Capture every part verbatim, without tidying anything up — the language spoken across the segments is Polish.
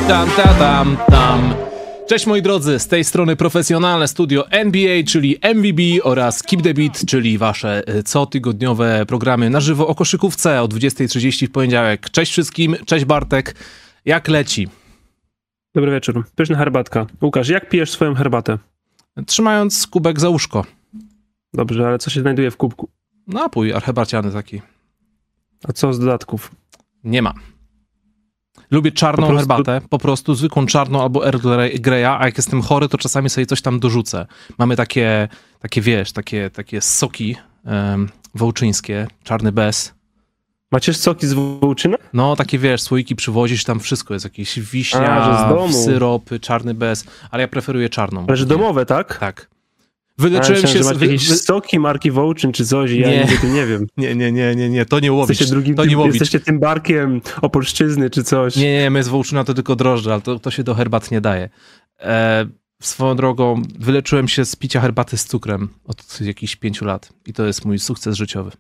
Tam, ta, tam, tam. Cześć moi drodzy, z tej strony profesjonalne studio N B A, czyli M V B oraz Keep the Beat, czyli wasze cotygodniowe programy na żywo o koszykówce o dwudziestej trzydzieści w poniedziałek. Cześć wszystkim, cześć Bartek, jak leci? Dobry wieczór, pyszna herbatka. Łukasz, jak pijesz swoją herbatę? Trzymając kubek za uszko. Dobrze, ale co się znajduje w kubku? Napój herbaciany taki. A co z dodatków? Nie ma. Lubię czarną po prostu... herbatę, po prostu zwykłą czarną albo Earl Greya, a jak jestem chory, to czasami sobie coś tam dorzucę. Mamy takie, takie wiesz, takie, takie soki um, wołczyńskie, czarny bez. Macie soki z wołczyna? No, takie wiesz, słoiki przywozisz, tam wszystko jest, jakieś wiśnia, a, że z domu. syropy, czarny bez, ale ja preferuję czarną. Ale że domowe, tak? Tak. Wyleczyłem ja się... z... Wy... jakieś soki marki Wołczyn czy coś, ja nie. nigdy nie wiem. Nie, nie, nie, nie, nie, to nie Łowicz. Jesteście drugim, to nie tym, Łowicz. Jesteście tym barkiem Opolszczyzny czy coś. Nie, nie, my z Wołczyna to tylko drożdże, ale to, to się do herbat nie daje. E, swoją drogą wyleczyłem się z picia herbaty z cukrem od jakichś pięciu lat i to jest mój sukces życiowy.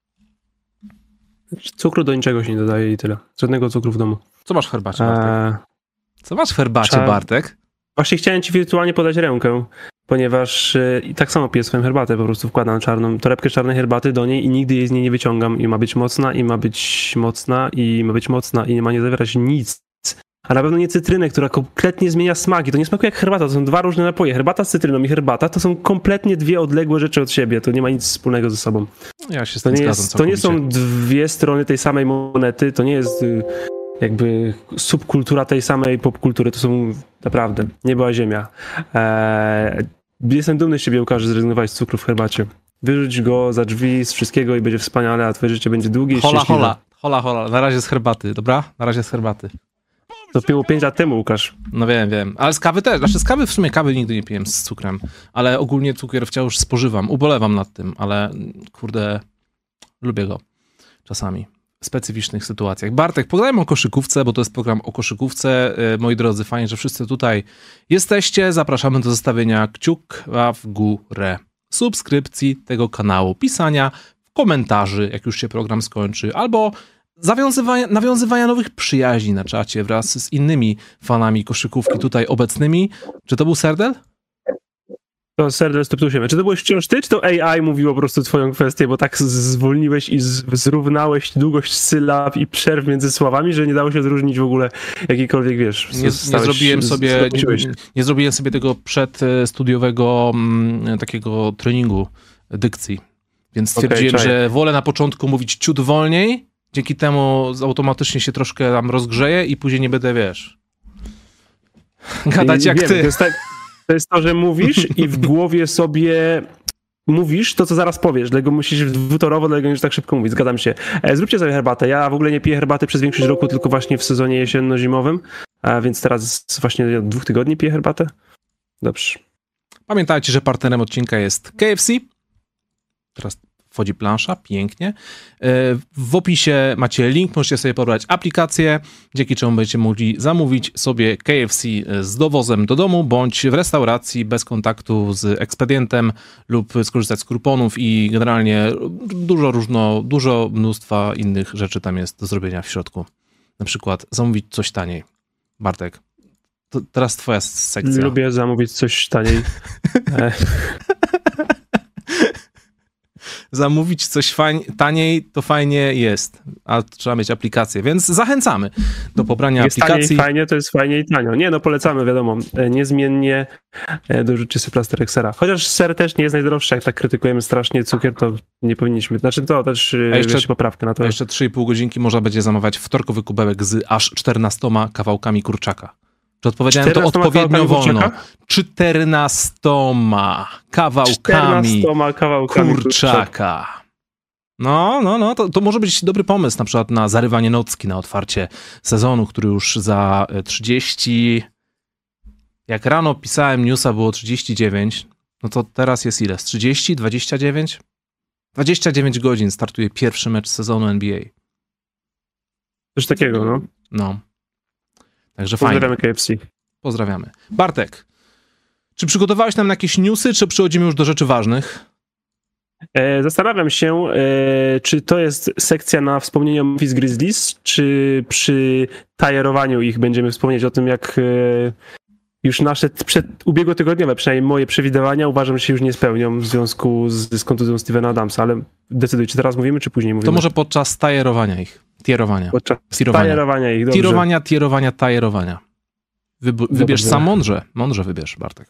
Cukru do niczego się nie dodaje i tyle. Żadnego cukru w domu. Co masz w herbacie, Bartek? Eee... Co masz w herbacie, Cza... Bartek? Właśnie chciałem ci wirtualnie podać rękę, ponieważ yy, i tak samo piję swoją herbatę, po prostu wkładam czarną, torebkę czarnej herbaty do niej i nigdy jej z niej nie wyciągam i ma być mocna, i ma być mocna, i ma być mocna, i nie ma nie zawierać nic. A na pewno nie cytrynę, która kompletnie zmienia smaki. To nie smakuje jak herbata, to są dwa różne napoje. Herbata z cytryną i herbata to są kompletnie dwie odległe rzeczy od siebie. To nie ma nic wspólnego ze sobą. Ja się z to tym nie zgadzam jest, To nie są dwie strony tej samej monety, to nie jest jakby subkultura tej samej popkultury. To są naprawdę nieba a ziemia. Eee, jestem dumny z siebie, Łukasz, że zrezygnowałeś z cukru w herbacie. Wyrzuć go za drzwi z wszystkiego i będzie wspaniale, a twoje życie będzie długie i hola, szczęśliwe. Hola, hola, hola. Na razie z herbaty, dobra? Na razie z herbaty. To piło pięć lat temu, Łukasz. No wiem, wiem. Ale z kawy też. Znaczy z kawy w sumie kawy nigdy nie piłem z cukrem. Ale ogólnie cukier wciąż spożywam. Ubolewam nad tym, ale kurde, lubię go czasami. W specyficznych sytuacjach. Bartek, pogadajmy o koszykówce, bo to jest program o koszykówce. Moi drodzy, fajnie, że wszyscy tutaj jesteście. Zapraszamy do zostawienia kciuka w górę, subskrypcji tego kanału, pisania komentarzy, jak już się program skończy, albo Zawiązywania, nawiązywania nowych przyjaźni na czacie wraz z innymi fanami koszykówki tutaj obecnymi. Czy to był Serdel? To Serdel sto osiem. Czy to byłeś wciąż ty, czy to A I mówiło po prostu twoją kwestię, bo tak zwolniłeś i zrównałeś długość sylab i przerw między słowami, że nie dało się odróżnić w ogóle jakikolwiek, wiesz... Nie, nie zrobiłem sobie nie, nie zrobiłem sobie tego przedstudiowego m, takiego treningu dykcji, więc stwierdziłem, okay, że wolę na początku mówić ciut wolniej. Dzięki temu automatycznie się troszkę tam rozgrzeję i później nie będę, wiesz, gadać I, jak wiem, ty. To jest, tak, to jest to, że mówisz i w głowie sobie mówisz to, co zaraz powiesz, dlatego musisz dwutorowo, dlatego już tak szybko mówić, zgadzam się. E, zróbcie sobie herbatę. Ja w ogóle nie piję herbaty przez większość roku, tylko właśnie w sezonie jesienno-zimowym, a więc teraz właśnie od dwóch tygodni piję herbatę. Dobrze. Pamiętajcie, że partnerem odcinka jest K F C. Teraz wchodzi plansza, pięknie. W opisie macie link, możecie sobie pobrać aplikację, dzięki czemu będziecie mogli zamówić sobie K F C z dowozem do domu, bądź w restauracji bez kontaktu z ekspedientem lub skorzystać z kuponów i generalnie dużo różno, dużo mnóstwa innych rzeczy tam jest do zrobienia w środku. Na przykład zamówić coś taniej. Bartek, to teraz twoja sekcja. Lubię zamówić coś taniej. Zamówić coś fajnie, taniej, to fajnie jest, ale trzeba mieć aplikację, więc zachęcamy do pobrania jest aplikacji. Jest fajnie, to jest fajnie i tanio. Nie, no polecamy, wiadomo, niezmiennie dorzućcie sobie plaster Excera. Chociaż ser też nie jest najdroższy, jak tak krytykujemy strasznie cukier, to nie powinniśmy. Znaczy to też a jeszcze, wiesz, poprawkę na to. A jeszcze trzy i pół godzinki można będzie zamawiać wtorkowy kubełek z aż czternastoma kawałkami kurczaka. Czy odpowiedziałem to odpowiednio wolno? Czternastoma kawałkami, czternastoma kawałkami kurczaka. No, no, no, to, to może być dobry pomysł na przykład na zarywanie nocki, na otwarcie sezonu, który już za trzydzieści... Jak rano pisałem newsa, było trzydzieści dziewięć, no to teraz jest ile? Z trzydzieści? dwadzieścia dziewięć? dwadzieścia dziewięć godzin startuje pierwszy mecz sezonu N B A. Coś takiego, no. No. Także Pozdrawiamy fajnie. K F C. Pozdrawiamy. Bartek, czy przygotowałeś nam jakieś newsy, czy przechodzimy już do rzeczy ważnych? E, zastanawiam się, e, czy to jest sekcja na wspomnienie o Memphis Grizzlies, czy przy tajerowaniu ich będziemy wspomnieć o tym, jak e, już nasze przed, ubiegłotygodniowe, przynajmniej moje przewidywania, uważam, że się już nie spełnią w związku z, z kontuzją Stevena Adamsa, ale decyduj, czy teraz mówimy, czy później mówimy? To może podczas tajerowania ich, tierowania. Podczas tirowania. tajerowania ich, dobrze. Tirowania, tierowania, tajerowania. Wyb- wybierz Dobrze. sam mądrze, mądrze wybierz, Bartek.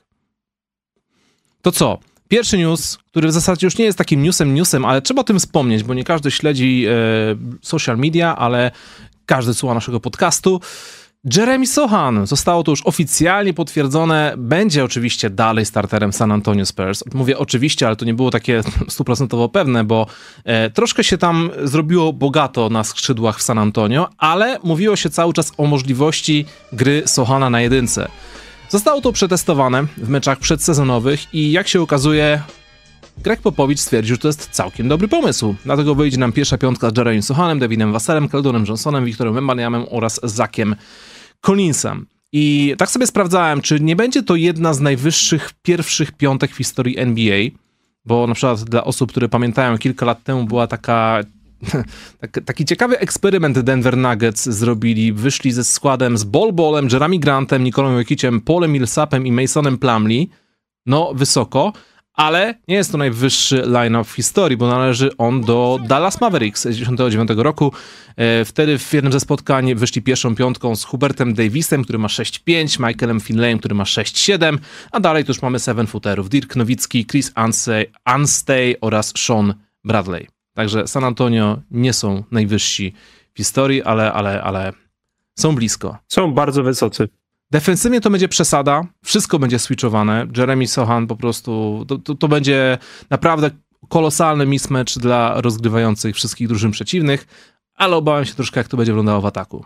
To co? Pierwszy news, który w zasadzie już nie jest takim newsem, newsem, ale trzeba o tym wspomnieć, bo nie każdy śledzi e, social media, ale każdy słucha naszego podcastu. Jeremy Sochan, zostało to już oficjalnie potwierdzone, będzie oczywiście dalej starterem San Antonio Spurs. Mówię oczywiście, ale to nie było takie stuprocentowo pewne, bo e, troszkę się tam zrobiło bogato na skrzydłach w San Antonio, ale mówiło się cały czas o możliwości gry Sochana na jedynce. Zostało to przetestowane w meczach przedsezonowych i jak się okazuje, Greg Popovich stwierdził, że to jest całkiem dobry pomysł. Dlatego wyjdzie nam pierwsza piątka z Jeremy Sochanem, Davidem Wasselem, Keldonem Johnsonem, Victorem Wembanyamem oraz Zachem Collinsem. I tak sobie sprawdzałem, czy nie będzie to jedna z najwyższych pierwszych piątek w historii N B A, bo na przykład dla osób, które pamiętają, kilka lat temu była taka tak, taki ciekawy eksperyment Denver Nuggets zrobili. Wyszli ze składem z Bol Bolem, Jeremy Grantem, Nikolą Jokiciem, Paulem Millsapem i Masonem Plumlee. No, wysoko, ale nie jest to najwyższy line-up w historii, bo należy on do Dallas Mavericks z dziewięćdziesiątego dziewiątego roku. Wtedy w jednym ze spotkań wyszli pierwszą piątką z Hubertem Davisem, który ma sześć pięć, Michaelem Finlayem, który ma sześć siedem, a dalej to już mamy seven footerów. Dirk Nowicki, Chris Anstey, Anstey oraz Sean Bradley. Także San Antonio nie są najwyżsi w historii, ale, ale, ale są blisko. Są bardzo wysocy. Defensywnie to będzie przesada, wszystko będzie switchowane. Jeremy Sochan po prostu, to, to, to będzie naprawdę kolosalny mismatch dla rozgrywających wszystkich drużyn przeciwnych, ale obawiam się troszkę, jak to będzie wyglądało w ataku.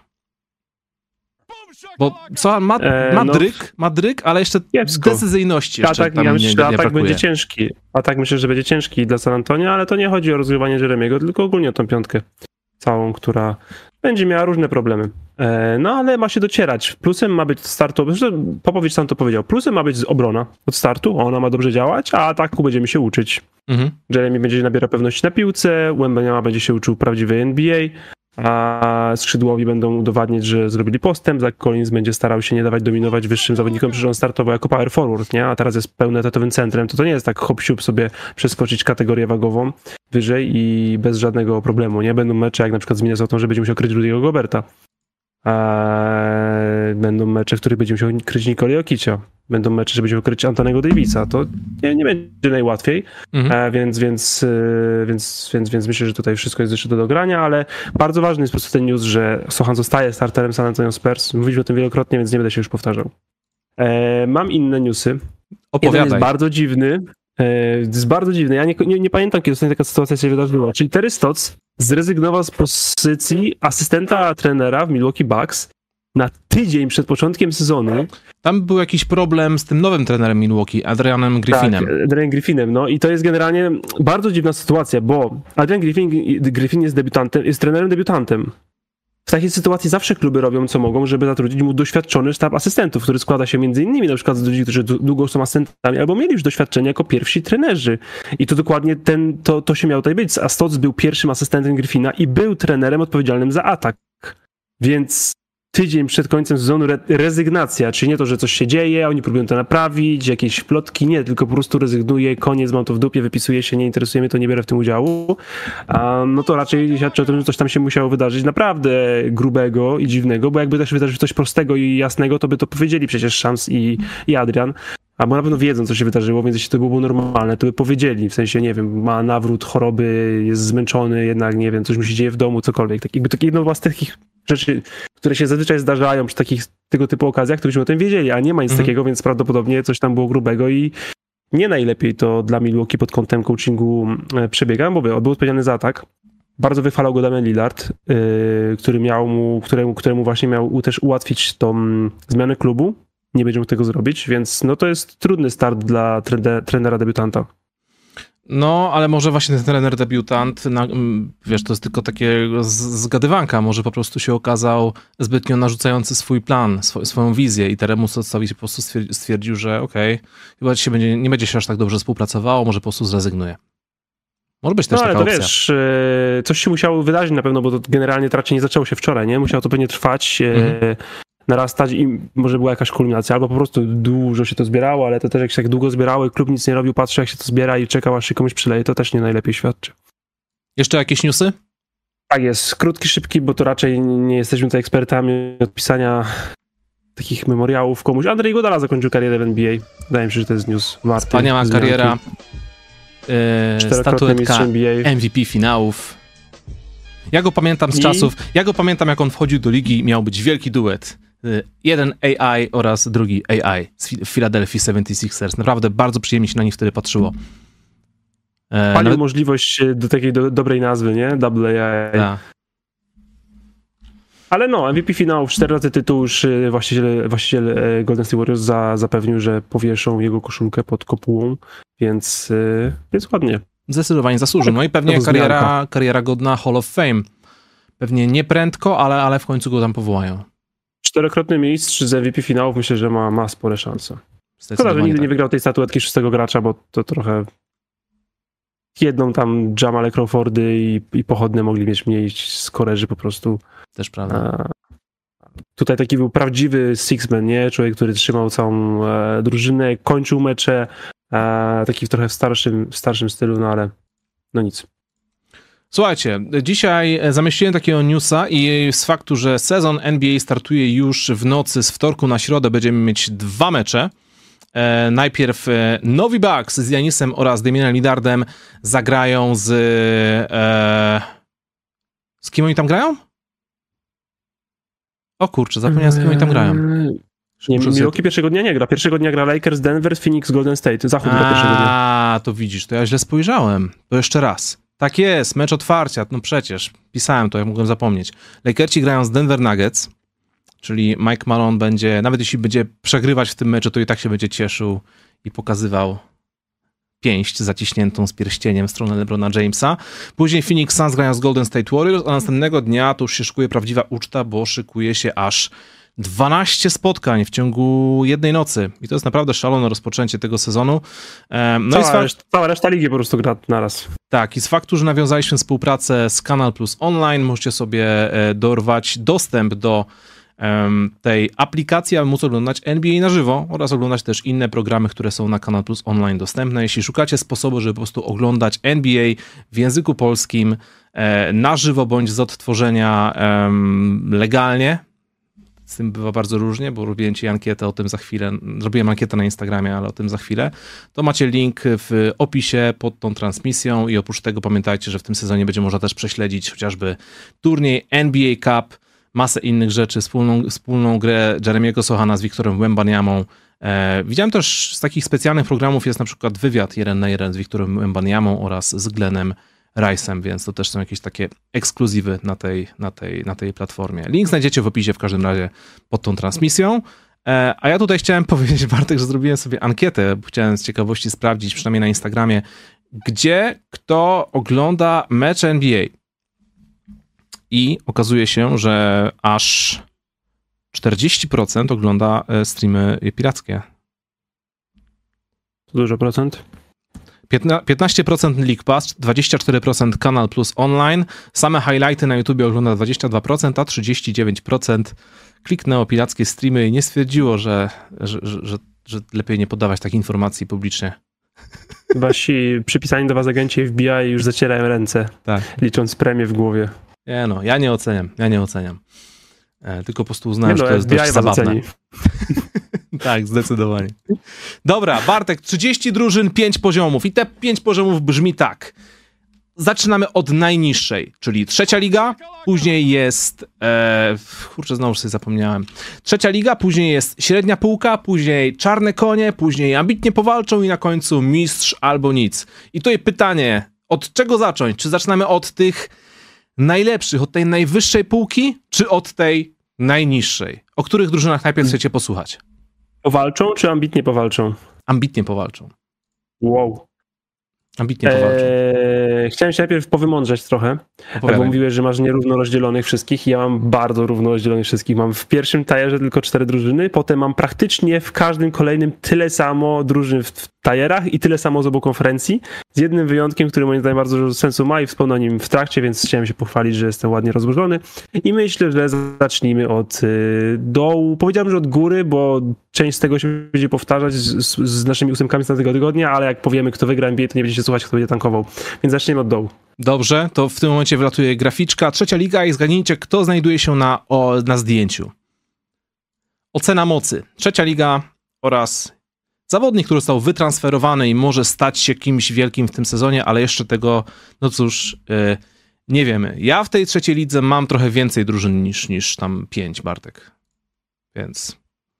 Bo Sochan ma, e, ma no, dryk, ma dryk, ale jeszcze kiepsko. decyzyjności jeszcze atak, tam ja nie, myślę, nie, że nie atak brakuje. będzie ciężki. Atak myślę, że będzie ciężki dla San Antonio, ale to nie chodzi o rozgrywanie Jeremiego, tylko ogólnie o tą piątkę całą, która będzie miała różne problemy. E, no ale ma się docierać. Plusem ma być startu, zresztą Popowicz sam to powiedział, plusem ma być obrona od startu, ona ma dobrze działać, a ataku będziemy się uczyć. Mhm. Jeremy będzie nabierał pewności na piłce, Wembanyama będzie się uczył prawdziwej N B A, a skrzydłowi będą udowadniać, że zrobili postęp, Zach Collins będzie starał się nie dawać dominować wyższym zawodnikom, przecież on startował jako power forward, nie? A teraz jest pełnoetatowym centrem, to to nie jest tak hop-siup sobie przeskoczyć kategorię wagową wyżej i bez żadnego problemu, nie? Będą mecze jak na przykład z Minnesotą, że będzie musiał kryć Rudy'ego Goberta. Eee, będą mecze, w których będzie musiał kryć Nikolę Jokicia. Będą mecze, że będzie musiał kryć Antonego Davisa. To nie, nie będzie najłatwiej, mhm. eee, więc, więc, yy, więc, więc, więc myślę, że tutaj wszystko jest jeszcze do dogrania, ale bardzo ważny jest po prostu ten news, że Sochan zostaje starterem San Antonio Spurs. Mówiliśmy o tym wielokrotnie, więc nie będę się już powtarzał. Eee, mam inne newsy. Opowiadaj. Jeden jest bardzo dziwny. Eee, jest bardzo dziwny. Ja nie, nie, nie pamiętam, kiedy ostatnio taka sytuacja się wydarzyła. Czyli Terry Stotts zrezygnował z pozycji asystenta trenera w Milwaukee Bucks na tydzień przed początkiem sezonu. Tam był jakiś problem z tym nowym trenerem Milwaukee, Adrianem Griffinem. Tak, Adrian Griffinem, no i to jest generalnie bardzo dziwna sytuacja, bo Adrian Griffin, Griffin jest debiutantem, jest trenerem debiutantem. W takiej sytuacji zawsze kluby robią co mogą, żeby zatrudnić mu doświadczony sztab asystentów, który składa się między innymi na przykład z ludzi, którzy długo są asystentami albo mieli już doświadczenie jako pierwsi trenerzy. I to dokładnie ten, to, to się miało tutaj być. A Stotts był pierwszym asystentem Griffina i był trenerem odpowiedzialnym za atak. Więc tydzień przed końcem sezonu re- rezygnacja, czyli nie to, że coś się dzieje, oni próbują to naprawić, jakieś plotki, nie, tylko po prostu rezygnuje, koniec, mam to w dupie, wypisuję się, nie interesuje mnie to, nie biorę w tym udziału. A, no to raczej świadczy o tym, że coś tam się musiało wydarzyć naprawdę grubego i dziwnego, bo jakby też wydarzyło coś prostego i jasnego, to by to powiedzieli przecież Shams i, i Adrian. Albo na pewno wiedzą, co się wydarzyło, więc jeśli to było normalne, to by powiedzieli, w sensie, nie wiem, ma nawrót choroby, jest zmęczony, jednak, nie wiem, coś mu się dzieje w domu, cokolwiek. Tak, jakby to jedno z takich rzeczy, które się zazwyczaj zdarzają przy takich tego typu okazjach, to byśmy o tym wiedzieli, a nie ma nic mhm. takiego, więc prawdopodobnie coś tam było grubego i nie najlepiej to dla Milwaukee pod kątem coachingu przebiega, bo był odpowiedzialny za atak. Bardzo wychwalał go Damian Lillard, yy, który miał mu, któremu, któremu właśnie miał też ułatwić tą zmianę klubu. Nie będzie mógł tego zrobić, więc no to jest trudny start dla tre- trenera debiutanta. No, ale może właśnie ten trener debiutant, na, wiesz, to jest tylko takie zgadywanka, może po prostu się okazał zbytnio narzucający swój plan, sw- swoją wizję i Teremu Stotsowi po prostu stwierdził, że okej, okay, chyba się będzie, nie będzie się aż tak dobrze współpracowało, może po prostu zrezygnuje. Może być też no, ale taka to opcja. wiesz, coś się musiało wydarzyć na pewno, bo to generalnie to raczej nie zaczęło się wczoraj, nie? Musiało to pewnie trwać, mhm. narastać i może była jakaś kulminacja, albo po prostu dużo się to zbierało, ale to też jak się tak długo zbierało i klub nic nie robił, patrzy jak się to zbiera i czekał aż się komuś przyleje, to też nie najlepiej świadczy. Jeszcze jakieś newsy? Tak jest, krótki, szybki, bo to raczej nie jesteśmy tutaj ekspertami od pisania takich memoriałów komuś. Andrzej Iguodala zakończył karierę w N B A. Wydaje mi się, że to jest news warty. Wspaniała kariera. Yy, statuetka N B A. M V P finałów. Ja go pamiętam z I... czasów, ja go pamiętam jak on wchodził do ligi i miał być wielki duet. Yy, jeden A I oraz drugi A I z Philadelphia seventy-sixers. Naprawdę bardzo przyjemnie się na nich wtedy patrzyło. Palił Nawet... możliwość do takiej do, dobrej nazwy, nie? Double A I. Ta. Ale no, M V P finałów, cztery razy tytuł, już właściciel, właściciel Golden State Warriors za, zapewnił, że powieszą jego koszulkę pod kopułą, więc, więc ładnie. Zdecydowanie zasłużył. No i pewnie kariera, kariera godna Hall of Fame. Pewnie nie prędko, ale, ale w końcu go tam powołają. Czterokrotny mistrz z M V P finałów, myślę, że ma, ma spore szanse. Szkoda, że nigdy tak. nie wygrał tej statuetki szóstego gracza, bo to trochę jedną tam Jamale Crawfordy i, i pochodne mogli mieć mniej skorerzy po prostu. Też prawda. A, tutaj taki był prawdziwy six-man, nie? Człowiek, który trzymał całą e, drużynę, kończył mecze, e, taki trochę w starszym, w starszym stylu, no ale no nic. Słuchajcie, dzisiaj zamieściłem takiego newsa i z faktu, że sezon N B A startuje już w nocy z wtorku na środę, będziemy mieć dwa mecze. E, najpierw e, Nowi Bucks z Giannisem oraz Damianem Lillardem zagrają z... E, z kim oni tam grają? O kurczę, zapomniałem, z kim oni tam grają. Nie, Milwaukee pierwszego dnia nie gra. Pierwszego dnia gra Lakers, Denver, Phoenix, Golden State. Zachód gra pierwszego dnia. A, to widzisz, to ja źle spojrzałem. To jeszcze raz. Tak jest, mecz otwarcia. No przecież, pisałem to, ja mogłem zapomnieć. Lakersi grają z Denver Nuggets, czyli Mike Malone będzie, nawet jeśli będzie przegrywać w tym meczu, to i tak się będzie cieszył i pokazywał pięść zaciśniętą z pierścieniem w stronę LeBrona Jamesa. Później Phoenix Suns grają z Golden State Warriors, a następnego dnia to już się szykuje prawdziwa uczta, bo szykuje się aż dwanaście spotkań w ciągu jednej nocy. I to jest naprawdę szalone rozpoczęcie tego sezonu. No cała, i fakt... reszta, cała reszta ligi po prostu gra naraz. Tak, i z faktu, że nawiązaliśmy współpracę z Kanal Plus Online, możecie sobie dorwać dostęp do tej aplikacji, aby móc oglądać N B A na żywo oraz oglądać też inne programy, które są na Kanal Plus Online dostępne. Jeśli szukacie sposobu, żeby po prostu oglądać N B A w języku polskim na żywo bądź z odtworzenia legalnie, z tym bywa bardzo różnie, bo robiłem ci ankietę o tym za chwilę, zrobiłem ankietę na Instagramie, ale o tym za chwilę, to macie link w opisie pod tą transmisją i oprócz tego pamiętajcie, że w tym sezonie będzie można też prześledzić chociażby turniej N B A Cup, masę innych rzeczy, wspólną, wspólną grę Jeremiego Sochana z Wiktorem Wembanyamą. E, widziałem też z takich specjalnych programów jest na przykład wywiad jeden na jeden z Wiktorem Wembanyamą oraz z Glennem Rice'em, więc to też są jakieś takie ekskluzywy na tej, na tej, na tej platformie. Link znajdziecie w opisie w każdym razie pod tą transmisją. E, a ja tutaj chciałem powiedzieć, Bartek, że zrobiłem sobie ankietę, bo chciałem z ciekawości sprawdzić, przynajmniej na Instagramie, gdzie kto ogląda mecze N B A. I okazuje się, że aż czterdzieści procent ogląda streamy pirackie. To dużo procent? piętnaście procent League Pass, dwadzieścia cztery procent Kanal Plus Online, same highlighty na YouTubie ogląda dwadzieścia dwa procent, a trzydzieści dziewięć procent kliknęło pirackie streamy i nie stwierdziło, że, że, że, że, że lepiej nie podawać takich informacji publicznie. Wasi przypisani do was agenci F B I już zacierają ręce, tak. Licząc premię w głowie. Nie no, ja nie oceniam, ja nie oceniam. E, tylko po prostu uznałem, że to jest dość zabawne. Tak, zdecydowanie. Dobra, Bartek, trzydzieści drużyn, pięć poziomów i te pięć poziomów brzmi tak. Zaczynamy od najniższej, czyli trzecia liga, później jest, e, kurczę, znowu sobie zapomniałem, trzecia liga, później jest średnia półka, później czarne konie, później ambitnie powalczą i na końcu mistrz albo nic. I tutaj pytanie, od czego zacząć? Czy zaczynamy od tych najlepszych, od tej najwyższej półki, czy od tej najniższej? O których drużynach najpierw chcecie posłuchać? Powalczą, czy ambitnie powalczą? Ambitnie powalczą. Wow. Ambitnie powalczą. Eee, chciałem się najpierw powymądrzeć trochę, Opowiadaj. bo mówiłeś, że masz nierówno rozdzielonych wszystkich. Ja mam bardzo równo rozdzielonych wszystkich. Mam w pierwszym tajerze tylko cztery drużyny, potem mam praktycznie w każdym kolejnym tyle samo drużyn w, tajerach i tyle samo z obu konferencji, z jednym wyjątkiem, który moim zdaniem bardzo dużo sensu ma i wspomnę o nim w trakcie, więc chciałem się pochwalić, że jestem ładnie rozłożony i myślę, że zacznijmy od y, dołu. Powiedziałem, że od góry, bo część z tego się będzie powtarzać z, z, z naszymi ósemkami z tego tygodnia, ale jak powiemy, kto wygra N B A, to nie będziecie słuchać, kto będzie tankował. Więc zaczniemy od dołu. Dobrze, to w tym momencie wylatuje graficzka. Trzecia liga i zgadnijcie, kto znajduje się na, o, na zdjęciu. Ocena mocy. Trzecia liga oraz zawodnik, który został wytransferowany i może stać się kimś wielkim w tym sezonie, ale jeszcze tego, no cóż, yy, nie wiemy. Ja w tej trzeciej lidze mam trochę więcej drużyn niż, niż tam pięć, Bartek. Więc...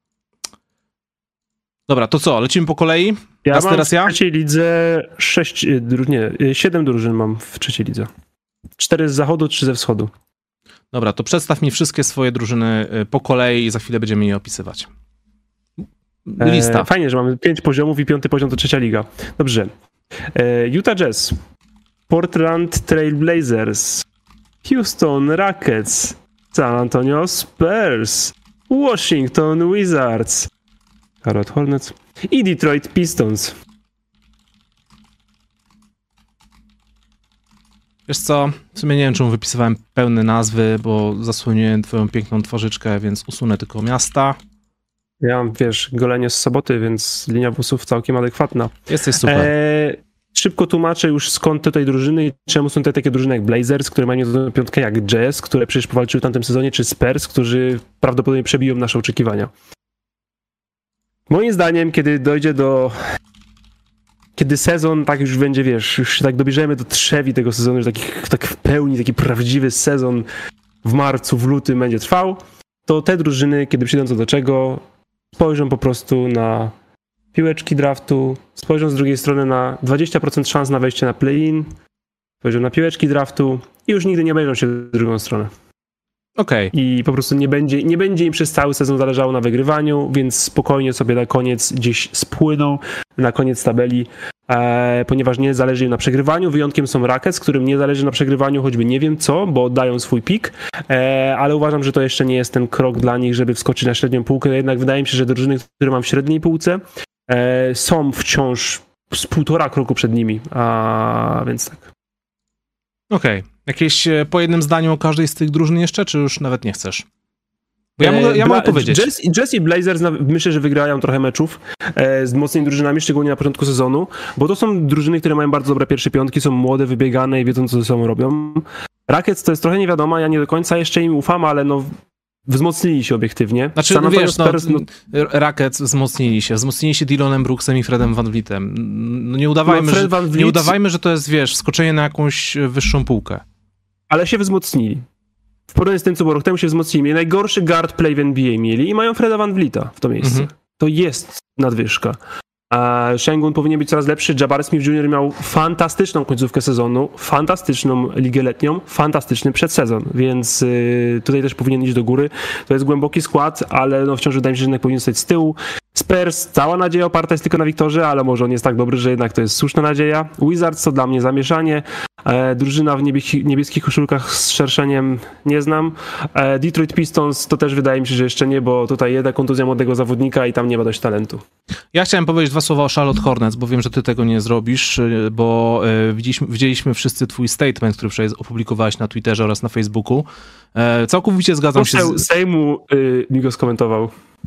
Dobra, to co? Lecimy po kolei? Ja Raz mam teraz ja? w trzeciej lidze sześć, nie, siedem drużyn mam w trzeciej lidze. Cztery z zachodu, trzy ze wschodu. Dobra, to przedstaw mi wszystkie swoje drużyny po kolei i za chwilę będziemy je opisywać. Lista. E, fajnie, że mamy pięć poziomów i piąty poziom to trzecia liga. Dobrze. E, Utah Jazz, Portland Trail Blazers, Houston Rockets, San Antonio Spurs, Washington Wizards, Charlotte Hornets i Detroit Pistons. Wiesz co, w sumie nie wiem, czemu wypisywałem pełne nazwy, bo zasłoniłem twoją piękną twarzyczkę, więc usunę tylko miasta. Ja mam, wiesz, golenie z soboty, więc linia włosów całkiem adekwatna. Jesteś super. E, szybko tłumaczę już skąd tutaj drużyny i czemu są tutaj takie drużyny jak Blazers, które mają jedną piątkę, jak Jazz, które przecież powalczyły w tamtym sezonie, czy Spurs, którzy prawdopodobnie przebiją nasze oczekiwania. Moim zdaniem, kiedy dojdzie do... Kiedy sezon tak już będzie, wiesz, już tak dobierzemy do trzewi tego sezonu, że taki, tak w pełni, taki prawdziwy sezon w marcu, w lutym będzie trwał, to te drużyny, kiedy przyjdą co do czego, spojrzą po prostu na piłeczki draftu, spojrzą z drugiej strony na dwadzieścia procent szans na wejście na play-in, spojrzą na piłeczki draftu i już nigdy nie obejrzą się w drugą stronę. Okej. Okay. I po prostu nie będzie, nie będzie im przez cały sezon zależało na wygrywaniu, więc spokojnie sobie na koniec gdzieś spłyną, na koniec tabeli, e, ponieważ nie zależy im na przegrywaniu. Wyjątkiem są Rockets, którym nie zależy na przegrywaniu, choćby nie wiem co, bo oddają swój pik, e, ale uważam, że to jeszcze nie jest ten krok dla nich, żeby wskoczyć na średnią półkę. Jednak wydaje mi się, że drużyny, które mam w średniej półce, e, są wciąż z półtora kroku przed nimi, a więc tak. Okej. Okay. Jakieś po jednym zdaniu o każdej z tych drużyn jeszcze, czy już nawet nie chcesz? Bo ja mogę, ja mogę powiedzieć. Jazz, Jazz i Blazers myślę, że wygrają trochę meczów e, z mocnymi drużynami, szczególnie na początku sezonu, bo to są drużyny, które mają bardzo dobre pierwsze piątki, są młode, wybiegane i wiedzą, co ze sobą robią. Rockets to jest trochę nie wiadomo, ja nie do końca jeszcze im ufam, ale no wzmocnili się obiektywnie. Znaczy, no wiesz, Spurs, no, no, Rockets wzmocnili się. Wzmocnili się Dylanem Brooksem i Fredem VanVleetem. No nie udawajmy, no, że, Vliet... nie udawajmy, że to jest, wiesz, skoczenie na jakąś wyższą półkę. Ale się wzmocnili. W porównaniu z tym, co było rok temu, się wzmocnili. Najgorszy guard play w N B A mieli i mają Freda VanVleeta w to miejsce. Mhm. To jest nadwyżka. A Sengun powinien być coraz lepszy. Jabari Smith junior miał fantastyczną końcówkę sezonu, fantastyczną ligę letnią, fantastyczny przedsezon, więc y, tutaj też powinien iść do góry. To jest głęboki skład, ale no wciąż wydaje mi się, że jednak powinien stać z tyłu. Spurs, cała nadzieja oparta jest tylko na Wiktorze, ale może on jest tak dobry, że jednak to jest słuszna nadzieja. Wizards to dla mnie zamieszanie. E, drużyna w niebieskich, niebieskich koszulkach z szerszeniem nie znam. E, Detroit Pistons to też wydaje mi się, że jeszcze nie, bo tutaj jedna kontuzja młodego zawodnika i tam nie ma dość talentu. Ja chciałem powiedzieć dwa słowa o Charlotte Hornets, bo wiem, że ty tego nie zrobisz, bo e, widzieliśmy, widzieliśmy wszyscy twój statement, który wczoraj opublikowałeś na Twitterze oraz na Facebooku. E, całkowicie zgadzam się z... Sejmu y, mi go skomentował.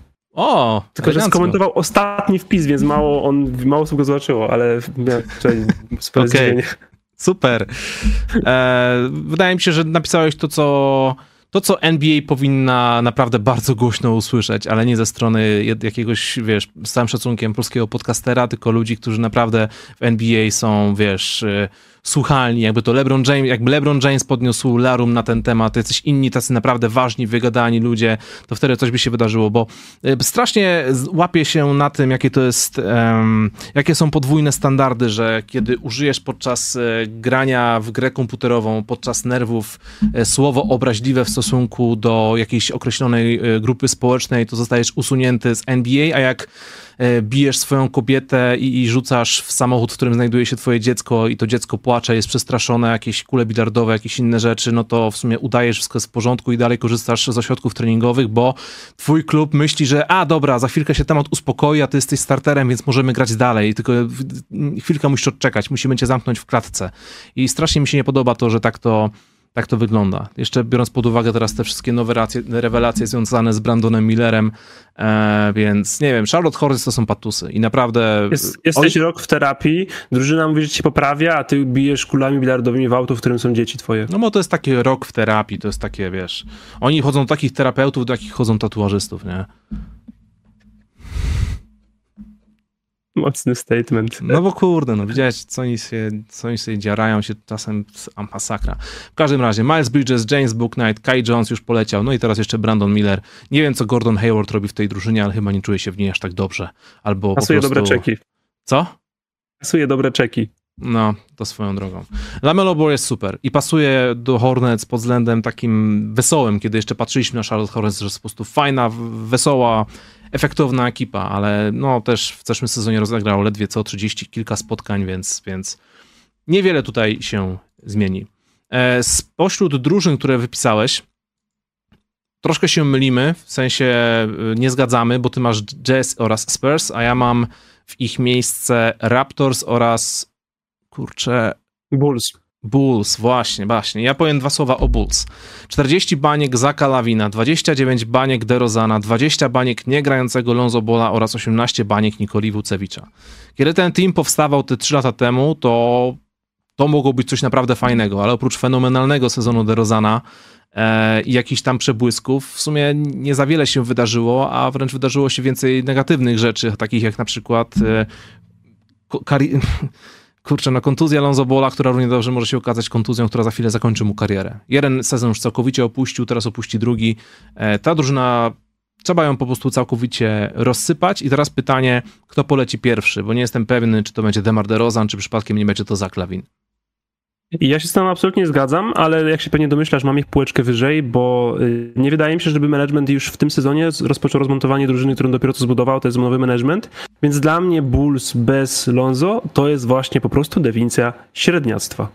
O, tylko że skomentował ostatni wpis, więc mało on mało osób go zobaczyło, ale miałem wczoraj spore okay. zdziwienie. Super. E, wydaje mi się, że napisałeś to, co to, co N B A powinna naprawdę bardzo głośno usłyszeć, ale nie ze strony jakiegoś, wiesz, z całym szacunkiem polskiego podcastera, tylko ludzi, którzy naprawdę w N B A są, wiesz, słuchalni, jakby to LeBron James, jakby LeBron James podniósł larum na ten temat, jacyś inni tacy naprawdę ważni, wygadani ludzie, to wtedy coś by się wydarzyło, bo strasznie łapię się na tym, jakie to jest, um, jakie są podwójne standardy, że kiedy użyjesz podczas grania w grę komputerową, podczas nerwów słowo obraźliwe w stosunku do jakiejś określonej grupy społecznej, to zostajesz usunięty z N B A, a jak e, bijesz swoją kobietę i, i rzucasz w samochód, w którym znajduje się twoje dziecko i to dziecko płacze, jest przestraszone, jakieś kule bilardowe, jakieś inne rzeczy, no to w sumie udajesz, wszystko jest w porządku i dalej korzystasz z ośrodków treningowych, bo twój klub myśli, że a dobra, za chwilkę się temat uspokoi, a ty jesteś starterem, więc możemy grać dalej, tylko chwilkę musisz odczekać, musimy cię zamknąć w klatce. I strasznie mi się nie podoba to, że tak to Tak to wygląda. Jeszcze biorąc pod uwagę teraz te wszystkie nowe racje, rewelacje związane z Brandonem Millerem, e, więc nie wiem, Charlotte Hornets to są patusy i naprawdę... Jest, jesteś rok w terapii, drużyna mówi, że ci się poprawia, a ty bijesz kulami bilardowymi w auto, w którym są dzieci twoje. No bo to jest taki rok w terapii, to jest takie, wiesz, oni chodzą do takich terapeutów, do jakich chodzą tatuażystów, nie? Mocny statement. No bo kurde, no widziałeś, co oni się, co oni sobie dziarają się czasem, masakra. W każdym razie, Miles Bridges, James Bouknight, Kai Jones już poleciał, no i teraz jeszcze Brandon Miller. Nie wiem, co Gordon Hayward robi w tej drużynie, ale chyba nie czuje się w niej aż tak dobrze. Albo Pasuje po prostu... dobre czeki. Co? Pasuje dobre czeki. No, to swoją drogą. LaMelo Ball jest super i pasuje do Hornets pod względem takim wesołym, kiedy jeszcze patrzyliśmy na Charlotte Hornets, że jest po prostu fajna, wesoła, efektowna ekipa, ale no też w zeszłym sezonie rozegrał ledwie co trzydzieści kilka spotkań, więc, więc niewiele tutaj się zmieni. Spośród drużyn, które wypisałeś, troszkę się mylimy, w sensie nie zgadzamy, bo ty masz Jazz oraz Spurs, a ja mam w ich miejsce Raptors oraz kurczę... Bulls. Bulls, właśnie, właśnie. Ja powiem dwa słowa o Bulls. czterdzieści baniek Zaka Lawina, dwadzieścia dziewięć baniek DeRozana, dwadzieścia baniek niegrającego Lonzo Balla oraz osiemnaście baniek Nikoli Vucevicza. Kiedy ten team powstawał te trzy lata temu, to to mogło być coś naprawdę fajnego, ale oprócz fenomenalnego sezonu DeRozana e, i jakichś tam przebłysków, w sumie nie za wiele się wydarzyło, a wręcz wydarzyło się więcej negatywnych rzeczy, takich jak na przykład e, kari- Kurczę, no kontuzja Lonzo Balla, która równie dobrze może się okazać kontuzją, która za chwilę zakończy mu karierę. Jeden sezon już całkowicie opuścił, teraz opuści drugi. Ta drużyna, trzeba ją po prostu całkowicie rozsypać i teraz pytanie, kto poleci pierwszy, bo nie jestem pewny, czy to będzie DeMar DeRozan, czy przypadkiem nie będzie to Zach LaVine. I ja się z tym absolutnie zgadzam, ale jak się pewnie domyślasz, mam ich półeczkę wyżej, bo nie wydaje mi się, żeby management już w tym sezonie rozpoczął rozmontowanie drużyny, którą dopiero co zbudował, to jest nowy management, więc dla mnie Bulls bez Lonzo to jest właśnie po prostu definicja średniactwa.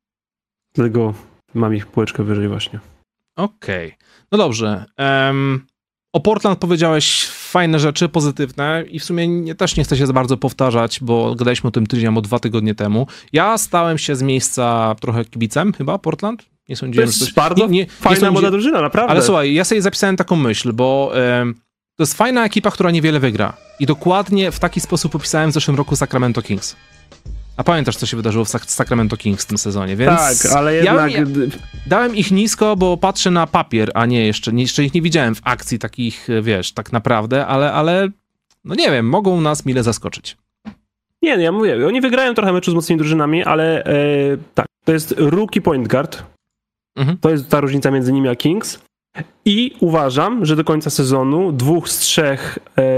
Dlatego mam ich półeczkę wyżej właśnie. Okej, okay. No dobrze. Um, o Portland powiedziałeś fajne rzeczy, pozytywne i w sumie nie, też nie chcę się za bardzo powtarzać, bo gadaliśmy o tym tydzień albo dwa tygodnie temu. Ja stałem się z miejsca trochę kibicem chyba Portland. Nie sądziłem, to jest że coś... bardzo nie, nie, fajna nie młoda drużyna, naprawdę. Ale słuchaj, ja sobie zapisałem taką myśl, bo um, to jest fajna ekipa, która niewiele wygra. I dokładnie w taki sposób opisałem w zeszłym roku Sacramento Kings. A pamiętasz, co się wydarzyło w Sacramento Kings w tym sezonie, więc... Tak, ale jednak... Ja, ja dałem ich nisko, bo patrzę na papier, a nie jeszcze, jeszcze ich nie widziałem w akcji takich, wiesz, tak naprawdę, ale, ale no nie wiem, mogą nas mile zaskoczyć. Nie, no ja mówię, oni wygrają trochę meczu z mocnymi drużynami, ale e, tak, to jest rookie point guard, mhm. To jest ta różnica między nimi a Kings i uważam, że do końca sezonu dwóch z trzech,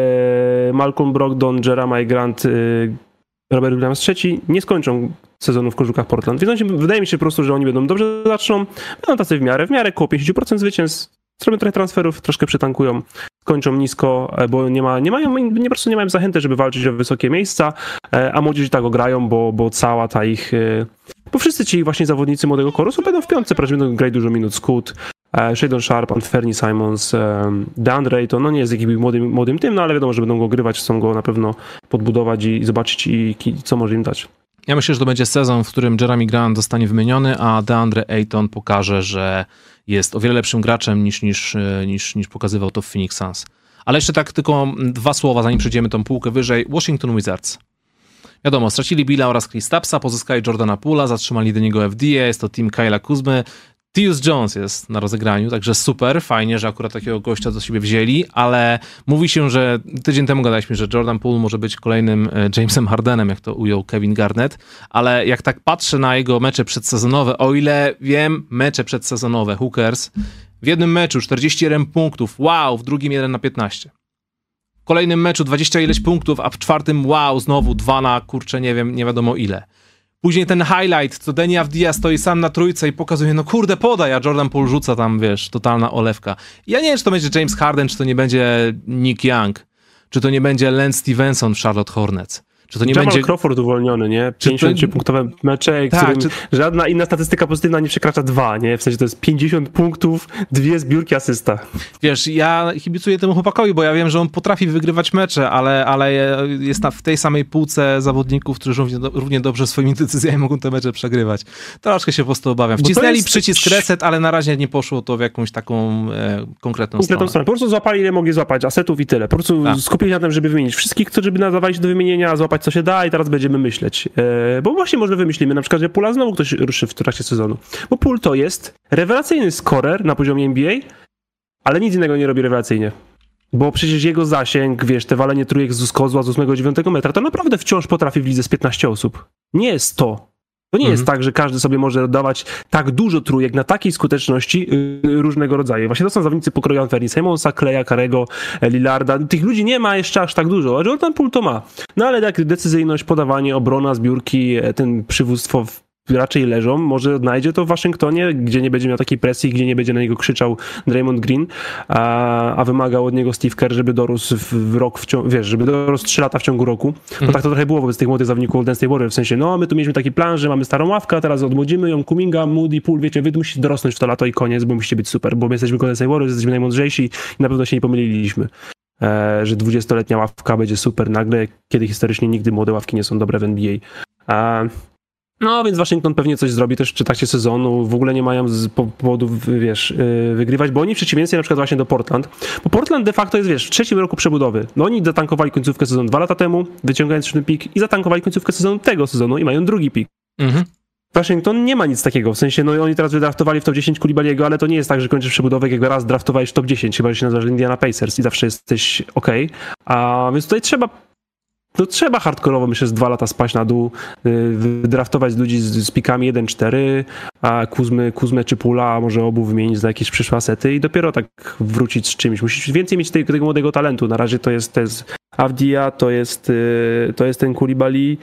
e, Malcolm Brogdon, Jeremiah Grant, e, Robert Williams trzeci, nie skończą sezonu w koszulkach Portland. Więc się, wydaje mi się po prostu, że oni będą dobrze zaczną, będą tacy w miarę, w miarę koło pięćdziesiąt procent zwycięstw, zrobią trochę transferów, troszkę przytankują, skończą nisko, bo nie, ma, nie mają, nie, po prostu nie mają zachęty, żeby walczyć o wysokie miejsca, a młodzież i tak grają, bo, bo cała ta ich, bo wszyscy ci właśnie zawodnicy młodego korusu będą w piątce, prawie będą grać dużo minut. Scoot, Shadon Sharp, Anthony Simons, DeAndre, to no nie jest jakimś młodym, młodym tym, no ale wiadomo, że będą go grywać, chcą go na pewno podbudować i, i zobaczyć, i, i co może im dać. Ja myślę, że to będzie sezon, w którym Jeremy Grant zostanie wymieniony, a DeAndre Ayton pokaże, że jest o wiele lepszym graczem niż, niż, niż, niż pokazywał to w Phoenix Suns. Ale jeszcze tak tylko dwa słowa, zanim przejdziemy tą półkę wyżej. Washington Wizards. Wiadomo, stracili Billa oraz Kristapsa, pozyskali Jordana Poola, zatrzymali do niego F D A, jest to team Kyla Kuzmy. Tyus Jones jest na rozegraniu, także super, fajnie, że akurat takiego gościa do siebie wzięli, ale mówi się, że tydzień temu gadaliśmy, że Jordan Poole może być kolejnym Jamesem Hardenem, jak to ujął Kevin Garnett, ale jak tak patrzę na jego mecze przedsezonowe, o ile wiem, mecze przedsezonowe, Hookers, w jednym meczu czterdzieści jeden punktów, wow, w drugim jeden na piętnaście. W kolejnym meczu dwadzieścia ileś punktów, a w czwartym wow, znowu dwa na kurczę, nie wiem, nie wiadomo ile. Później ten highlight, co Deni Avdija stoi sam na trójce i pokazuje, no kurde, podaj, a Jordan Poole rzuca tam, wiesz, totalna olewka. Ja nie wiem, czy to będzie James Harden, czy to nie będzie Nick Young. Czy to nie będzie Lance Stevenson w Charlotte Hornets? Czy to nie Jamal będzie... Crawford uwolniony, nie? pięćdziesięciopunktowe mecze, Tak, którym czy... żadna inna statystyka pozytywna nie przekracza dwa, nie? W sensie to jest pięćdziesiąt punktów, dwie zbiórki, asysta. Wiesz, ja kibicuję temu chłopakowi, bo ja wiem, że on potrafi wygrywać mecze, ale, ale jest na, w tej samej półce zawodników, którzy równie, do, równie dobrze swoimi decyzjami mogą te mecze przegrywać. Troszkę się po prostu obawiam. Wcisnęli jest... przycisk reset, ale na razie nie poszło to w jakąś taką e, konkretną, konkretną stronę. stronę. Po prostu złapali ile mogli złapać, asetów i tyle. Po prostu A. skupili się na tym, żeby wymienić wszystkich, którzy by nadawali się do wymienienia, złapać co się da i teraz będziemy myśleć. E, bo właśnie może wymyślimy, na przykład, że Pula znowu ktoś ruszy w trakcie sezonu. Bo Pool to jest rewelacyjny scorer na poziomie N B A, ale nic innego nie robi rewelacyjnie. Bo przecież jego zasięg, wiesz, te walenie trójek z kozła z ósmego dziewiątego metra, to naprawdę wciąż potrafi w lidze z piętnaście osób. Nie jest to. To nie mhm. jest tak, że każdy sobie może dawać tak dużo trójek na takiej skuteczności yy, różnego rodzaju. Właśnie to są zawodnicy pokroju Anthony Simonsa, Kleja, Karego, Lillarda. Tych ludzi nie ma jeszcze aż tak dużo, a Jordan Poole to ma. No ale tak decyzyjność, podawanie, obrona, zbiórki, ten przywództwo w raczej leżą. Może odnajdzie to w Waszyngtonie, gdzie nie będzie miał takiej presji, gdzie nie będzie na niego krzyczał Draymond Green, a, a wymagał od niego Steve Kerr, żeby dorósł w, w rok, w ciągu, wiesz, żeby dorósł trzy lata w ciągu roku. Bo mm. tak to trochę było wobec tych młodych zawodników Golden State Warriors. W sensie, no my tu mieliśmy taki plan, że mamy starą ławkę, a teraz odmłodzimy ją, Kuminga, Moody, Poole, wiecie, wy musicie dorosnąć w to lato i koniec, bo musicie być super, bo my jesteśmy Golden State Warriors, jesteśmy najmądrzejsi i na pewno się nie pomyliliśmy. E, że dwudziestoletnia ławka będzie super nagle, kiedy historycznie nigdy młode ławki nie są dobre w N B A. E, No, więc Waszyngton pewnie coś zrobi też w trakcie sezonu. W ogóle nie mają z powodów, wiesz, wygrywać, bo oni w przeciwieństwie na przykład właśnie do Portland, bo Portland de facto jest, wiesz, w trzecim roku przebudowy. No oni zatankowali końcówkę sezonu dwa lata temu, wyciągając szósty pik i zatankowali końcówkę sezonu tego sezonu i mają drugi pik. Mhm. Waszyngton nie ma nic takiego, w sensie, no oni teraz wydraftowali w top dziesięć Coulibaly'ego, ale to nie jest tak, że kończysz przebudowę, jakby raz draftowałeś w top dziesięć, chyba że się nazywasz Indiana Pacers i zawsze jesteś okej. Okay. A więc tutaj trzeba No trzeba hardkorowo, myślę, z dwa lata spaść na dół, wydraftować ludzi z, z pikami jeden cztery, a Kuzmy, Kuzmę czy Pula, a może obu wymienić za jakieś przyszłe asety i dopiero tak wrócić z czymś. Musisz więcej mieć tego, tego młodego talentu. Na razie to jest, to jest Avdia, to jest, to jest ten Coulibaly.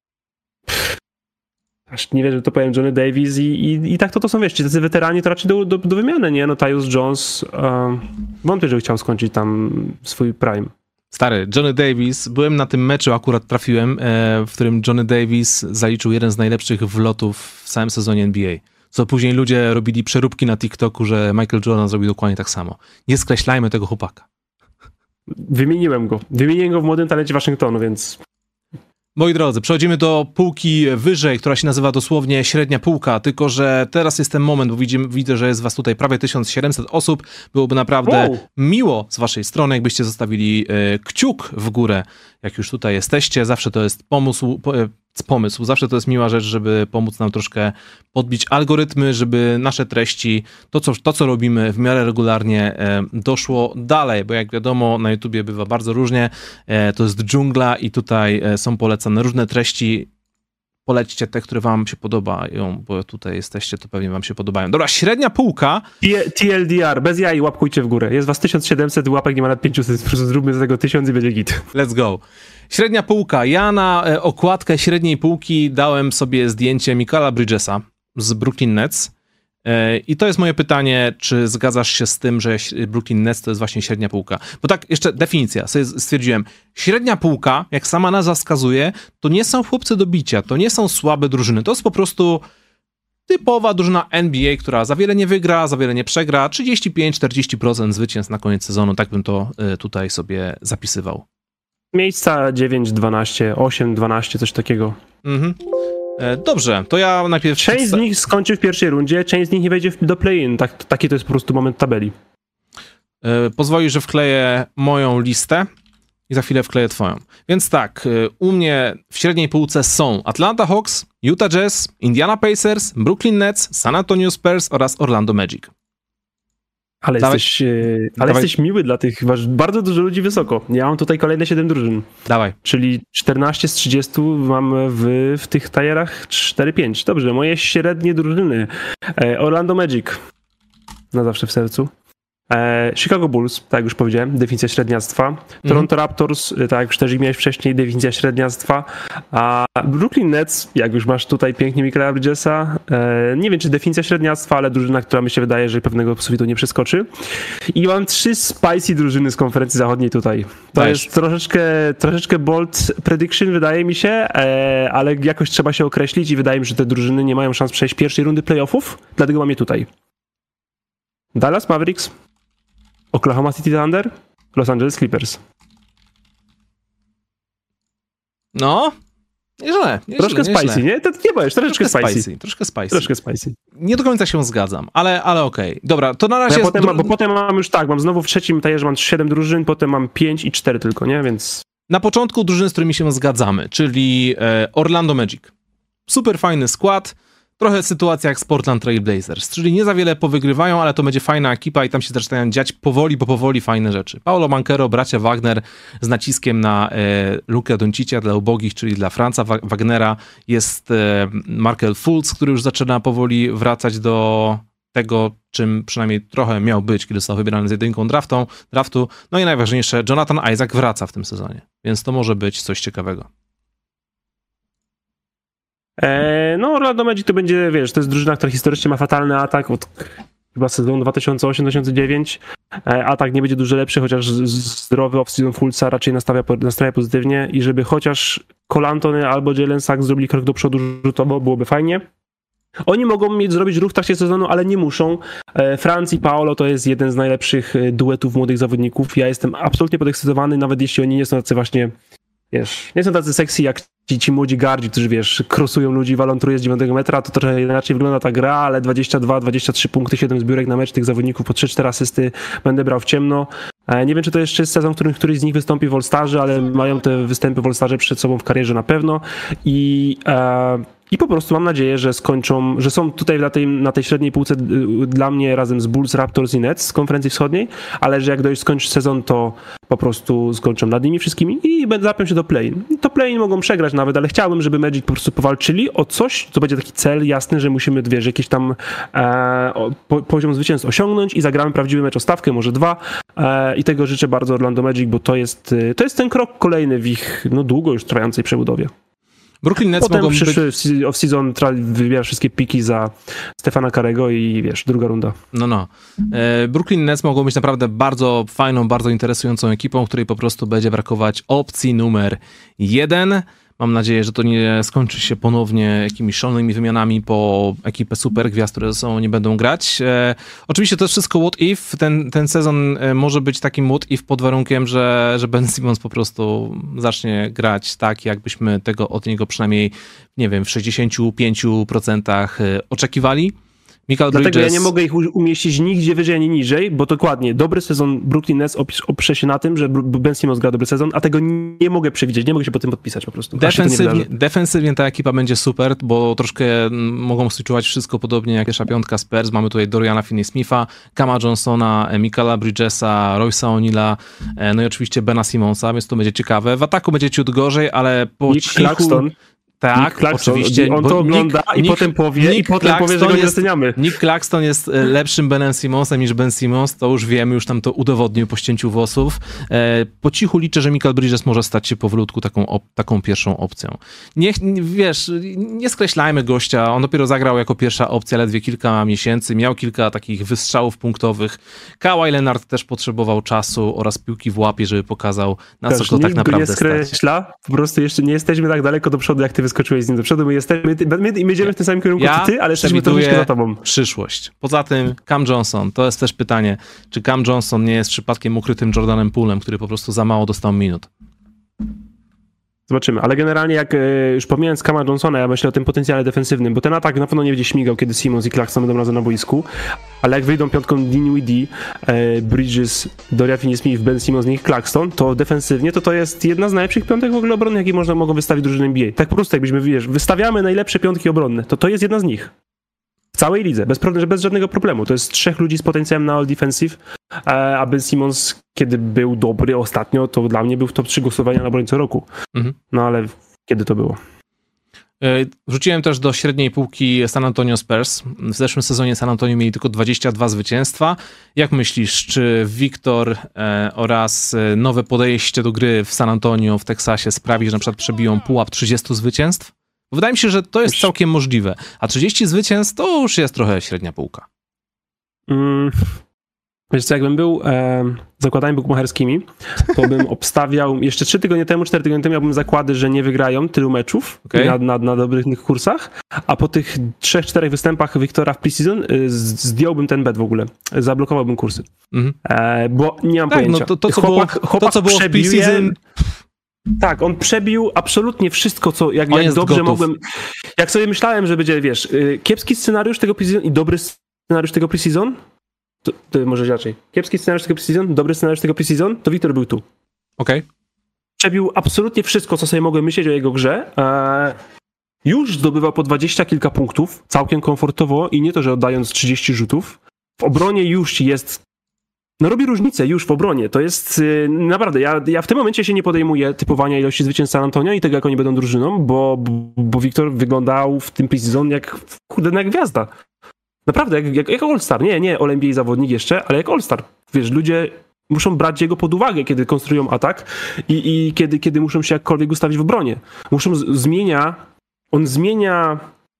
Aż nie wiem, że to powiem, Johnny Davis i, i, i tak to to są, wiesz, ci tacy weterani to raczej do, do, do wymiany, nie? No Tyus Jones, um, wątpię, że chciał skończyć tam swój prime. Stary, Johnny Davis, byłem na tym meczu, akurat trafiłem, w którym Johnny Davis zaliczył jeden z najlepszych wlotów w całym sezonie N B A. Co później ludzie robili przeróbki na TikToku, że Michael Jordan zrobił dokładnie tak samo. Nie skreślajmy tego chłopaka. Wymieniłem go. Wymieniłem go w młodym talencie Waszyngtonu, więc... Moi drodzy, przechodzimy do półki wyżej, która się nazywa dosłownie średnia półka, tylko że teraz jest ten moment, bo widzimy, widzę, że jest was tutaj prawie tysiąc siedemset osób. Byłoby naprawdę wow. miło z waszej strony, jakbyście zostawili e, kciuk w górę, jak już tutaj jesteście. Zawsze to jest pomysł, po, e, pomysł, zawsze to jest miła rzecz, żeby pomóc nam troszkę podbić algorytmy, żeby nasze treści, to co, to, co robimy w miarę regularnie e, doszło dalej, bo jak wiadomo, na YouTubie bywa bardzo różnie, e, to jest dżungla i tutaj e, są polecane różne treści. Polećcie te, które wam się podobają, bo tutaj jesteście, to pewnie wam się podobają. Dobra, średnia półka. T L D R, bez jaj, łapkujcie w górę. Jest was tysiąc siedemset, łapek nie ma nad pięćset, po prostu zróbmy z tego tysiąc i będzie git. Let's go. Średnia półka. Ja na e, okładkę średniej półki dałem sobie zdjęcie Mikala Bridgesa z Brooklyn Nets. E, I to jest moje pytanie, czy zgadzasz się z tym, że Brooklyn Nets to jest właśnie średnia półka? Bo tak, jeszcze definicja, sobie stwierdziłem. Średnia półka, jak sama nazwa wskazuje, to nie są chłopcy do bicia, to nie są słabe drużyny, to jest po prostu typowa drużyna N B A, która za wiele nie wygra, za wiele nie przegra, trzydzieści pięć do czterdziestu procent zwycięstw na koniec sezonu, tak bym to e, tutaj sobie zapisywał. Miejsca dziewięć, dwanaście, osiem, dwanaście, coś takiego. Mhm. E, dobrze, to ja najpierw... Część z nich skończy w pierwszej rundzie, część z nich nie wejdzie do play-in. Tak, taki to jest po prostu moment tabeli. E, pozwolisz, że wkleję moją listę i za chwilę wkleję twoją. Więc tak, e, u mnie w średniej półce są Atlanta Hawks, Utah Jazz, Indiana Pacers, Brooklyn Nets, San Antonio Spurs oraz Orlando Magic. Ale, Dawaj. jesteś, ale jesteś miły dla tych, masz bardzo dużo ludzi wysoko. Ja mam tutaj kolejne siedem drużyn. Dawaj. Czyli czternaście z trzydziestu mam w, w tych tajerach cztery pięć. Dobrze, moje średnie drużyny. Orlando Magic. Na zawsze w sercu. E, Chicago Bulls, tak jak już powiedziałem, definicja średniactwa. Mm. Toronto Raptors, tak jak już też miałeś wcześniej, definicja średniactwa. A Brooklyn Nets, jak już masz tutaj pięknie Michaela Bridgesa, e, nie wiem czy definicja średniactwa, ale drużyna, która mi się wydaje, że pewnego sufitu nie przeskoczy. I mam trzy spicy drużyny z konferencji zachodniej tutaj. To Weź. jest troszeczkę, troszeczkę bold prediction, wydaje mi się, e, ale jakoś trzeba się określić i wydaje mi się, że te drużyny nie mają szans przejść pierwszej rundy playoffów, dlatego mam je tutaj. Dallas Mavericks, Oklahoma City Thunder, Los Angeles Clippers. No, nieźle. nieźle troszkę nieźle. spicy, nie? To nie boisz, troszeczkę, troszkę spicy. spicy. Troszkę spicy. Troszkę spicy. Nie do końca się zgadzam, ale, ale okej. Okay. Dobra, to na razie... Ja jest... potem mam, bo potem mam już tak, mam znowu w trzecim tajerze mam siedem drużyn, potem mam pięć i cztery tylko, nie? Więc... Na początku drużyny, z którymi się zgadzamy, czyli e, Orlando Magic. Super fajny skład. Trochę sytuacja jak z Portland Trail Blazers, czyli nie za wiele powygrywają, ale to będzie fajna ekipa i tam się zaczynają dziać powoli, bo powoli fajne rzeczy. Paulo Banchero, bracia Wagner z naciskiem na e, Lukę Doncicia dla ubogich, czyli dla Franza Wa- Wagnera. Jest e, Markel Fultz, który już zaczyna powoli wracać do tego, czym przynajmniej trochę miał być, kiedy został wybierany z jedynką draftą, draftu. No i najważniejsze, Jonathan Isaac wraca w tym sezonie, więc to może być coś ciekawego. No Orlando Magic to będzie, wiesz, to jest drużyna, która historycznie ma fatalny atak od chyba sezonu dwa tysiące osiem dwa tysiące dziewięć. Atak nie będzie dużo lepszy, chociaż zdrowy off-season Fultza raczej nastawia, nastawia pozytywnie i żeby chociaż Cole Anthony albo Jalen Suggs zrobili krok do przodu rzutowo, byłoby fajnie. Oni mogą mieć zrobić ruch w trakcie sezonu, ale nie muszą. Franz i Paolo to jest jeden z najlepszych duetów młodych zawodników. Ja jestem absolutnie podekscytowany, nawet jeśli oni nie są tacy właśnie, wiesz, nie są tacy sexy jak ci, ci młodzi gardzi, którzy, wiesz, krosują ludzi, walą truje z dziewiątego metra, to trochę inaczej wygląda ta gra, ale dwadzieścia dwa dwadzieścia trzy punkty, siedem zbiórek na mecz tych zawodników, po trzy cztery asysty będę brał w ciemno. Nie wiem, czy to jeszcze jest sezon, w którym któryś z nich wystąpi w All-Starze, ale mają te występy w All-Starze przed sobą w karierze na pewno i... E, I po prostu mam nadzieję, że skończą, że są tutaj na tej, na tej średniej półce dla mnie razem z Bulls, Raptors i Nets z konferencji wschodniej, ale że jak dojść skończy sezon, to po prostu skończą nad nimi wszystkimi i będę zapiął się do play-in. To play-in mogą przegrać nawet, ale chciałbym, żeby Magic po prostu powalczyli o coś, co będzie taki cel jasny, że musimy, wiesz, jakiś tam e, po, poziom zwycięstw osiągnąć i zagramy prawdziwy mecz o stawkę, może dwa e, i tego życzę bardzo Orlando Magic, bo to jest, to jest ten krok kolejny w ich no, długo już trwającej przebudowie. Brooklyn Nets Potem mogą przyszły być... off-season wybiera wszystkie piki za Stefana Curry'ego i wiesz, druga runda. No, no. E, Brooklyn Nets mogą być naprawdę bardzo fajną, bardzo interesującą ekipą, której po prostu będzie brakować opcji numer jeden. Mam nadzieję, że to nie skończy się ponownie jakimiś szalonymi wymianami po ekipę supergwiazd, które ze sobą nie będą grać. E, oczywiście to jest wszystko what if. Ten, ten sezon może być takim what if pod warunkiem, że, że Ben Simmons po prostu zacznie grać tak, jakbyśmy tego od niego przynajmniej, nie wiem, w sześćdziesięciu pięciu procentach oczekiwali. Michael Dlatego Bridges... ja nie mogę ich umieścić nigdzie wyżej ani niżej, bo dokładnie, dobry sezon Brooklyn Nets oprze się na tym, że Ben Simmons gra dobry sezon, a tego nie mogę przewidzieć, nie mogę się po tym podpisać po prostu. Defensywnie, defensywnie ta ekipa będzie super, bo troszkę mogą czuwać wszystko podobnie jak pierwsza piątka Spurs. Mamy tutaj Doriana Finney-Smitha, Cama Johnsona, Michaela Bridgesa, Royce'a O'Neala, no i oczywiście Bena Simmonsa, więc to będzie ciekawe. W ataku będzie ciut gorzej, ale po Nick cichu... Claxton. Tak, oczywiście. On to ogląda Nick, i Nick, potem powie, Nick i potem Claxton powie, że go nie jest, doceniamy. Nick Claxton jest lepszym Benem Simmonsem niż Ben Simmons, to już wiemy, już tam to udowodnił po ścięciu włosów. E, po cichu liczę, że Michael Bridges może stać się powolutku taką, op, taką pierwszą opcją. Niech, wiesz, nie skreślajmy gościa, on dopiero zagrał jako pierwsza opcja ledwie kilka miesięcy, miał kilka takich wystrzałów punktowych. Kawhi Leonard też potrzebował czasu oraz piłki w łapie, żeby pokazał, na Też, co go tak naprawdę stać. Nikt nie skreśla, po prostu jeszcze nie jesteśmy tak daleko do przodu, jak ty wyskoczyłeś z nim do przodu. My, jesteśmy, my, my idziemy w tym samym kierunku ja co ty, ale jesteśmy troszeczkę za tobą. Przyszłość. Poza tym Cam Johnson, to jest też pytanie, czy Cam Johnson nie jest przypadkiem ukrytym Jordanem Poolem, który po prostu za mało dostał minut. Zobaczymy, ale generalnie jak już pomijając Cama Johnsona, ja myślę o tym potencjale defensywnym, bo ten atak na pewno nie będzie śmigał, kiedy Simmons i Claxton będą razem na boisku, ale jak wyjdą piątką Dinwiddie, Bridges, Dorian Finney-Smith, Ben Simmons i Claxton, to defensywnie to to jest jedna z najlepszych piątek w ogóle obronnych, jakie można, mogą wystawić drużyny N B A. Tak po prostu jakbyśmy, wiesz, wystawiamy najlepsze piątki obronne, to to jest jedna z nich. W całej lidze, bez, bez żadnego problemu. To jest trzech ludzi z potencjałem na all defensive, a Ben Simmons, kiedy był dobry ostatnio, to dla mnie był w top trzy głosowania na obrońcę roku. Mhm. No ale kiedy to było? Wrzuciłem też do średniej półki San Antonio Spurs. W zeszłym sezonie San Antonio mieli tylko dwadzieścia dwa zwycięstwa. Jak myślisz, czy Wiktor e, oraz nowe podejście do gry w San Antonio, w Teksasie sprawi, że na przykład przebiją pułap trzydziestu zwycięstw? Wydaje mi się, że to jest całkiem możliwe. A trzydzieści zwycięstw to już jest trochę średnia półka. Mm. Wiesz co, jakbym był e, zakładami bukmacherskimi, to bym obstawiał, jeszcze trzy tygodnie temu, cztery tygodnie temu miałbym zakłady, że nie wygrają tylu meczów okay. na, na, na dobrych kursach, a po tych trzech, czterech występach Wiktora w preseason y, zdjąłbym ten bet w ogóle, zablokowałbym kursy, mm-hmm. e, bo nie mam tak, pojęcia. No to, to, co chłopak, było, chłopak to, co było w preseason... Tak, on przebił absolutnie wszystko, co jak, jak dobrze gotów. mogłem... Jak sobie myślałem, że będzie, wiesz, kiepski scenariusz tego preseason i dobry scenariusz tego preseason, To, to może inaczej. Kiepski scenariusz tego preseason, dobry scenariusz tego preseason, to Wiktor był tu. Okej. Okay. Przebił absolutnie wszystko, co sobie mogłem myśleć o jego grze. Eee, już zdobywał po dwadzieścia kilka punktów, całkiem komfortowo i nie to, że oddając trzydzieści rzutów. W obronie już jest... No robi różnicę już w obronie. To jest yy, naprawdę, ja, ja w tym momencie się nie podejmuję typowania ilości zwycięstw San Antonio i tego, jak oni będą drużyną, bo, bo, bo Wiktor wyglądał w tym preseason jak, kurde, jak gwiazda. Naprawdę, jak, jak, jak All-Star. Nie, nie All N B A zawodnik jeszcze, ale jak All-Star. Wiesz, ludzie muszą brać jego pod uwagę, kiedy konstruują atak i, i kiedy, kiedy muszą się jakkolwiek ustawić w obronie. Muszą z, zmienia, on zmienia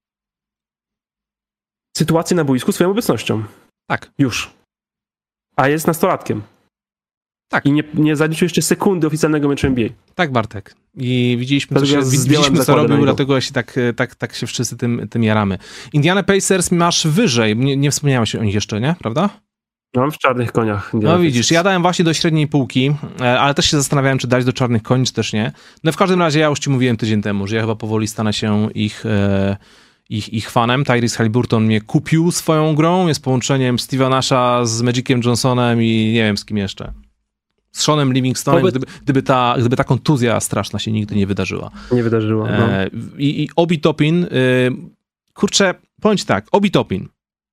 sytuację na boisku swoją obecnością. Tak. Już. A jest nastolatkiem. Tak. I nie, nie zaliczył jeszcze sekundy oficjalnego meczu N B A. Tak, Bartek. I widzieliśmy, co, ja się, widzieliśmy, co robił, dlatego się tak, tak, tak się wszyscy tym, tym jaramy. Indiana Pacers masz wyżej. Nie, nie wspomniałeś o nich jeszcze, nie? Prawda? Mam w czarnych koniach. No widzisz, ja dałem właśnie do średniej półki, ale też się zastanawiałem, czy dać do czarnych koni, czy też nie. No w każdym razie ja już ci mówiłem tydzień temu, że ja chyba powoli stanę się ich... E, Ich, ich fanem. Tyrese Haliburton mnie kupił swoją grą, jest połączeniem Steve'a Nasha z Magiciem Johnsonem i nie wiem z kim jeszcze. Z Seanem Livingstonem, Oby... gdyby, gdyby, ta, gdyby ta kontuzja straszna się nigdy nie wydarzyła. Nie wydarzyła, no. E, I, i Obi Toppin, y, kurczę, powiem ci tak, Obi Toppin.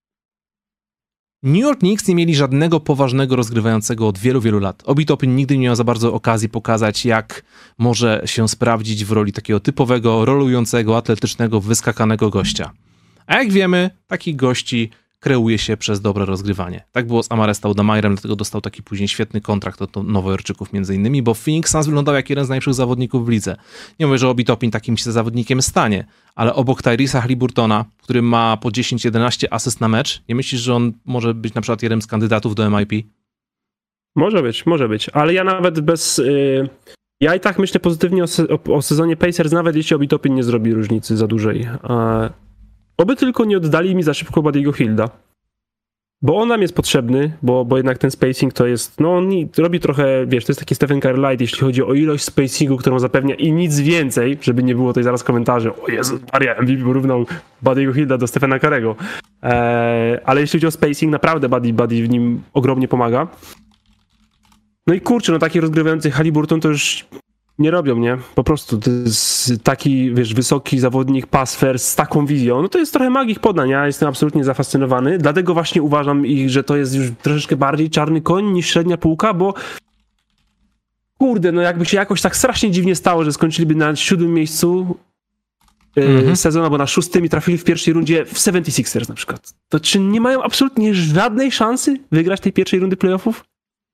New York Knicks nie mieli żadnego poważnego rozgrywającego od wielu, wielu lat. Obi Toppin nigdy nie miał za bardzo okazji pokazać, jak może się sprawdzić w roli takiego typowego, rolującego, atletycznego, wyskakanego gościa. A jak wiemy, takich gości kreuje się przez dobre rozgrywanie. Tak było z Amarem Stoudemire'em, dlatego dostał taki później świetny kontrakt od Nowojorczyków między innymi, bo Phoenix Suns wyglądał jak jeden z najlepszych zawodników w lidze. Nie mówię, że Obi Toppin takim się zawodnikiem stanie, ale obok Tyrese'a Haliburtona, który ma po dziesięć jedenaście asyst na mecz, nie myślisz, że on może być na przykład jednym z kandydatów do M I P? Może być, może być, ale ja nawet bez... Yy... Ja i tak myślę pozytywnie o, se- o, o sezonie Pacers, nawet jeśli Obi Toppin nie zrobi różnicy za dużej. Yy... Oby tylko nie oddali mi za szybko Buddy'ego Hielda. Bo on nam jest potrzebny, bo, bo jednak ten spacing to jest, no on robi trochę, wiesz, to jest taki Stephen Curry light, jeśli chodzi o ilość spacingu, którą zapewnia i nic więcej, żeby nie było tutaj zaraz komentarzy, o Jezu Maria, M V P porównał Buddy'ego Hielda do Stephena Curry'ego. Eee, ale jeśli chodzi o spacing, naprawdę Buddy, Buddy w nim ogromnie pomaga. No i kurczę, no taki rozgrywający Haliburton to już nie robią, nie? Po prostu to jest taki, wiesz, wysoki zawodnik, pass first, z taką wizją, no to jest trochę magii podań, ja jestem absolutnie zafascynowany, dlatego właśnie uważam ich, że to jest już troszeczkę bardziej czarny koń niż średnia półka, bo kurde, no jakby się jakoś tak strasznie dziwnie stało, że skończyliby na siódmym miejscu mm-hmm. sezonu, albo na szóstym i trafili w pierwszej rundzie w seventy-sixers na przykład. To czy nie mają absolutnie żadnej szansy wygrać tej pierwszej rundy playoffów?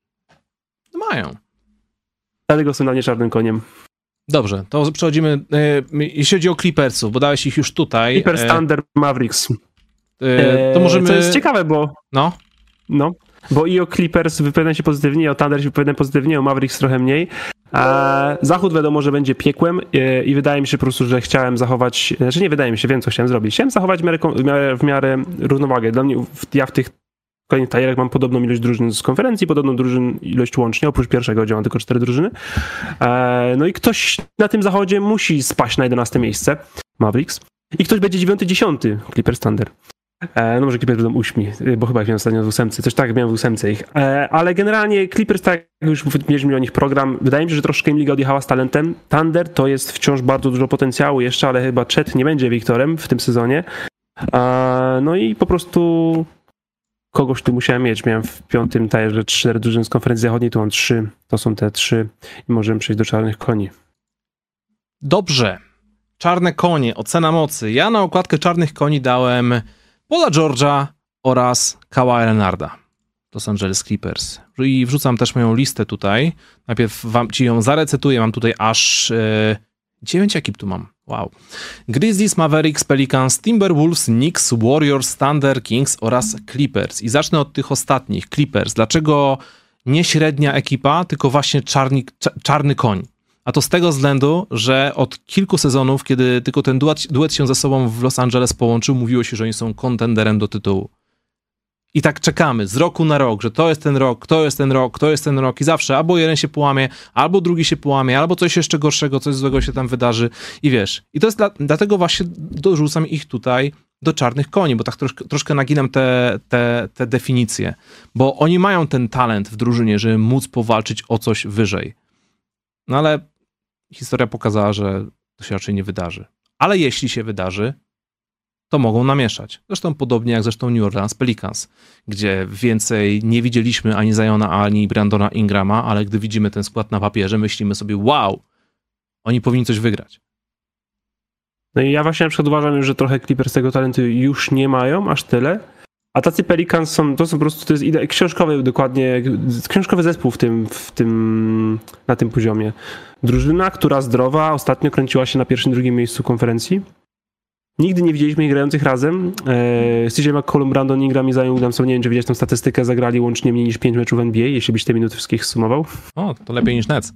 Mają. Dlatego są dla mnie czarnym koniem. Dobrze, to przechodzimy, e, jeśli chodzi o Clippersów, bo dałeś ich już tutaj. Clippers, e, Thunder, Mavericks. E, to możemy... To jest ciekawe, bo... No. No, bo i o Clippers wypowiadam się pozytywnie, i o Thunder się wypowiadam pozytywnie, o Mavericks trochę mniej. A Zachód wiadomo, że będzie piekłem e, i wydaje mi się po prostu, że chciałem zachować, znaczy nie wydaje mi się, wiem co chciałem zrobić. Chciałem zachować w miarę, w miarę, w miarę równowagę. Dla mnie, ja w tych kolejnych tajerach mam podobną ilość drużyn z konferencji, podobną drużyn ilość łącznie, oprócz pierwszego, gdzie mam tylko cztery drużyny. E, no i ktoś na tym zachodzie musi spaść na jedenaste miejsce, Mavericks, i ktoś będzie dziewiąty, dziesiąty, Clippers, Thunder. E, no może Clippers będą ósmi, bo chyba ich miałem ostatnio w ósemce, coś tak, miałem w ósemce ich. E, ale generalnie Clippers, tak jak już mieliśmy o nich program, wydaje mi się, że troszkę im liga odjechała z talentem. Thunder to jest wciąż bardzo dużo potencjału jeszcze, ale chyba Chet nie będzie Wiktorem w tym sezonie. E, no i po prostu kogoś tu musiałem mieć. Miałem w piątym tajerze cztery drużyny z konferencji zachodniej, tu mam trzy. To są te trzy i możemy przejść do czarnych koni. Dobrze. czarne konie, ocena mocy. Ja na okładkę czarnych koni dałem Paula George'a oraz Kawaja Leonarda. Los Angeles Clippers. I wrzucam też moją listę tutaj. Najpierw wam ci ją zarecytuję. Mam tutaj aż e, dziewięć ekip tu mam. Wow. Grizzlies, Mavericks, Pelicans, Timberwolves, Knicks, Warriors, Thunder, Kings oraz Clippers. I zacznę od tych ostatnich. Clippers. Dlaczego nie średnia ekipa, tylko właśnie czarni, czarny koń? A to z tego względu, że od kilku sezonów, kiedy tylko ten duet, duet się ze sobą w Los Angeles połączył, mówiło się, że oni są kontenderem do tytułu. I tak czekamy z roku na rok, że to jest ten rok, to jest ten rok, to jest ten rok i zawsze albo jeden się połamie, albo drugi się połamie, albo coś jeszcze gorszego, coś złego się tam wydarzy i wiesz. I to jest dla, dlatego właśnie dorzucam ich tutaj do czarnych koni, bo tak troszkę, troszkę naginam te, te, te definicje, bo oni mają ten talent w drużynie, żeby móc powalczyć o coś wyżej. No ale historia pokazała, że to się raczej nie wydarzy. Ale jeśli się wydarzy, to mogą namieszać. Zresztą podobnie jak zresztą New Orleans Pelicans, gdzie więcej nie widzieliśmy ani Ziona, ani Brandona Ingrama, ale gdy widzimy ten skład na papierze, myślimy sobie, wow, oni powinni coś wygrać. No i ja właśnie na przykład uważam, że trochę Clippers tego talentu już nie mają, aż tyle, a tacy Pelicans są, to są po prostu, to jest ide- książkowy dokładnie, książkowy zespół w tym, w tym, na tym poziomie. Drużyna, która zdrowa, ostatnio kręciła się na pierwszym, drugim miejscu konferencji. Nigdy nie widzieliśmy ich grających razem. Eee, C J McCollum, Brandon Ingram i Zion Williamson, nie wiem, czy widziałeś tę statystykę, zagrali łącznie mniej niż pięć meczów N B A, jeśli byś te minuty wszystkich sumował. O, to lepiej niż Nets.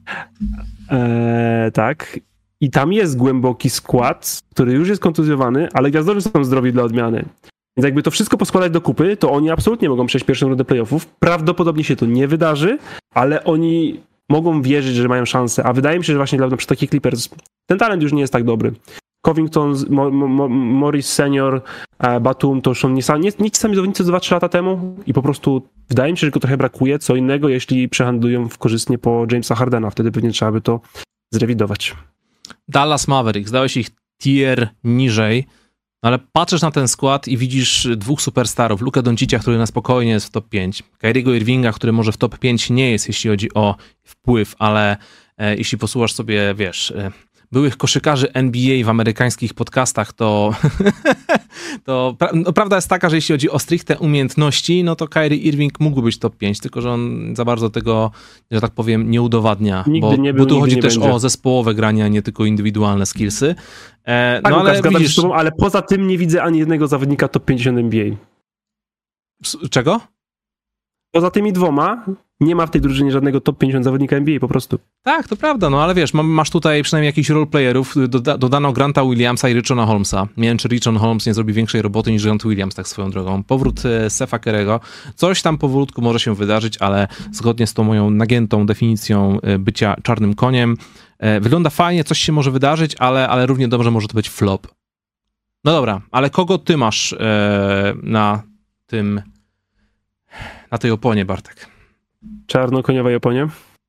Eee, tak. I tam jest głęboki skład, który już jest kontuzjowany, ale gwiazdorzy są zdrowi dla odmiany. Więc jakby to wszystko poskładać do kupy, to oni absolutnie mogą przejść pierwszą rundę playoffów. Prawdopodobnie się to nie wydarzy, ale oni mogą wierzyć, że mają szansę. A wydaje mi się, że właśnie dla na przykład takich Clippers ten talent już nie jest tak dobry. Covington, Mo, Mo, Morris Senior, Batum to już są nie, nie, nie ci sami zawodnicy dwa trzy lata temu i po prostu wydaje mi się, że go trochę brakuje. Co innego, jeśli przehandlują w korzystnie po Jamesa Hardena. Wtedy pewnie trzeba by to zrewidować. Dallas Mavericks, dałeś ich tier niżej, ale patrzysz na ten skład i widzisz dwóch superstarów. Lukę Doncicia, który na spokojnie jest w top pięć. Kyriego Irvinga, który może w top pięć nie jest, jeśli chodzi o wpływ, ale e, jeśli posłuchasz sobie, wiesz... E, byłych koszykarzy N B A w amerykańskich podcastach, to, to no, prawda jest taka, że jeśli chodzi o stricte umiejętności, no to Kyrie Irving mógłby być top pięć, tylko że on za bardzo tego, że tak powiem, nie udowadnia, nigdy bo, nie był, bo tu chodzi też będzie. o zespołowe granie, a nie tylko indywidualne skillsy. E, tak, no, ale Łukasz, widzisz... z tobą, ale poza tym nie widzę ani jednego zawodnika top pięćdziesiąt N B A. Czego? Poza tymi dwoma nie ma w tej drużynie żadnego top pięćdziesiąt zawodnika N B A po prostu. Tak, to prawda, no ale wiesz, masz tutaj przynajmniej jakichś roleplayerów, doda- dodano Granta Williamsa i Richona Holmesa. Nie wiem, czy Richon Holmes nie zrobi większej roboty niż Grant Williams, tak swoją drogą. Powrót e, Stefa Kerego, coś tam powolutku może się wydarzyć, ale zgodnie z tą moją nagiętą definicją e, bycia czarnym koniem, e, wygląda fajnie, coś się może wydarzyć, ale, ale równie dobrze może to być flop. No dobra, ale kogo ty masz e, na tym, na tej oponie, Bartek? Czarnokoniowej oponie.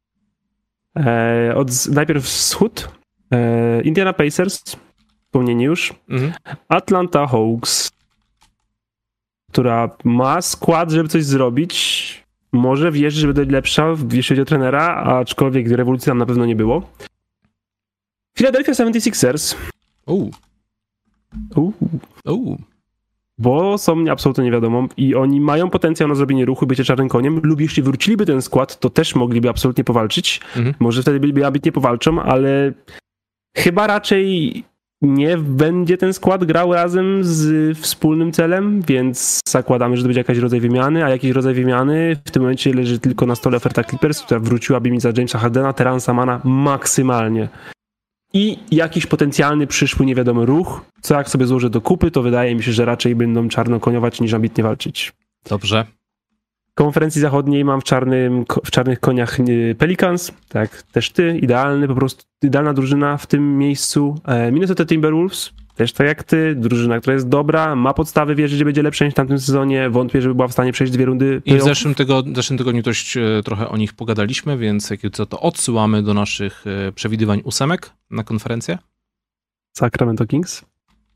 E, od, najpierw wschód. E, Indiana Pacers, wspomnieni już. Mhm. Atlanta Hawks, która ma skład, żeby coś zrobić. Może wierzy, że będzie lepsza, jeśli chodzi o trenera, aczkolwiek rewolucji tam na pewno nie było. Philadelphia seventy-sixers. Uuu. Uuu. Uuu. Bo są absolutnie nie wiadomo i oni mają potencjał na zrobienie ruchu, bycie czarnym koniem lub jeśli wróciliby ten skład, to też mogliby absolutnie powalczyć. Mhm. Może wtedy byliby ambitnie powalczą, ale chyba raczej nie będzie ten skład grał razem z wspólnym celem, więc zakładamy, że to będzie jakiś rodzaj wymiany, a jakiś rodzaj wymiany w tym momencie leży tylko na stole oferta Clippers, która wróciłaby mi za Jamesa Hardena, Terrance'a Manna maksymalnie. I jakiś potencjalny przyszły nie wiadomy ruch, co jak sobie złożę do kupy, to wydaje mi się, że raczej będą czarnokoniować niż ambitnie walczyć. Dobrze. W konferencji zachodniej mam w, czarnym, w czarnych koniach Pelicans, tak, też ty, idealny, po prostu idealna drużyna w tym miejscu. Minnesota Timberwolves, też tak jak ty, drużyna, która jest dobra, ma podstawy wierzyć, że będzie lepsza niż w tamtym sezonie, wątpię, żeby była w stanie przejść dwie rundy. I w zeszłym, tygo, w zeszłym tygodniu dość trochę o nich pogadaliśmy, więc jak co to odsyłamy do naszych przewidywań ósemek na konferencję. Sacramento Kings.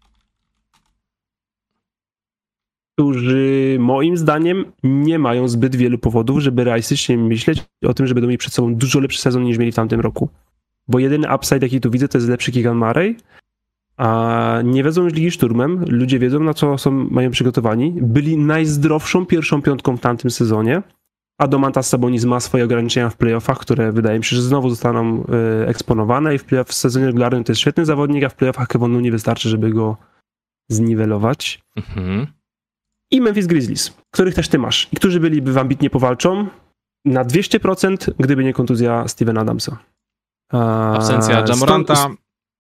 Którzy moim zdaniem nie mają zbyt wielu powodów, żeby realistycznie myśleć o tym, że będą mieli przed sobą dużo lepszy sezon niż mieli w tamtym roku. Bo jedyny upside, jaki tu widzę, to jest lepszy Keegan Murray a nie wiedzą już Ligi Szturmem, ludzie wiedzą, na co są, mają przygotowani, byli najzdrowszą pierwszą piątką w tamtym sezonie, a Domantas Sabonis ma swoje ograniczenia w playoffach, które wydaje mi się, że znowu zostaną y, eksponowane i w, playoff, w sezonie regularnym to jest świetny zawodnik, a w playoffach Kevin Looney wystarczy, żeby go zniwelować. Mhm. I Memphis Grizzlies, których też ty masz i którzy byliby w ambitnie powalczą na dwieście procent, gdyby nie kontuzja Stevena Adamsa. Absencja Ja Moranta. Sto...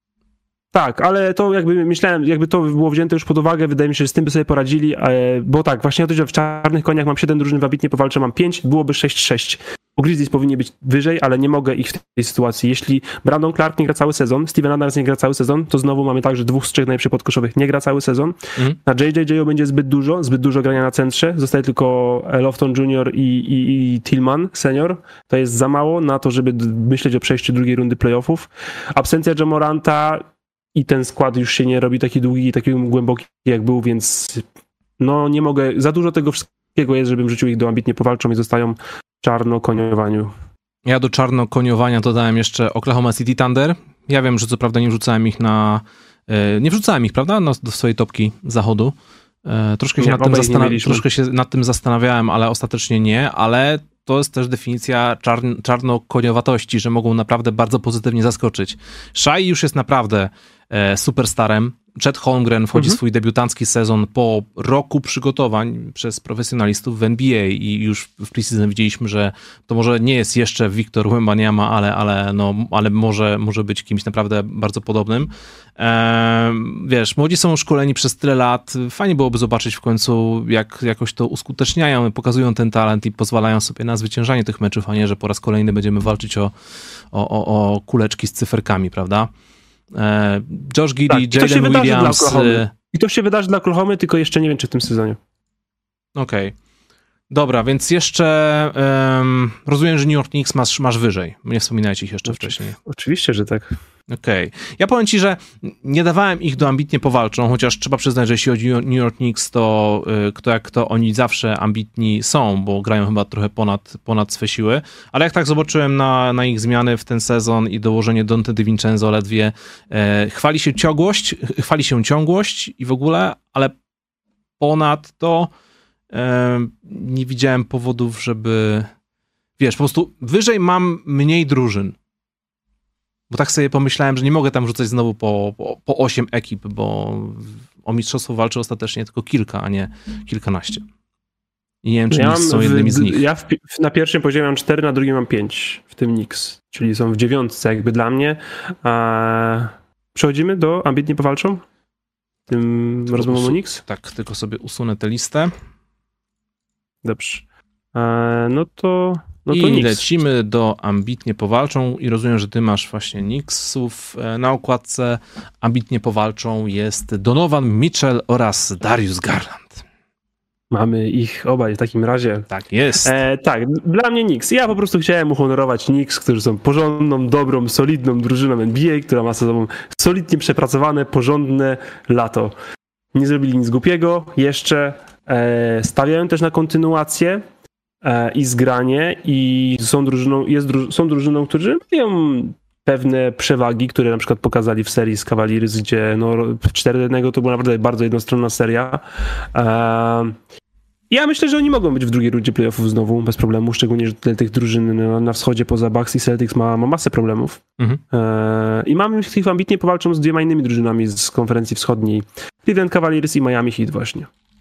Tak, ale to jakby myślałem, jakby to było wzięte już pod uwagę, wydaje mi się, że z tym by sobie poradzili, bo tak, właśnie o to, że w Czarnych Koniach mam siedem drużyn, w ambitnie powalczą mam pięć, byłoby sześć sześć. Bo Grizzlies powinni być wyżej, ale nie mogę ich w tej sytuacji. Jeśli Brandon Clark nie gra cały sezon, Steven Adams nie gra cały sezon, to znowu mamy tak, że dwóch z trzech najlepszych podkoszowych nie gra cały sezon. Mm. Na J J J będzie zbyt dużo, zbyt dużo grania na centrze. Zostaje tylko Lofton junior i, i, i Tillman senior. To jest za mało na to, żeby myśleć o przejściu drugiej rundy playoffów. Absencja Ja Moranta i ten skład już się nie robi taki długi i taki głęboki jak był, więc no nie mogę, za dużo tego wszystkiego jest, żebym rzucił ich do ambitnie powalczą i zostają czarnokoniowaniu. Ja do czarnokoniowania dodałem jeszcze Oklahoma City Thunder. Ja wiem, że co prawda nie wrzucałem ich na... Nie wrzucałem ich, prawda? No, do swojej topki zachodu. Troszkę się, nie, nad tym zastan- troszkę się nad tym zastanawiałem, ale ostatecznie nie, ale to jest też definicja czarn- czarnokoniowatości, że mogą naprawdę bardzo pozytywnie zaskoczyć. Shai już jest naprawdę e, superstarem. Chet Holmgren wchodzi mhm. swój debiutancki sezon po roku przygotowań przez profesjonalistów w N B A i już w preseason widzieliśmy, że to może nie jest jeszcze Victor Wembanyama, ale, ale, no, ale może, może być kimś naprawdę bardzo podobnym. Eee, wiesz, młodzi są szkoleni przez tyle lat. Fajnie byłoby zobaczyć w końcu, jak jakoś to uskuteczniają, pokazują ten talent i pozwalają sobie na zwyciężanie tych meczów, a nie, że po raz kolejny będziemy walczyć o, o, o, o kuleczki z cyferkami, prawda? Josh Giddey, tak, Jalen Williams. I to się wydarzy dla Oklahomy, tylko jeszcze nie wiem, czy w tym sezonie. Okej. Okay. Dobra, więc jeszcze um, rozumiem, że New York Knicks masz, masz wyżej. Nie wspominajcie ich jeszcze Oczy, wcześniej. Oczywiście, że tak. Okej. Okay. Ja powiem ci, że nie dawałem ich do ambitnie powalczą, chociaż trzeba przyznać, że jeśli chodzi o New York Knicks, to y, kto jak to oni zawsze ambitni są, bo grają chyba trochę ponad, ponad swe siły. Ale jak tak zobaczyłem na, na ich zmiany w ten sezon i dołożenie Donte DiVincenzo ledwie, y, chwali się ciągłość, chwali się ciągłość i w ogóle, ale ponad to nie widziałem powodów, żeby... Wiesz, po prostu wyżej mam mniej drużyn. Bo tak sobie pomyślałem, że nie mogę tam rzucać znowu po, po, po osiem ekip, bo o mistrzostwo walczy ostatecznie tylko kilka, a nie kilkanaście. I nie wiem, czy ja Knicks są jednymi w, z nich. Ja w, na pierwszym poziomie mam cztery, na drugim mam pięć, w tym Knicks. Czyli są w dziewiątce jakby dla mnie. A przechodzimy do ambitnie powalczą? Tym rozmową o Knicks? Tak, tylko sobie usunę tę listę. Dobrze. Eee, no to no to I Knicks. Lecimy do ambitnie powalczą i rozumiem, że ty masz właśnie Knicksów. Na okładce ambitnie powalczą jest Donovan Mitchell oraz Darius Garland. Mamy ich obaj w takim razie. Tak jest. E, tak, dla mnie Knicks. Ja po prostu chciałem uhonorować Knicks, którzy są porządną, dobrą, solidną drużyną N B A, która ma ze sobą solidnie przepracowane, porządne lato. Nie zrobili nic głupiego jeszcze. E, stawiają też na kontynuację e, i zgranie i są drużyną, jest dru, są drużyną, którzy mają pewne przewagi, które na przykład pokazali w serii z Cavaliers, gdzie no, cztery do jednego to była naprawdę bardzo jednostronna seria. E, ja myślę, że oni mogą być w drugiej rundzie playoffów znowu, bez problemu, szczególnie, że tych drużyn na, na wschodzie poza Bucks i Celtics ma, ma masę problemów. Mhm. E, I mamy ich ambitnie powalczą z dwiema innymi drużynami z konferencji wschodniej. Cleveland Cavaliers i Miami Heat właśnie.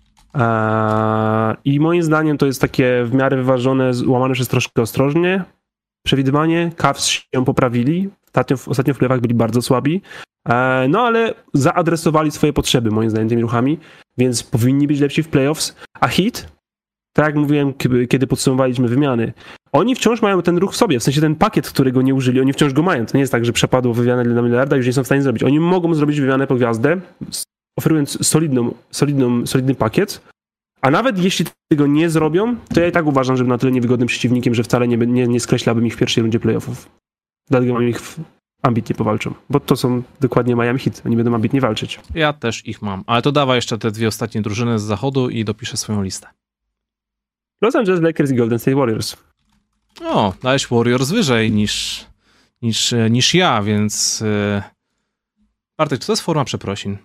I moim zdaniem to jest takie w miarę wyważone, łamane przez troszkę ostrożnie przewidywanie. Cavs się poprawili. Ostatnio, ostatnio w playoffach byli bardzo słabi. No ale zaadresowali swoje potrzeby moim zdaniem tymi ruchami, więc powinni być lepsi w playoffs. A Heat, tak jak mówiłem, kiedy podsumowaliśmy wymiany, oni wciąż mają ten ruch w sobie, w sensie ten pakiet, którego nie użyli, oni wciąż go mają. To nie jest tak, że przepadło wymianę dla Lillarda i już nie są w stanie zrobić. Oni mogą zrobić wymianę po gwiazdę, oferując solidną, solidną, solidny pakiet, a nawet jeśli tego nie zrobią, to ja i tak uważam, że na tyle niewygodnym przeciwnikiem, że wcale nie, nie, nie skreślałbym ich w pierwszej rundzie playoffów. Dlatego mam ich w, ambitnie powalczą, bo to są dokładnie Miami Heat, oni będą ambitnie walczyć. Ja też ich mam, ale to dawaj jeszcze te dwie ostatnie drużyny z zachodu i dopiszę swoją listę. Los Angeles Lakers i Golden State Warriors. O, dałeś Warriors wyżej niż, niż, niż ja, więc... Yy... Bartek, czy to jest forma przeprosin?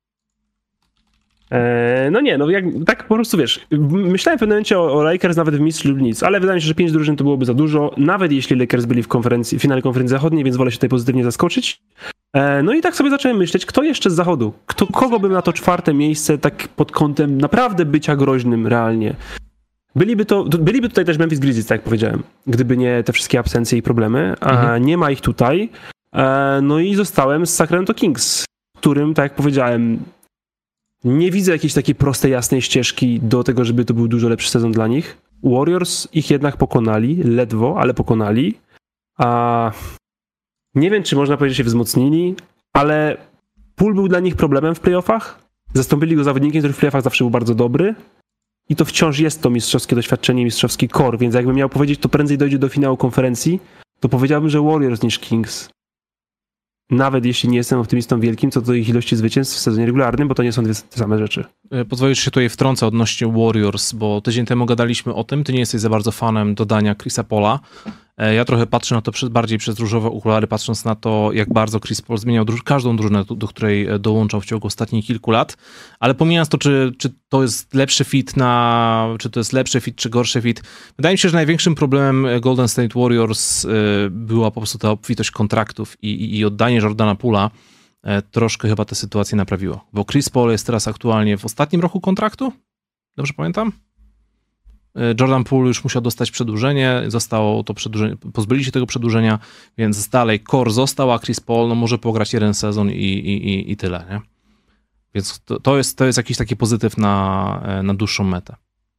Eee, no nie, no jak, tak po prostu wiesz, myślałem w pewnym momencie o, o Lakers nawet w mistrz lub nic, ale wydaje mi się, że pięć drużyn to byłoby za dużo, nawet jeśli Lakers byli w konferencji, w finale konferencji zachodniej, więc wolę się tutaj pozytywnie zaskoczyć. Eee, no i tak sobie zacząłem myśleć, kto jeszcze z zachodu? Kto, kogo bym na to czwarte miejsce tak pod kątem naprawdę bycia groźnym realnie? Byliby, to, byliby tutaj też Memphis Grizzlies, tak jak powiedziałem, gdyby nie te wszystkie absencje i problemy, a mhm. nie ma ich tutaj. Eee, no i zostałem z Sacramento Kings, którym, tak jak powiedziałem, nie widzę jakiejś takiej prostej, jasnej ścieżki do tego, żeby to był dużo lepszy sezon dla nich. Warriors ich jednak pokonali, ledwo, ale pokonali. A nie wiem, czy można powiedzieć, że się wzmocnili, ale Poole był dla nich problemem w playoffach. Zastąpili go zawodnikiem, który w playoffach zawsze był bardzo dobry. I to wciąż jest to mistrzowskie doświadczenie, mistrzowski core, więc jakbym miał powiedzieć, to prędzej dojdzie do finału konferencji, to powiedziałbym, że Warriors niż Kings. Nawet jeśli nie jestem optymistą wielkim co do ich ilości zwycięstw w sezonie regularnym, bo to nie są dwie te same rzeczy. Pozwolisz się tutaj wtrącę odnośnie Warriors, bo tydzień temu gadaliśmy o tym, ty nie jesteś za bardzo fanem dodania Chrisa Paula. Ja trochę patrzę na to bardziej przez różowe okulary, patrząc na to, jak bardzo Chris Paul zmieniał druż- każdą drużynę, do, do której dołączał w ciągu ostatnich kilku lat, ale pomijając to, czy, czy to jest lepszy fit na, czy to jest lepszy fit, czy gorszy fit, wydaje mi się, że największym problemem Golden State Warriors y, była po prostu ta obfitość kontraktów i, i, i oddanie Jordana Poola y, troszkę chyba tę sytuację naprawiło, bo Chris Paul jest teraz aktualnie w ostatnim roku kontraktu, dobrze pamiętam? Jordan Poole już musiał dostać przedłużenie, zostało to przedłużenie, pozbyli się tego przedłużenia, więc dalej core został, a Chris Paul no, może pograć jeden sezon i, i, i, i tyle, nie? Więc to, to, jest, to jest jakiś taki pozytyw na, na dłuższą metę.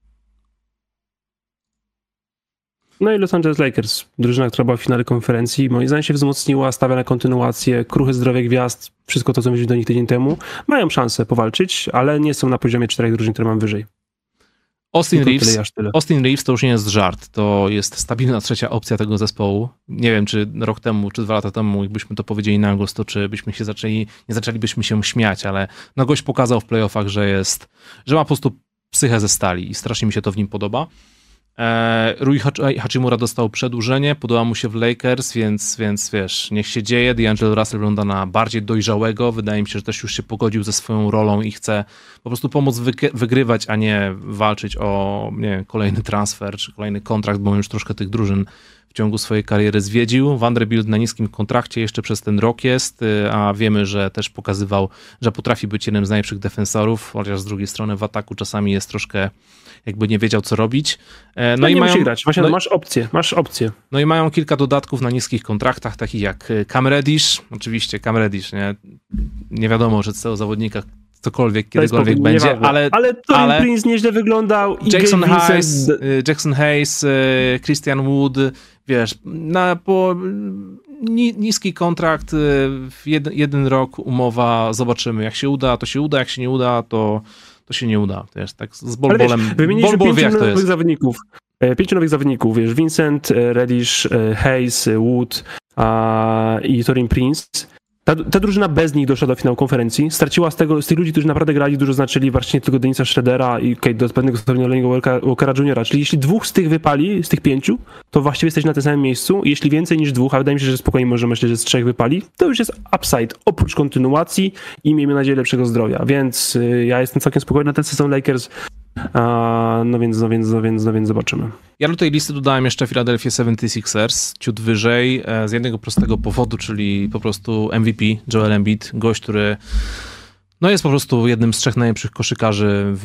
No i Los Angeles Lakers, drużyna, która była w finale konferencji, moim zdaniem się wzmocniła, stawia na kontynuację, kruche zdrowie gwiazd, wszystko to, co mówiliśmy do nich tydzień temu, mają szansę powalczyć, ale nie są na poziomie czterech drużyn, które mam wyżej. Austin Reeves, tyle, tyle. Austin Reeves to już nie jest żart, to jest stabilna trzecia opcja tego zespołu. Nie wiem, czy rok temu, czy dwa lata temu, jakbyśmy to powiedzieli na głos, to czy byśmy się zaczęli, nie zaczęlibyśmy się śmiać, ale no gość pokazał w playoffach, że jest, że ma po prostu psychę ze stali i strasznie mi się to w nim podoba. Rui Hachimura dostał przedłużenie, podoba mu się w Lakers, więc, więc wiesz, niech się dzieje. D'Angelo Russell wygląda na bardziej dojrzałego, wydaje mi się, że też już się pogodził ze swoją rolą i chce po prostu pomóc wy- wygrywać, a nie walczyć o nie wiem, kolejny transfer czy kolejny kontrakt, bo on już troszkę tych drużyn w ciągu swojej kariery zwiedził. Vanderbilt na niskim kontrakcie jeszcze przez ten rok jest, a wiemy, że też pokazywał, że potrafi być jednym z najlepszych defensorów, chociaż z drugiej strony w ataku czasami jest troszkę jakby nie wiedział, co robić. No, no i nie mają musi grać, właśnie no, masz opcję, masz opcję. No i mają kilka dodatków na niskich kontraktach, takich jak Cam Reddish, oczywiście Cam Reddish, nie, nie wiadomo, że z tego zawodnika cokolwiek, kiedykolwiek będzie, ale... Ale Torin ale Prince nieźle wyglądł. Jackson Hayes, Jackson Hayes, Christian Wood, wiesz, na po ni, niski kontrakt, w jeden, jeden rok umowa, zobaczymy, jak się uda, to się uda, jak się nie uda, to to się nie uda, wiesz, tak z bolbolem. Wymieniliśmy pięciu jak nowych jest. zawodników. Pięciu nowych zawodników, wiesz, Vincent, Reddish, Hayes, Wood a, i Torin Prince. Ta, ta drużyna bez nich doszła do finału konferencji. Straciła z tego, z tych ludzi, którzy naprawdę grali, dużo znaczyli właśnie tylko Denisa Schroedera i okay, do pewnego stopnia Lonnie'ego Walkera juniora. Czyli jeśli dwóch z tych wypali, z tych pięciu, to właściwie jesteś na tym samym miejscu. Jeśli więcej niż dwóch, a wydaje mi się, że spokojnie może myśleć, że z trzech wypali, to już jest upside, oprócz kontynuacji i miejmy nadzieję lepszego zdrowia. Więc y, ja jestem całkiem spokojny na ten sezon Lakers. A, no więc, no więc, no więc, no więc zobaczymy. Ja do tej listy dodałem jeszcze Philadelphia seventy-sixers, ciut wyżej, z jednego prostego powodu, czyli po prostu M V P, Joel Embiid, gość, który no jest po prostu jednym z trzech najlepszych koszykarzy w,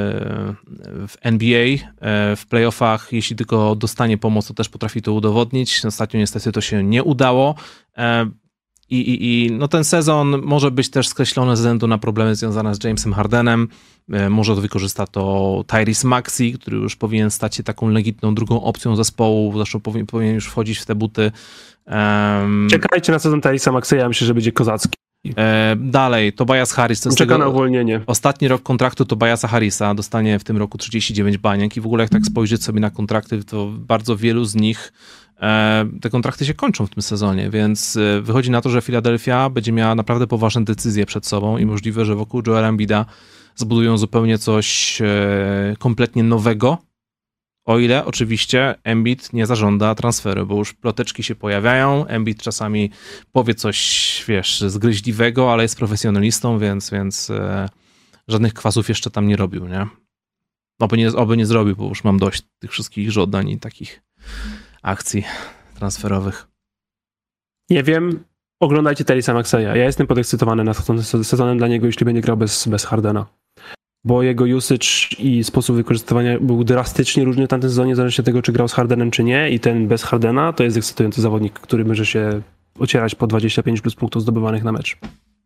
w N B A. W playoffach, jeśli tylko dostanie pomoc, to też potrafi to udowodnić. Ostatnio niestety to się nie udało. I, i, I no ten sezon może być też skreślony ze względu na problemy związane z Jamesem Hardenem. Może wykorzysta to Tyrese Maxey, który już powinien stać się taką legitną drugą opcją zespołu. Zresztą powinien, powinien już wchodzić w te buty. Um, Czekajcie na sezon Tyrese'a Maxeya, ja myślę, że będzie kozacki. E, dalej, Tobias Harris. To Czeka na uwolnienie. Ostatni rok kontraktu Tobiasa Harrisa, dostanie w tym roku trzydzieści dziewięć baniek i w ogóle jak tak spojrzeć sobie na kontrakty, to bardzo wielu z nich e, te kontrakty się kończą w tym sezonie, więc e, wychodzi na to, że Philadelphia będzie miała naprawdę poważne decyzje przed sobą i możliwe, że wokół Joela Embida zbudują zupełnie coś e, kompletnie nowego, O ile oczywiście Embiid nie zażąda transferu, bo już ploteczki się pojawiają, Embiid czasami powie coś, wiesz, zgryźliwego, ale jest profesjonalistą, więc, więc e, żadnych kwasów jeszcze tam nie robił, nie? Oby nie, oby nie zrobił, bo już mam dość tych wszystkich żądań i takich akcji transferowych. Nie wiem, oglądajcie Terry'sa Maxeya. Ja jestem podekscytowany następnym sezonem dla niego, jeśli będzie grał bez, bez Hardena. Bo jego usage i sposób wykorzystywania był drastycznie różny w tamtym sezonie, zależy od tego, czy grał z Hardenem, czy nie. I ten bez Hardena to jest ekscytujący zawodnik, który może się ocierać po dwadzieścia pięć plus punktów zdobywanych na mecz.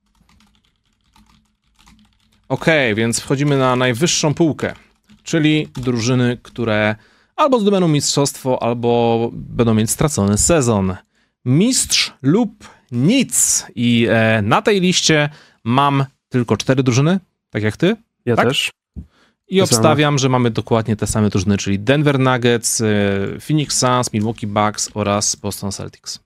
Okej, okay, więc wchodzimy na najwyższą półkę, czyli drużyny, które albo zdobędą mistrzostwo, albo będą mieć stracony sezon. Mistrz lub nic. I e, na tej liście mam tylko cztery drużyny, tak jak ty. Ja tak? też. I obstawiam, że mamy dokładnie te same drużyny, czyli Denver Nuggets, Phoenix Suns, Milwaukee Bucks oraz Boston Celtics.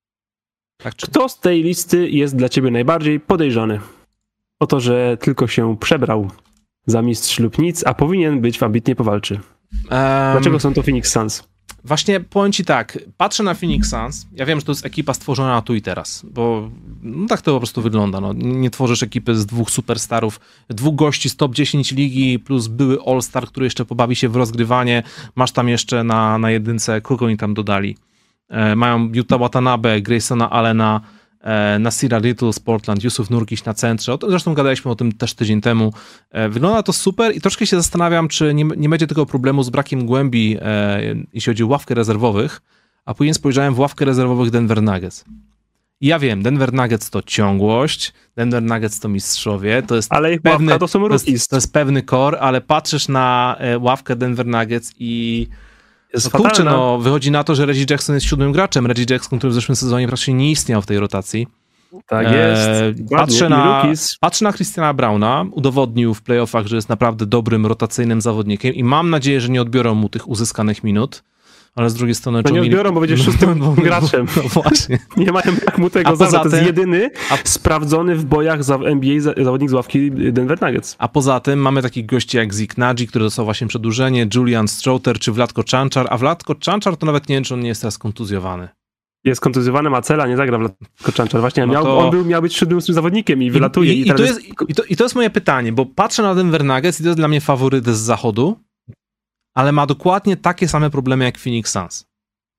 Tak, czy... Kto z tej listy jest dla ciebie najbardziej podejrzany? O to, że tylko się przebrał za mistrz lub nic, a powinien być ambitnie powalczy. Um, Dlaczego są to Phoenix Suns? Właśnie powiem ci tak, patrzę na Phoenix Suns, ja wiem, że to jest ekipa stworzona tu i teraz, bo no tak to po prostu wygląda, no. Nie tworzysz ekipy z dwóch superstarów, dwóch gości z top dziesięć ligi plus były All-Star, który jeszcze pobawi się w rozgrywanie, masz tam jeszcze na, na jedynce, kogo oni tam dodali, e, mają Yuta Watanabe, Graysona Allena, e, Nasira Little z Portland, Jusuf Nurkic na centrze, zresztą gadaliśmy o tym też tydzień temu. E, wygląda to super i troszkę się zastanawiam, czy nie, nie będzie tego problemu z brakiem głębi, e, jeśli chodzi o ławkę rezerwowych, a później spojrzałem w ławkę rezerwowych Denver Nuggets. I ja wiem, Denver Nuggets to ciągłość, Denver Nuggets to mistrzowie, to jest ale ich pewny, ławka to są to jest, to jest pewny core, ale patrzysz na e, ławkę Denver Nuggets i jest no, kurczę, fatalna. no, wychodzi na to, że Reggie Jackson jest siódmym graczem. Reggie Jackson, który w zeszłym sezonie praktycznie nie istniał w tej rotacji. Tak jest. E, patrzę, na, patrzę na Christiana Browna, udowodnił w playoffach, że jest naprawdę dobrym, rotacyjnym zawodnikiem i mam nadzieję, że nie odbiorą mu tych uzyskanych minut, ale z drugiej strony... No nie odbiorą, bo będzie szóstym no, graczem. No, no właśnie. Nie mają jak mu tego zabrać. To jest jedyny a... sprawdzony w bojach za N B A zawodnik z ławki Denver Nuggets. A poza tym mamy takich gości jak Zeke Nnaji, który dostał właśnie przedłużenie, Julian Strouter czy Wlatko Čančar, a Wlatko Čančar to nawet nie wiem, czy on nie jest teraz kontuzjowany. Jest kontuzjowany, ma cela, nie zagra Wlatko Čančar. Właśnie no miał, to... on był, miał być siódmym zawodnikiem i wylatuje. I, i, i, to jest, i, to, I to jest moje pytanie, bo patrzę na Denver Nuggets i to jest dla mnie faworyt z zachodu, ale ma dokładnie takie same problemy jak Phoenix Suns.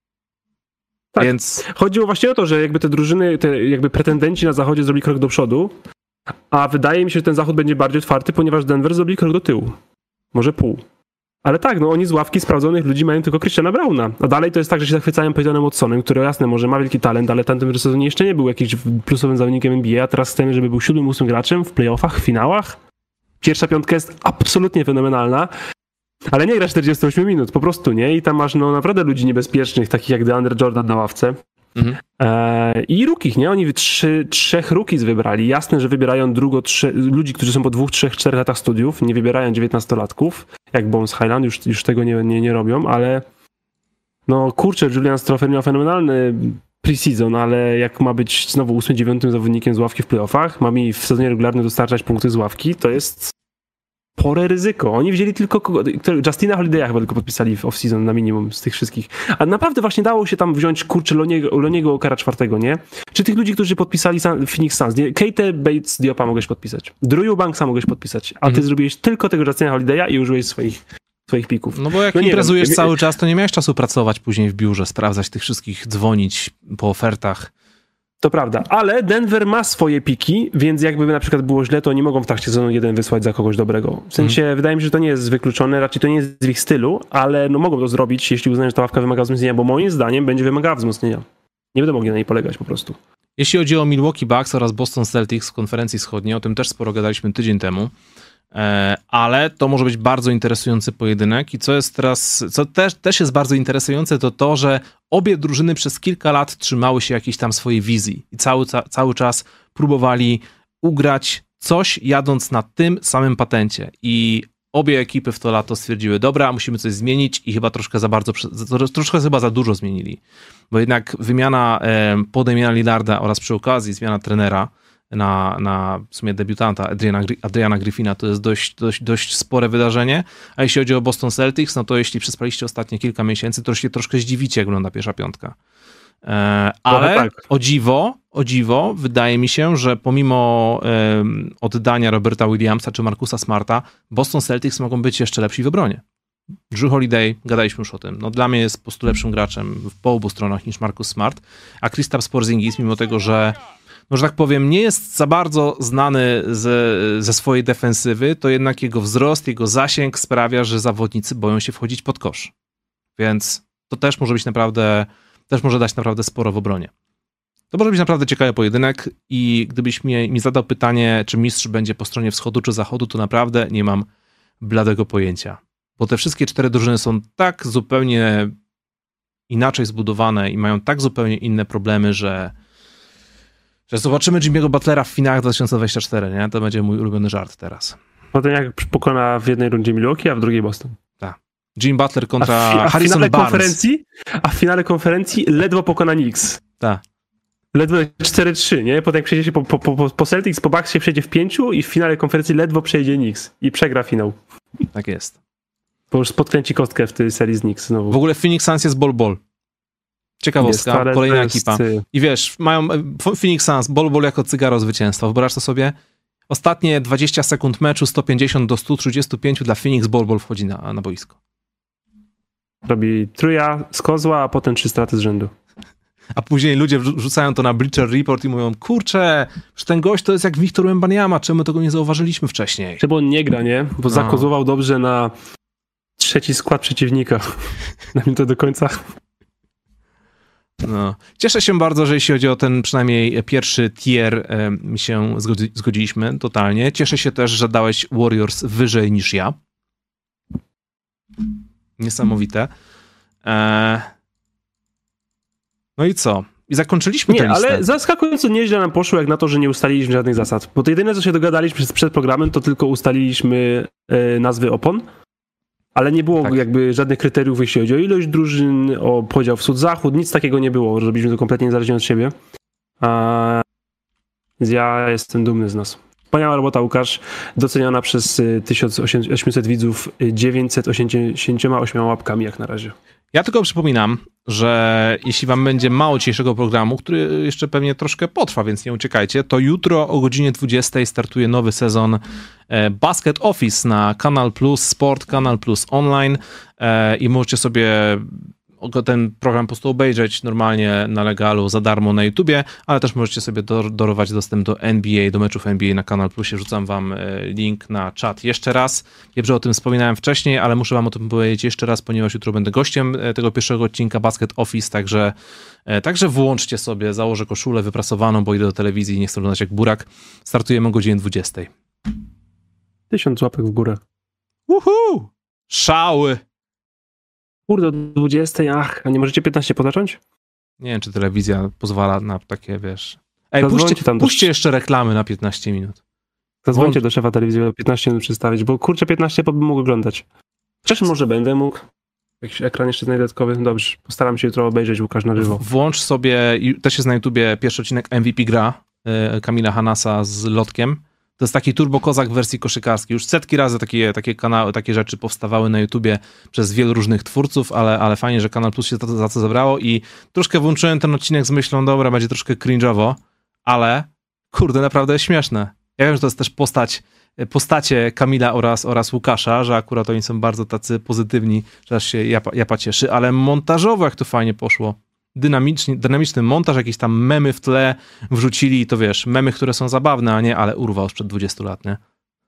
Tak. Więc... Chodziło właśnie o to, że jakby te drużyny, te jakby pretendenci na zachodzie zrobili krok do przodu, a wydaje mi się, że ten zachód będzie bardziej otwarty, ponieważ Denver zrobili krok do tyłu. Może pół. Ale tak, no oni z ławki sprawdzonych ludzi mają tylko Christiana Browna. A dalej to jest tak, że się zachwycają Peytonem Watsonem, który jasne, może ma wielki talent, ale w tamtym sezonie jeszcze nie był jakimś plusowym zawodnikiem N B A, a teraz chcemy, żeby był siódmym, ósmym graczem w playoffach, w finałach. Pierwsza piątka jest absolutnie fenomenalna. Ale nie gra czterdzieści osiem minut, po prostu nie. I tam masz no naprawdę ludzi niebezpiecznych, takich jak DeAndre Jordan na ławce. Mhm. E, I rookich, nie? Oni trzy, trzech rookies wybrali. Jasne, że wybierają drugo, trzy, ludzi, którzy są po dwóch, trzech, czterech latach studiów. Nie wybierają dziewiętnastolatków, jak Bones Highland, już, już tego nie, nie, nie robią, ale no kurczę, Julian Strouter miał fenomenalny pre-season, ale jak ma być znowu ósmym, dziewiątym zawodnikiem z ławki w playoffach, ma mi w sezonie regularnym dostarczać punkty z ławki, to jest spore ryzyko. Oni wzięli tylko kogo, Justina Holiday'a chyba tylko podpisali w off-season na minimum z tych wszystkich. A naprawdę właśnie dało się tam wziąć, kurczę, Loniego, Loniego Okara czwartego, nie? Czy tych ludzi, którzy podpisali Phoenix Suns, nie? Kate Bates Diopa mogłeś podpisać. Drew Eubanksa mogłeś podpisać. A ty mhm. zrobiłeś tylko tego Justina Holiday'a i użyłeś swoich, swoich pików. No bo jak no imprezujesz wiem. cały czas, to nie miałeś czasu pracować później w biurze, sprawdzać tych wszystkich, dzwonić po ofertach. To prawda, ale Denver ma swoje piki, więc jakby na przykład było źle, to nie mogą w trakcie sezonu jeden wysłać za kogoś dobrego. W sensie hmm. wydaje mi się, że to nie jest wykluczone, raczej to nie jest w ich stylu, ale no mogą to zrobić, jeśli uznają, że ta ławka wymaga wzmocnienia, bo moim zdaniem będzie wymagała wzmocnienia. Nie będą mogli na niej polegać po prostu. Jeśli chodzi o Milwaukee Bucks oraz Boston Celtics w konferencji wschodniej, o tym też sporo gadaliśmy tydzień temu, ale to może być bardzo interesujący pojedynek i co jest teraz, co też, też jest bardzo interesujące, to to, że obie drużyny przez kilka lat trzymały się jakiejś tam swojej wizji i cały, ca, cały czas próbowali ugrać coś, jadąc na tym samym patencie i obie ekipy w to lato stwierdziły, dobra, musimy coś zmienić i chyba troszkę za bardzo, troszkę chyba za dużo zmienili, bo jednak wymiana po Damiana Lillarda oraz przy okazji zmiana trenera na, na w sumie debiutanta Adriana, Adriana Griffina, to jest dość, dość, dość spore wydarzenie. A jeśli chodzi o Boston Celtics, no to jeśli przespaliście ostatnie kilka miesięcy, to się troszkę zdziwicie, jak wygląda pierwsza piątka. E, ale tak. o dziwo, o dziwo, wydaje mi się, że pomimo e, oddania Roberta Williamsa czy Marcusa Smarta, Boston Celtics mogą być jeszcze lepsi w obronie. Drew Holiday, gadaliśmy już o tym, no dla mnie jest po prostu lepszym graczem po obu stronach niż Marcus Smart, a Kristaps Porzingis, mimo tego, że no, że tak powiem, nie jest za bardzo znany ze, ze swojej defensywy, to jednak jego wzrost, jego zasięg sprawia, że zawodnicy boją się wchodzić pod kosz. Więc to też może być naprawdę, też może dać naprawdę sporo w obronie. To może być naprawdę ciekawy pojedynek i gdybyś mi, mi zadał pytanie, czy mistrz będzie po stronie wschodu czy zachodu, to naprawdę nie mam bladego pojęcia. Bo te wszystkie cztery drużyny są tak zupełnie inaczej zbudowane i mają tak zupełnie inne problemy, że, że zobaczymy Jimmy'ego Butlera w finałach dwa tysiące dwudziestym czwartym, nie? To będzie mój ulubiony żart teraz. Potem jak pokona w jednej rundzie Milwaukee, a w drugiej Boston. Tak. Jimmy Butler kontra a w, a w Harrison finale Barnes. Konferencji, a w finale konferencji ledwo pokona Knicks. Tak. Ledwo cztery trzy, nie? Potem jak przejdzie się po, po, po, po Celtics, po Bucks się przejdzie w pięciu i w finale konferencji ledwo przejdzie Knicks i przegra finał. Tak jest. Bo już podkręci kostkę w tej serii z Knicks znowu. W ogóle Phoenix Suns jest bol-bol. Ciekawostka, jest, kolejna ekipa. Jest... I wiesz, mają Phoenix Suns bol-bol jako cygaro zwycięstwa. Wyobraź to sobie. Ostatnie dwadzieścia sekund meczu, sto pięćdziesiąt do stu trzydziestu pięciu dla Phoenix bol-bol wchodzi na, na boisko. Robi truja z kozła, a potem trzy straty z rzędu. A później ludzie wrzucają to na Bleacher Report i mówią, kurczę, że ten gość to jest jak Wiktor Wembanyama, czemu tego nie zauważyliśmy wcześniej? Czemu on nie gra, nie? Bo no. zakozował dobrze na trzeci skład przeciwnika. Na mnie to do końca. No. Cieszę się bardzo, że jeśli chodzi o ten przynajmniej pierwszy tier, mi się zgodzi, zgodziliśmy totalnie. Cieszę się też, że dałeś Warriors wyżej niż ja. Niesamowite. Eee... No i co? I zakończyliśmy tę Nie, listę. ale zaskakująco nieźle nam poszło jak na to, że nie ustaliliśmy żadnych zasad. Bo to jedyne, co się dogadaliśmy przed, przed programem, to tylko ustaliliśmy e, nazwy opon, ale nie było tak. jakby żadnych kryteriów, jeśli chodzi o ilość drużyn, o podział wschód-zachód, nic takiego nie było. Robiliśmy to kompletnie niezależnie od siebie. A, więc ja jestem dumny z nas. Wspaniała robota, Łukasz, doceniana przez tysiąc osiemset widzów dziewięćset osiemdziesiąt osiem łapkami jak na razie. Ja tylko przypominam, że jeśli wam będzie mało dzisiejszego programu, który jeszcze pewnie troszkę potrwa, więc nie uciekajcie, to jutro o godzinie dwudziestej startuje nowy sezon Basket Office na Kanal Plus Sport, Kanal Plus Online i możecie sobie ten program po prostu obejrzeć normalnie na legalu za darmo na YouTubie, ale też możecie sobie darować dostęp do N B A, do meczów N B A na Kanal Plusie. Rzucam wam link na czat jeszcze raz. Wiem, że o tym wspominałem wcześniej, ale muszę wam o tym powiedzieć jeszcze raz, ponieważ jutro będę gościem tego pierwszego odcinka Basket Office, także, także włączcie sobie, założę koszulę wyprasowaną, bo idę do telewizji i nie chcę wyglądać jak burak. Startujemy o godzinie dwudziestej. Tysiąc łapek w górę. Uhu! Szały! Kurde, do dwudziestej, ach, a nie możecie piętnaście pozacząć? Nie wiem, czy telewizja pozwala na takie, wiesz... Ej, puśćcie, tam puśćcie do... jeszcze reklamy na piętnaście minut. Zadzwońcie Włącz... do szefa telewizji, do piętnaście minut przedstawić, bo kurczę, piętnaście bym mógł oglądać. Wcześniej może będę mógł. Jakiś ekran jeszcze dodatkowy, dobrze, postaram się jutro obejrzeć Łukasz na żywo. Włącz sobie, też jest na YouTubie pierwszy odcinek M V P Gra Kamila Hanasa z Lotkiem. To jest taki turbokozak w wersji koszykarskiej. Już setki razy takie, takie kanały, takie rzeczy powstawały na YouTubie przez wielu różnych twórców, ale, ale fajnie, że Kanal Plus się za to, za to zabrało i troszkę włączyłem ten odcinek z myślą, dobra, będzie troszkę cringe'owo, ale kurde, naprawdę śmieszne. Ja wiem, że to jest też postać, postacie Kamila oraz, oraz Łukasza, że akurat oni są bardzo tacy pozytywni, że aż się japa, japa cieszy, ale montażowo jak to fajnie poszło. Dynamiczny, dynamiczny montaż, jakieś tam memy w tle wrzucili, to wiesz, memy, które są zabawne, a nie, ale urwał sprzed dwudziestu lat, nie?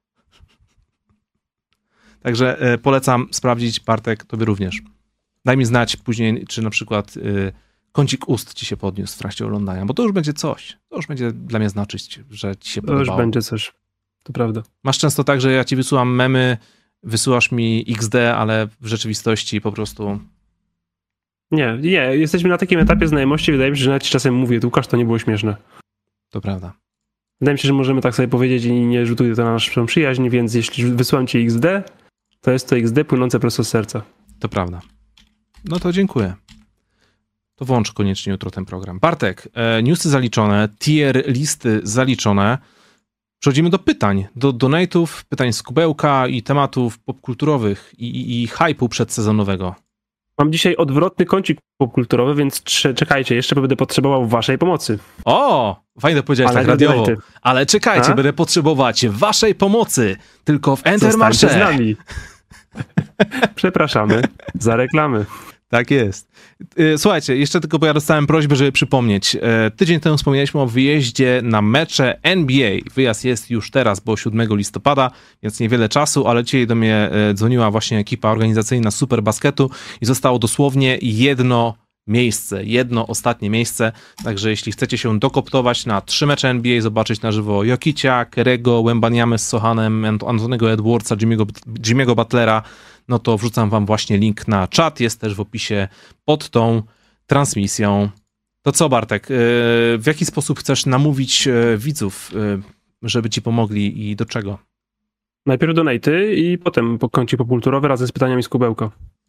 Także e, polecam sprawdzić, Bartek, tobie również. Daj mi znać później, czy na przykład e, kącik ust ci się podniósł w trakcie oglądania, bo to już będzie coś. To już będzie dla mnie znaczyć, że ci się podobało. To już będzie coś, to prawda. Masz często tak, że ja ci wysyłam memy, wysyłasz mi X D, ale w rzeczywistości po prostu... Nie, nie, jesteśmy na takim etapie znajomości, wydaje mi się, że nawet czasem mówię, Łukasz, to nie było śmieszne. To prawda. Wydaje mi się, że możemy tak sobie powiedzieć i nie rzutuje to na naszą przyjaźń, więc jeśli wysyłam ci X D, to jest to X D płynące prosto z serca. To prawda. No to dziękuję. to włącz koniecznie jutro ten program. Bartek, e, newsy zaliczone, tier listy zaliczone. Przechodzimy do pytań, do donate'ów, pytań z kubełka i tematów popkulturowych i, i, i hype'u przedsezonowego. Mam dzisiaj odwrotny kącik popkulturowy, więc czekajcie, jeszcze będę potrzebował waszej pomocy. O, fajnie powiedziałeś tak radiowo. Donaty. Ale czekajcie, A? będę potrzebować waszej pomocy, tylko w Entermarché. z nami. Przepraszamy za reklamy. Tak jest. Słuchajcie, jeszcze tylko, bo ja dostałem prośbę, żeby przypomnieć. Tydzień temu wspomnieliśmy o wyjeździe na mecze N B A. Wyjazd jest już teraz, bo siódmego listopada, więc niewiele czasu, ale dzisiaj do mnie dzwoniła właśnie ekipa organizacyjna Superbasketu i zostało dosłownie jedno miejsce, jedno ostatnie miejsce. Także jeśli chcecie się dokoptować na trzy mecze N B A, zobaczyć na żywo Jokicia, Kerego, Wembanyamę z Sohanem, Antonego Edwardsa, Jimmy'ego, Jimmy'ego Butlera, no to wrzucam wam właśnie link na czat, jest też w opisie pod tą transmisją. To co, Bartek, w jaki sposób chcesz namówić widzów, żeby ci pomogli i do czego? Najpierw donaty i potem po kącie popkulturowy razem z pytaniami z kubełka.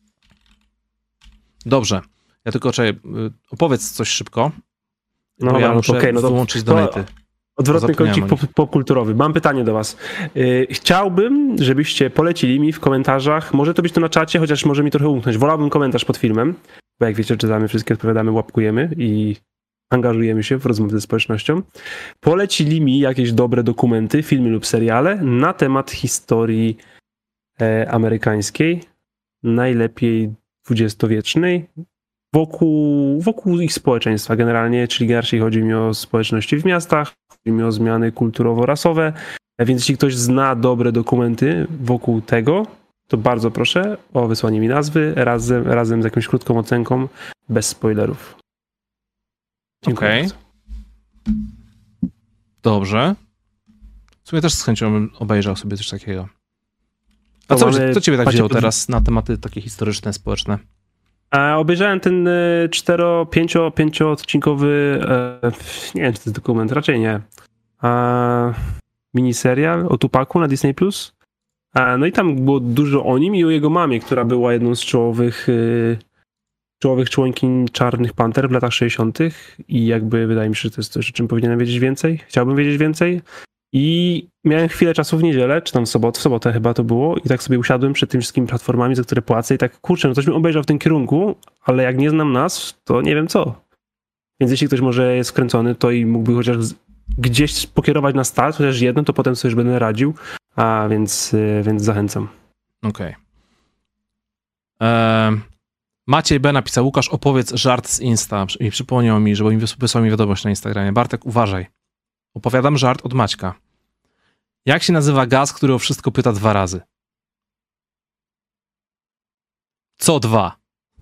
Dobrze. Ja tylko czekaj, opowiedz coś szybko. No dobra, ja muszę okay, no to, wyłączyć donaty. Odwrotny kącik popkulturowy. Mam pytanie do was. Yy, chciałbym, żebyście polecili mi w komentarzach, może to być to na czacie, chociaż może mi trochę umknąć. Wolałbym komentarz pod filmem, bo jak wiecie, czytamy wszystkie, odpowiadamy, łapkujemy i angażujemy się w rozmowy ze społecznością. Polecili mi jakieś dobre dokumenty, filmy lub seriale na temat historii e, amerykańskiej, najlepiej dwudziestowiecznej, wokół, wokół ich społeczeństwa generalnie, czyli generalnie chodzi mi o społeczności w miastach, chodzi mi o zmiany kulturowo-rasowe, więc jeśli ktoś zna dobre dokumenty wokół tego, to bardzo proszę o wysłanie mi nazwy razem, razem z jakąś krótką ocenką, bez spoilerów. Dziękuję Okej. bardzo. Dobrze. W sumie też z chęcią obejrzał sobie coś takiego. A co, co ciebie tak wzięło teraz na tematy takie historyczne, społeczne? A obejrzałem ten cztero, pięcio, pięcioodcinkowy, e, nie wiem, czy to jest dokument, raczej nie, a, miniserial o Tupacu na Disney plus. A, no i tam było dużo o nim i o jego mamie, która była jedną z czołowych, y, czołowych członkiń Czarnych Panter w latach sześćdziesiątych i jakby wydaje mi się, że to jest coś, o czym powinienem wiedzieć więcej. Chciałbym wiedzieć więcej. I miałem chwilę czasu w niedzielę, czy tam w sobotę, w sobotę chyba to było, i tak sobie usiadłem przed tymi wszystkimi platformami, za które płacę i tak, kurczę, no coś bym obejrzał w tym kierunku, ale jak nie znam nazw, to nie wiem co. Więc jeśli ktoś może jest wkręcony, to i mógłby chociaż gdzieś pokierować na start, chociaż jedno, to potem sobie już będę radził, a więc, więc zachęcam. Okej. Okay. Eee, Maciej B. napisał, Łukasz, opowiedz żart z Insta i przypomniał mi, że bo mi wysłał mi wiadomość na Instagramie. Bartek, uważaj. Opowiadam żart od Maćka. Jak się nazywa gaz, który o wszystko pyta dwa razy? Co dwa?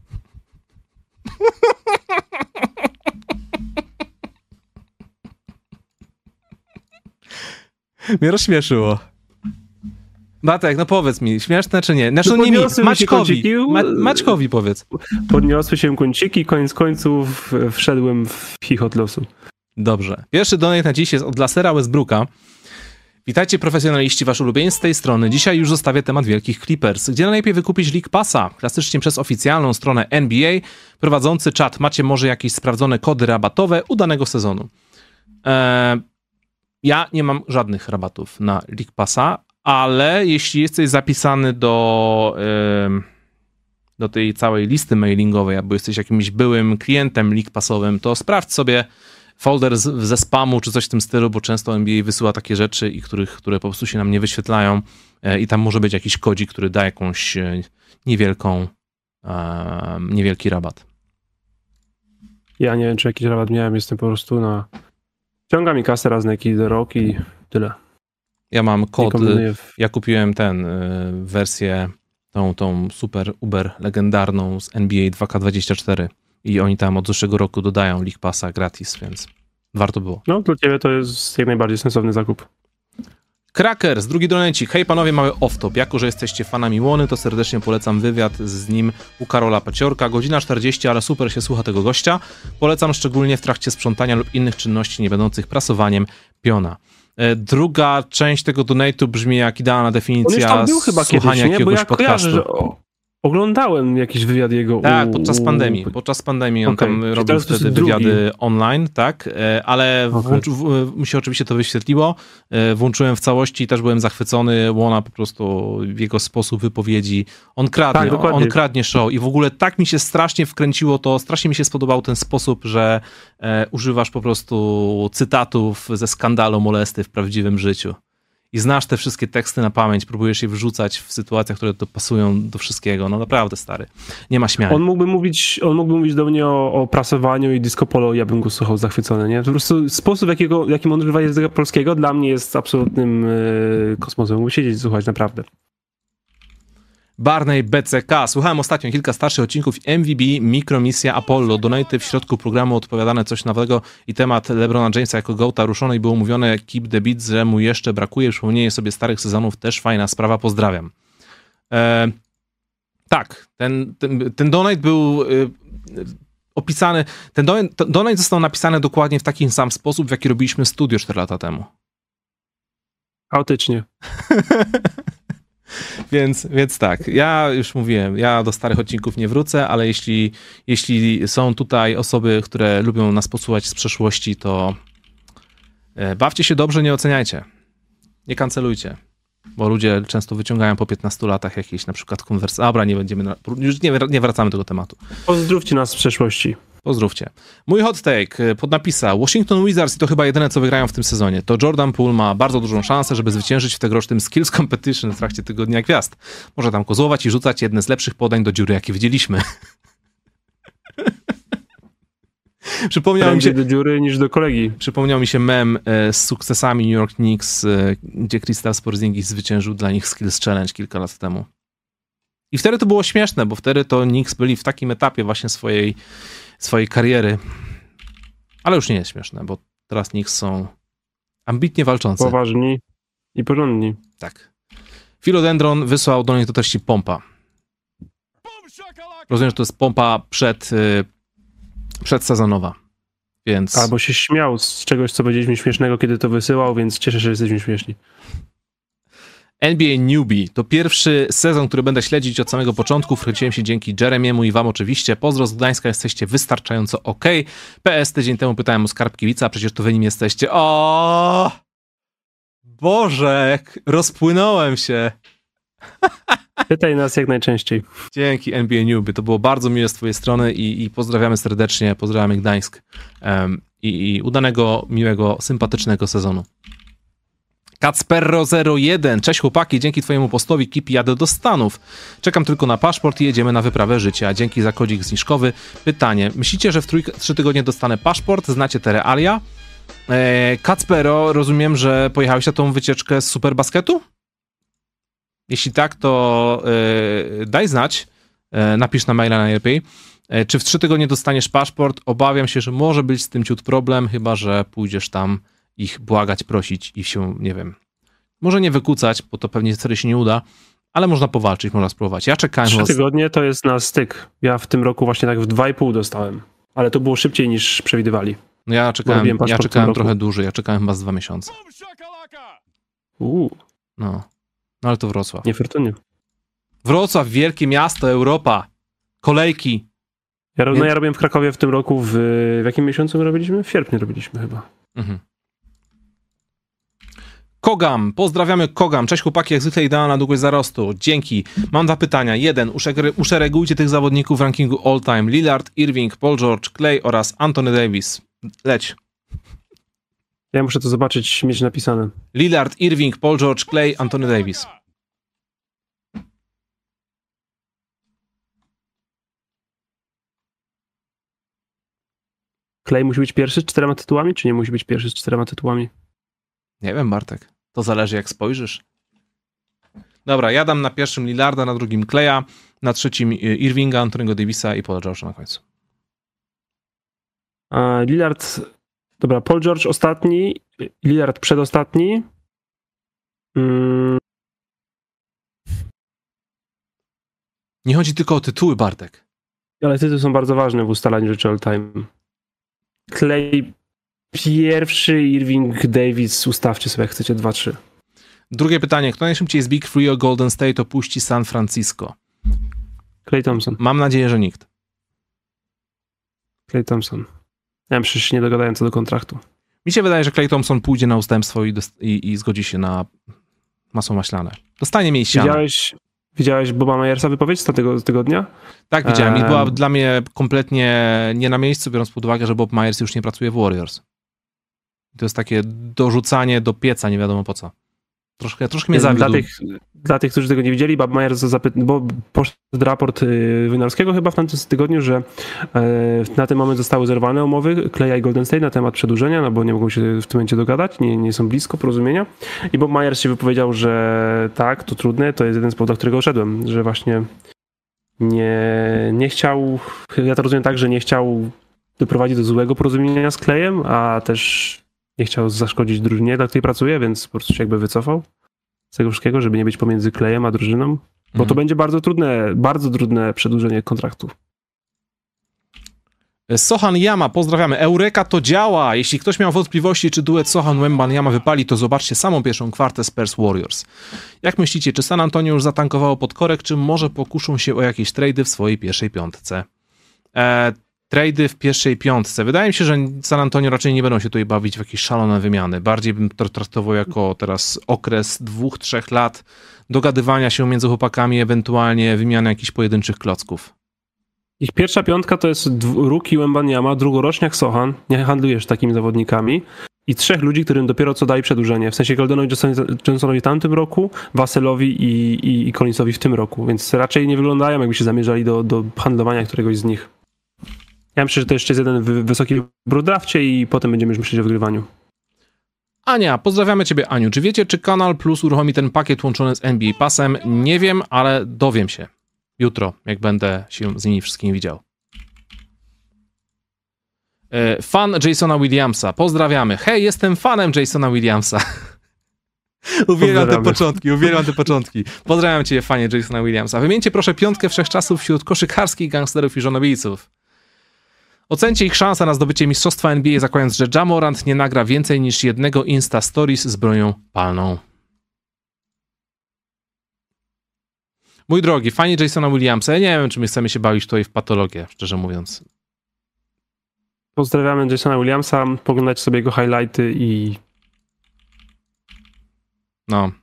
Mnie rozśmieszyło. Bartek, no powiedz mi, śmieszne czy nie? Znaczy, no nie mi, Maćkowi, Ma, Maćkowi powiedz. Podniosły się kąciki, koniec końców wszedłem w chichot losu. Dobrze. Pierwszy donate na dziś jest od Lasera Westbrooka. Witajcie profesjonaliści, wasz ulubieniec z tej strony. Dzisiaj już zostawię temat wielkich Clippers. Gdzie najlepiej wykupić League Passa? Klasycznie przez oficjalną stronę N B A. Prowadzący czat, macie może jakieś sprawdzone kody rabatowe udanego sezonu? Eee, ja nie mam żadnych rabatów na League Passa, ale jeśli jesteś zapisany do, eee, do tej całej listy mailingowej, albo jesteś jakimś byłym klientem League Passowym, to sprawdź sobie folder z, ze spamu, czy coś w tym stylu, bo często N B A wysyła takie rzeczy, i których, które po prostu się nam nie wyświetlają e, i tam może być jakiś kodzik, który da jakąś e, niewielką, e, niewielki rabat. Ja nie wiem, czy jakiś rabat miałem, jestem po prostu na... Ciąga mi kasę raz na jakiś rok i tyle. Ja mam kod, w... ja kupiłem ten, e, wersję, tą, tą super uber legendarną z N B A dwa K dwadzieścia cztery. I oni tam od zeszłego roku dodają League Passa gratis, więc warto było. No, dla ciebie to jest jak najbardziej sensowny zakup. Crackers, drugi donecik. Hej panowie, mały off-top. Jako że jesteście fanami Łony, to serdecznie polecam wywiad z nim u Karola Paciorka. Godzina czterdzieści, ale super się słucha tego gościa. Polecam szczególnie w trakcie sprzątania lub innych czynności nie będących prasowaniem piona. Druga część tego donate'u brzmi jak idealna definicja On już tam był chyba słuchania kiedyś, nie? jakiegoś Bo ja podcastu. kojarzę, że... o, Oglądałem jakiś wywiad jego Tak, u... podczas pandemii. Podczas pandemii on okay. tam Czyli robił wtedy wywiady drugi. online, tak, ale okay. włączy, w, mi się oczywiście to wyświetliło. Włączyłem w całości i też byłem zachwycony. Łona po prostu jego sposób wypowiedzi. On kradnie, tak, on, on kradnie show i w ogóle tak mi się strasznie wkręciło to, strasznie mi się spodobał ten sposób, że e, używasz po prostu cytatów ze skandalu molesty w prawdziwym życiu. I znasz te wszystkie teksty na pamięć, próbujesz je wrzucać w sytuacjach, które dopasują do wszystkiego. No naprawdę, stary. Nie ma śmiania. On mógłby mówić, on mógłby mówić do mnie o, o prasowaniu i disco polo, ja bym go słuchał zachwycony, nie? Po prostu sposób, jakiego, jakim on używa języka polskiego, dla mnie jest absolutnym yy, kosmosem. Mógłby siedzieć i słuchać, naprawdę. Barney B C K. Słuchałem ostatnio kilka starszych odcinków M V B, Mikromisja Apollo. Donaty w środku programu odpowiadane coś nowego i temat LeBrona Jamesa jako gołta ruszony i było mówione keep the beat, że mu jeszcze brakuje. Przypomnienie sobie starych sezonów, też fajna sprawa. Pozdrawiam. E, tak, ten, ten, ten donate był y, opisany, ten donate, donate został napisany dokładnie w taki sam sposób, w jaki robiliśmy studio cztery lata temu. Chaotycznie. Więc, więc tak, ja już mówiłem, ja do starych odcinków nie wrócę, ale jeśli, jeśli są tutaj osoby, które lubią nas posłuchać z przeszłości, to bawcie się dobrze, nie oceniajcie. Nie kancelujcie, bo ludzie często wyciągają po piętnastu latach jakieś na przykład konwersacje. Dobra, nie będziemy, już nie, nie wracamy do tego tematu. Pozdrówcie nas z przeszłości. Pozdrówcie. Mój hot take podnapisał: Washington Wizards i to chyba jedyne, co wygrają w tym sezonie. To Jordan Poole ma bardzo dużą szansę, żeby zwyciężyć w tegorocznym Skills Competition w trakcie Tygodnia Gwiazd. Może tam kozłować i rzucać jedne z lepszych podań do dziury, jakie widzieliśmy. Przypomniał mi się do dziury niż do kolegi. Przypomniał mi się mem e, z sukcesami New York Knicks, e, gdzie Kristaps Porzingis zwyciężył dla nich Skills Challenge kilka lat temu. I wtedy to było śmieszne, bo wtedy to Knicks byli w takim etapie właśnie swojej swojej kariery. Ale już nie jest śmieszne, bo teraz Knicks są ambitnie walczący. Poważni i porządni. Tak. Philodendron wysłał do niej do treści pompa. Rozumiem, że to jest pompa przed, yy, przedsezonowa. Więc... Albo się śmiał z czegoś, co powiedzieliśmy śmiesznego, kiedy to wysyłał, więc cieszę się, że jesteśmy śmieszni. N B A Newbie to pierwszy sezon, który będę śledzić od samego początku. Wróciłem się dzięki Jeremiemu i wam oczywiście. Pozdro z Gdańska, jesteście wystarczająco ok. P S tydzień temu pytałem o skarb kibica, a przecież to wy nim jesteście. O, Boże, jak rozpłynąłem się. Pytaj nas jak najczęściej. Dzięki N B A Newbie, to było bardzo miłe z twojej strony i, i pozdrawiamy serdecznie, pozdrawiamy Gdańsk um, i, i udanego, miłego, sympatycznego sezonu. Kacperro zero jeden. Cześć chłopaki, dzięki twojemu postowi Kipi jadę do Stanów. Czekam tylko na paszport i jedziemy na wyprawę życia. Dzięki za kodzik zniżkowy. Pytanie, myślicie, że w trój- trzy tygodnie dostanę paszport? Znacie te realia? Eee, Kacpero, rozumiem, że pojechałeś na tą wycieczkę z Superbasketu? Jeśli tak, to e, daj znać. E, napisz na maila najlepiej. E, czy w trzy tygodnie dostaniesz paszport? Obawiam się, że może być z tym ciut problem, chyba że pójdziesz tam ich błagać, prosić i się, nie wiem, może nie wykucać, bo to pewnie wtedy się nie uda, ale można powalczyć, można spróbować. Ja czekałem... Trzy tygodnie to jest na styk. Ja w tym roku właśnie tak w dwa i pół dostałem, ale to było szybciej niż przewidywali. No ja czekałem, ja czekałem trochę dłużej, ja czekałem chyba z dwa miesiące. Uuu. No. No ale to Wrocław. Niefortunnie. Wrocław, wielkie miasto, Europa, kolejki. Ja, no, ja robiłem w Krakowie w tym roku, w, w jakim miesiącu my robiliśmy? W sierpniu robiliśmy chyba. Mhm. Kogam, pozdrawiamy Kogam. Cześć chłopaki, jak zwykle idealna długość zarostu. Dzięki. Mam dwa pytania. Jeden, uszeg- uszeregujcie tych zawodników w rankingu all time. Lillard, Irving, Paul George, Clay oraz Anthony Davis. Leć. Ja muszę to zobaczyć, mieć napisane. Lillard, Irving, Paul George, Clay, Anthony Davis. Clay musi być pierwszy z czterema tytułami, czy nie musi być pierwszy z czterema tytułami? Nie wiem, Bartek. To zależy, jak spojrzysz. Dobra, ja dam na pierwszym Lillarda, na drugim Claya, na trzecim Irvinga, Anthony'ego Davisa i Paula George'a na końcu. A Lillard... Dobra, Paul George ostatni, Lillard przedostatni. Hmm. Nie chodzi tylko o tytuły, Bartek. Ale tytuły są bardzo ważne w ustalaniu rzeczy all time. Clay pierwszy, Irving, Davis, ustawcie sobie jak chcecie, dwa trzy. Drugie pytanie. Kto najszybciej z Big Three o Golden State opuści San Francisco? Klay Thompson. Mam nadzieję, że nikt. Klay Thompson. Ja myślę, że się nie dogadają co do kontraktu. Mi się wydaje, że Klay Thompson pójdzie na ustępstwo i, i, i zgodzi się na masło maślane. Dostanie miejsca. Widziałeś, widziałeś Boba Myersa wypowiedź z tego tygodnia? Tak, widziałem. I Um, była dla mnie kompletnie nie na miejscu, biorąc pod uwagę, że Bob Myers już nie pracuje w Warriors. To jest takie dorzucanie do pieca, nie wiadomo po co. Troszkę, troszkę mnie zawiódł. Dla tych, dla tych, którzy tego nie widzieli, Bob Myers zapytał, bo poszedł raport Wynarskiego chyba w tamtym tygodniu, że na ten moment zostały zerwane umowy Klaya i Golden State na temat przedłużenia, no bo nie mogą się w tym momencie dogadać, nie, nie są blisko porozumienia. I Bob Myers się wypowiedział, że tak, to trudne, to jest jeden z powodów, do którego szedłem, że właśnie nie, nie chciał, ja to rozumiem tak, że nie chciał doprowadzić do złego porozumienia z Klayem, a też nie chciał zaszkodzić drużynie, dla której pracuje, więc po prostu się jakby wycofał z tego wszystkiego, żeby nie być pomiędzy Klayem a drużyną, bo mhm. to będzie bardzo trudne, bardzo trudne przedłużenie kontraktu. Sochan Yama, pozdrawiamy. Eureka, to działa! Jeśli ktoś miał wątpliwości, czy duet Sochan-Wembanyama wypali, to zobaczcie samą pierwszą kwartę Spurs Warriors. Jak myślicie, czy San Antonio już zatankowało pod korek, czy może pokuszą się o jakieś trady w swojej pierwszej piątce? E, trady w pierwszej piątce. Wydaje mi się, że San Antonio raczej nie będą się tutaj bawić w jakieś szalone wymiany. Bardziej bym to traktował jako teraz okres dwóch, trzech lat dogadywania się między chłopakami, ewentualnie wymiany jakichś pojedynczych klocków. Ich pierwsza piątka to jest rookie Wembanyama, drugoroczniak Sochan, nie handlujesz takimi zawodnikami, i trzech ludzi, którym dopiero co dali przedłużenie. W sensie Goldonowi Johnsonowi w tamtym roku, Wasselowi i, i, i Collinsowi w tym roku, więc raczej nie wyglądają, jakby się zamierzali do, do handlowania któregoś z nich. Ja myślę, że to jeszcze jest jeden wy, wysoki wybór w drafcie i potem będziemy już myśleć o wygrywaniu. Ania, pozdrawiamy ciebie, Aniu. Czy wiecie, czy Kanal Plus uruchomi ten pakiet łączony z N B A Passem? Nie wiem, ale dowiem się. Jutro, jak będę się z nimi wszystkimi widział. Fan Jasona Williamsa, pozdrawiamy. Hej, jestem fanem Jasona Williamsa. Uwielbiam te początki, uwielbiam te początki. Pozdrawiam cię, fanie Jasona Williamsa. Wymieńcie proszę piątkę wszechczasów wśród koszykarskich gangsterów i żonobijców. Ocencie ich szansę na zdobycie mistrzostwa N B A, zakładając, że Ja Morant nie nagra więcej niż jednego Insta Stories z bronią palną. Mój drogi, fani Jasona Williamsa, ja nie wiem, czy my chcemy się bawić tutaj w patologię, szczerze mówiąc. Pozdrawiamy Jasona Williamsa, poglądać sobie jego highlighty i... No.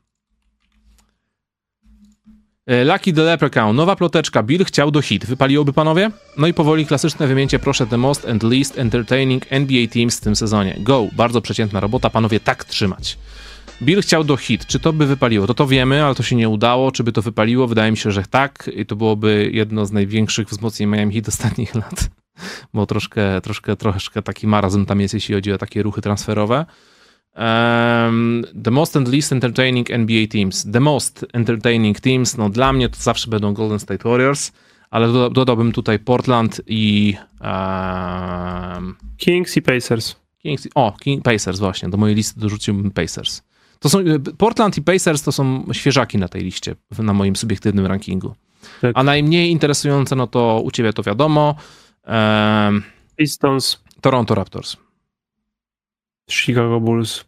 Lucky the Leprechaun, nowa ploteczka, Bill chciał do hit. Wypaliłoby panowie? No i powoli klasyczne wymieńcie proszę the most and least entertaining N B A teams w tym sezonie. Go, bardzo przeciętna robota, panowie, tak trzymać. Bill chciał do hit. Czy to by wypaliło? To to wiemy, ale to się nie udało. Czy by to wypaliło? Wydaje mi się, że tak. I to byłoby jedno z największych wzmocnień Miami Heat ostatnich lat. Bo troszkę, troszkę, troszkę taki marazm tam jest, jeśli chodzi o takie ruchy transferowe. Um, the most and least entertaining N B A teams. The most entertaining teams, no dla mnie to zawsze będą Golden State Warriors, ale doda- dodałbym tutaj Portland i... Um, Kings i Pacers. Kings, o, King, Pacers właśnie, do mojej listy dorzuciłbym Pacers. To są, Portland i Pacers to są świeżaki na tej liście, na moim subiektywnym rankingu. Tak. A najmniej interesujące, no to u ciebie to wiadomo. Um, Pistons. Toronto Raptors. Chicago Bulls.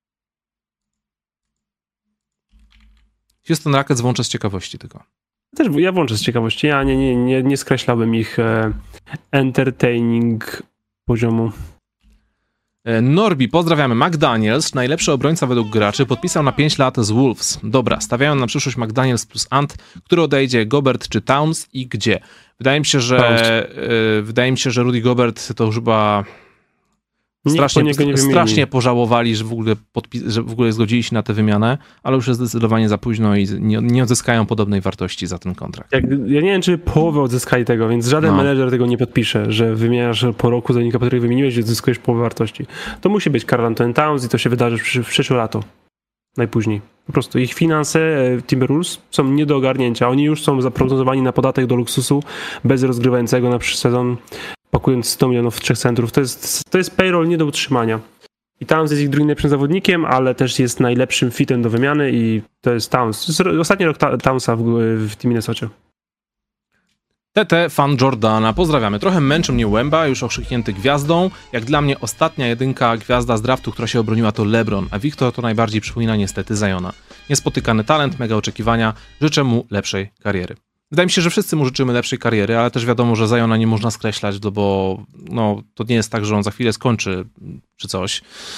Houston Rockets włączę z ciekawości tylko. Też ja włączę z ciekawości. Ja nie, nie, nie, nie skreślałbym ich e, entertaining poziomu. Norbi, pozdrawiamy. McDaniels, najlepszy obrońca według graczy, podpisał na pięć lat z Wolves. Dobra, stawiają na przyszłość McDaniels plus Ant, który odejdzie, Gobert czy Towns i gdzie? Wydaje mi się, że yy, wydaje mi się, że Rudy Gobert to już chyba strasznie, po strasznie pożałowali, że w, ogóle podpis- że w ogóle zgodzili się na tę wymianę, ale już jest zdecydowanie za późno i nie, nie odzyskają podobnej wartości za ten kontrakt. Jak, ja nie wiem, czy połowę odzyskali tego, więc żaden no. menedżer tego nie podpisze, że wymieniasz po roku zawodnika, po którego wymieniłeś i odzyskujesz połowę wartości. To musi być Karl Anthony Towns i to się wydarzy w, w przyszłe lato. Najpóźniej. Po prostu ich finanse Timberwolves są nie do ogarnięcia. Oni już są zaprognozowani na podatek do luksusu bez rozgrywającego na przyszły sezon, pakując sto milionów w trzech centrów. To jest, to jest payroll nie do utrzymania. I Towns jest ich drugim najlepszym zawodnikiem, ale też jest najlepszym fitem do wymiany i to jest Towns. To jest ostatni rok ta- Townsa w, w tym Minnesocie. T T, fan Jordana, pozdrawiamy. Trochę męczy mnie Wemba, już okrzyknięty gwiazdą. Jak dla mnie ostatnia jedynka gwiazda z draftu, która się obroniła, to LeBron, a Victor to najbardziej przypomina niestety Ziona. Niespotykany talent, mega oczekiwania. Życzę mu lepszej kariery. Wydaje mi się, że wszyscy mu życzymy lepszej kariery, ale też wiadomo, że Ziona nie można skreślać, no bo no, to nie jest tak, że on za chwilę skończy czy coś.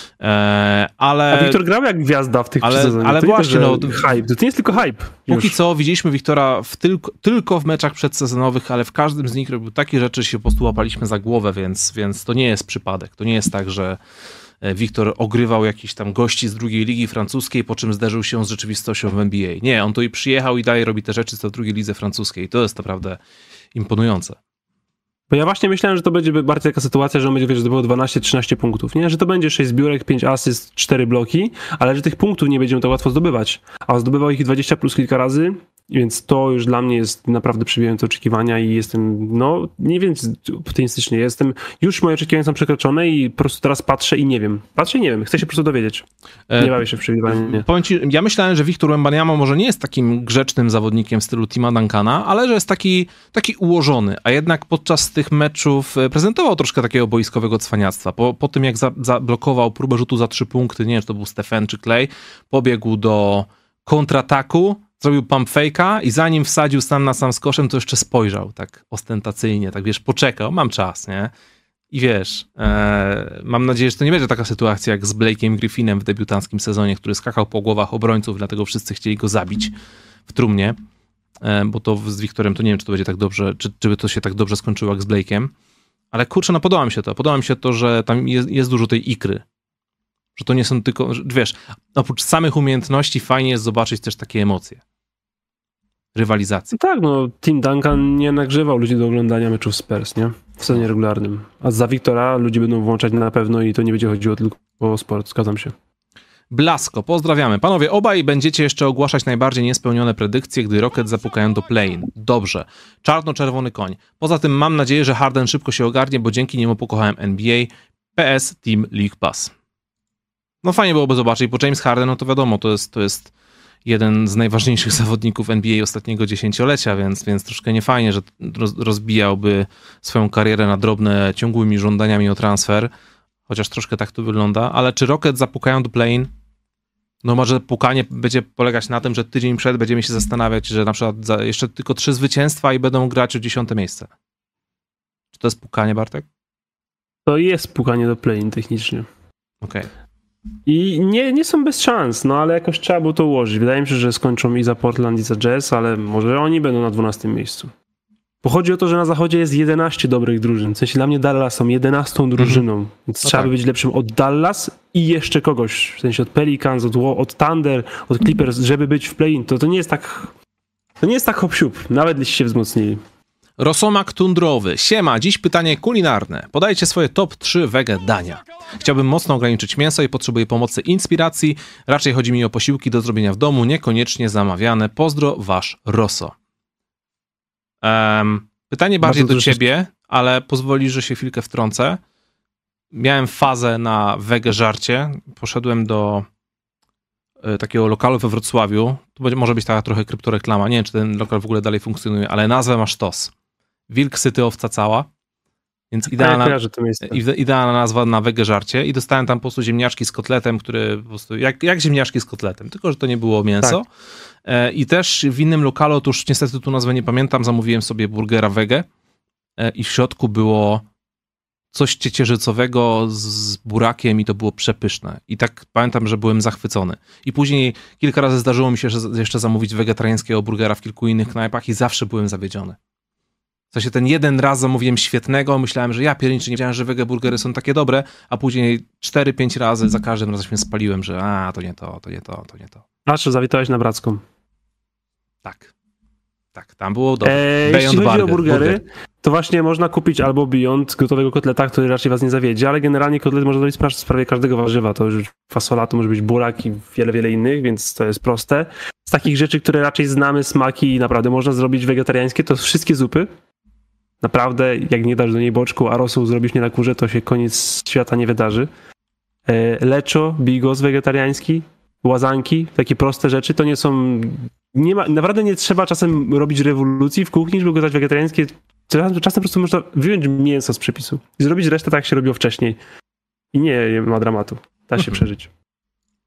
E, ale... A Wiktor grał jak gwiazda w tych ale, sezonach. Ale to właśnie, nie, no... Hype. To nie jest tylko hype. Póki już. co widzieliśmy Wiktora w tylko, tylko w meczach przedsezonowych, ale w każdym z nich robił takie rzeczy, że się po prostu łapaliśmy za głowę, więc, więc to nie jest przypadek. To nie jest tak, że Wiktor ogrywał jakichś tam gości z drugiej ligi francuskiej, po czym zderzył się z rzeczywistością w N B A. Nie, on tu i przyjechał i dalej robi te rzeczy, co w drugiej lidze francuskiej. To jest naprawdę imponujące. Bo ja właśnie myślałem, że to będzie bardziej taka sytuacja, że on będzie, wiesz, że to było dwanaście trzynaście punktów, nie? Że to będzie sześć zbiórek, pięć asyst, cztery bloki, ale że tych punktów nie będziemy tak łatwo zdobywać. A zdobywał ich dwadzieścia plus kilka razy, więc to już dla mnie jest naprawdę przybijające oczekiwania i jestem, no, nie wiem, optymistycznie jestem, już moje oczekiwania są przekroczone i po prostu teraz patrzę i nie wiem. Patrzę i nie wiem, chcę się po prostu dowiedzieć. Nie bawię się w przewidywanie. Powiem ci, ja myślałem, że Wiktor Wembanyama może nie jest takim grzecznym zawodnikiem w stylu Tima Duncana, ale że jest taki, taki ułożony, a jednak podczas tych meczów prezentował troszkę takiego boiskowego cwaniactwa. Po, po tym, jak za, zablokował próbę rzutu za trzy punkty, nie wiem, czy to był Stephen czy Clay, pobiegł do kontrataku, zrobił pump fake'a i zanim wsadził sam na sam z koszem, to jeszcze spojrzał tak ostentacyjnie, tak wiesz, poczekał, mam czas, nie? I wiesz, e, mam nadzieję, że to nie będzie taka sytuacja jak z Blake'em Griffinem w debiutanckim sezonie, który skakał po głowach obrońców, dlatego wszyscy chcieli go zabić w trumnie, e, bo to z Wiktorem to nie wiem, czy to będzie tak dobrze, czy, czy by to się tak dobrze skończyło jak z Blake'em, ale kurczę, no podoba mi się to, podoba mi się to, że tam jest, jest dużo tej ikry. Że to nie są tylko, że, wiesz, oprócz samych umiejętności fajnie jest zobaczyć też takie emocje. Rywalizacji. No tak, no Tim Duncan nie nagrzewał ludzi do oglądania meczów Spurs, nie? W sezonie regularnym. A za Wiktora ludzie będą włączać na pewno i to nie będzie chodziło tylko o sport, zgadzam się. Blasko, pozdrawiamy. Panowie, obaj będziecie jeszcze ogłaszać najbardziej niespełnione predykcje, gdy Rockets zapukają do play-in. Dobrze. Czarno-czerwony koń. Poza tym mam nadzieję, że Harden szybko się ogarnie, bo dzięki niemu pokochałem N B A. P S Team League Pass. No fajnie byłoby zobaczyć, bo James Harden, no to wiadomo, to jest, to jest jeden z najważniejszych zawodników N B A ostatniego dziesięciolecia, więc, więc troszkę niefajnie, że roz, rozbijałby swoją karierę na drobne, ciągłymi żądaniami o transfer, chociaż troszkę tak to wygląda, ale czy Rockets zapukają do play-in? No może pukanie będzie polegać na tym, że tydzień przed będziemy się zastanawiać, że na przykład za jeszcze tylko trzy zwycięstwa i będą grać o dziesiąte miejsce. Czy to jest pukanie, Bartek? To jest pukanie do play-in technicznie. Okej. Okay. I nie, nie są bez szans, no ale jakoś trzeba było to ułożyć. Wydaje mi się, że skończą i za Portland, i za Jazz, ale może oni będą na dwunastym miejscu. Bo chodzi o to, że na zachodzie jest jedenaście dobrych drużyn. W sensie dla mnie Dallas są jedenastą drużyną, mm-hmm. więc no trzeba tak. by być lepszym od Dallas i jeszcze kogoś. W sensie od Pelicans, od, od Thunder, od Clippers, żeby być w play-in. To, to nie jest tak... To nie jest tak hop-siup, nawet jeśli się wzmocnili. Rosomak tundrowy. Siema, dziś pytanie kulinarne. Podajcie swoje top trzy wege dania. Chciałbym mocno ograniczyć mięso i potrzebuję pomocy inspiracji. Raczej chodzi mi o posiłki do zrobienia w domu, niekoniecznie zamawiane. Pozdro, wasz Rosso. Um, pytanie bardziej Bardzo do ciebie, ale pozwolisz, że się chwilkę wtrącę. Miałem fazę na wege żarcie. Poszedłem do y, takiego lokalu we Wrocławiu. To będzie, może być taka trochę kryptoreklama. Nie wiem, czy ten lokal w ogóle dalej funkcjonuje, ale nazwę ma sztos. Wilk syty, owca cała. Więc idealna, ja idealna nazwa na wege żarcie. I dostałem tam po prostu ziemniaczki z kotletem, które po prostu, jak, jak ziemniaczki z kotletem, tylko że to nie było mięso. Tak. E, I też w innym lokalu, otóż niestety tu nazwę nie pamiętam, zamówiłem sobie burgera wege e, i w środku było coś ciecierzycowego z burakiem i to było przepyszne. I tak pamiętam, że byłem zachwycony. I później kilka razy zdarzyło mi się jeszcze zamówić wegetariańskiego burgera w kilku innych knajpach i zawsze byłem zawiedziony. W sensie ten jeden raz zamówiłem świetnego, myślałem, że ja pierniczy, nie wiedziałem, że wege burgery są takie dobre, a później cztery pięć razy za każdym razem się spaliłem, że a, to nie to, to nie to, to nie to. Znaczy, zawitałeś na Bracką. Tak. Tak, tam było dobre. Eee, jeśli chodzi burger, o burgery, burger. to właśnie można kupić albo Beyond gotowego kotleta, który raczej was nie zawiedzie, ale generalnie kotlet można zrobić z prawie każdego warzywa. To już fasola, to może być burak i wiele, wiele innych, więc to jest proste. Z takich rzeczy, które raczej znamy, smaki i naprawdę można zrobić wegetariańskie, to wszystkie zupy. Naprawdę, jak nie dasz do niej boczku, a rosół zrobisz nie na kurze, to się koniec świata nie wydarzy. E, leczo, bigos wegetariański, łazanki, takie proste rzeczy, to nie są... Nie ma, naprawdę nie trzeba czasem robić rewolucji w kuchni, żeby gotować wegetariańskie. Czasem po prostu można wyjąć mięso z przepisu i zrobić resztę tak, jak się robiło wcześniej. I nie ma dramatu. Da się przeżyć.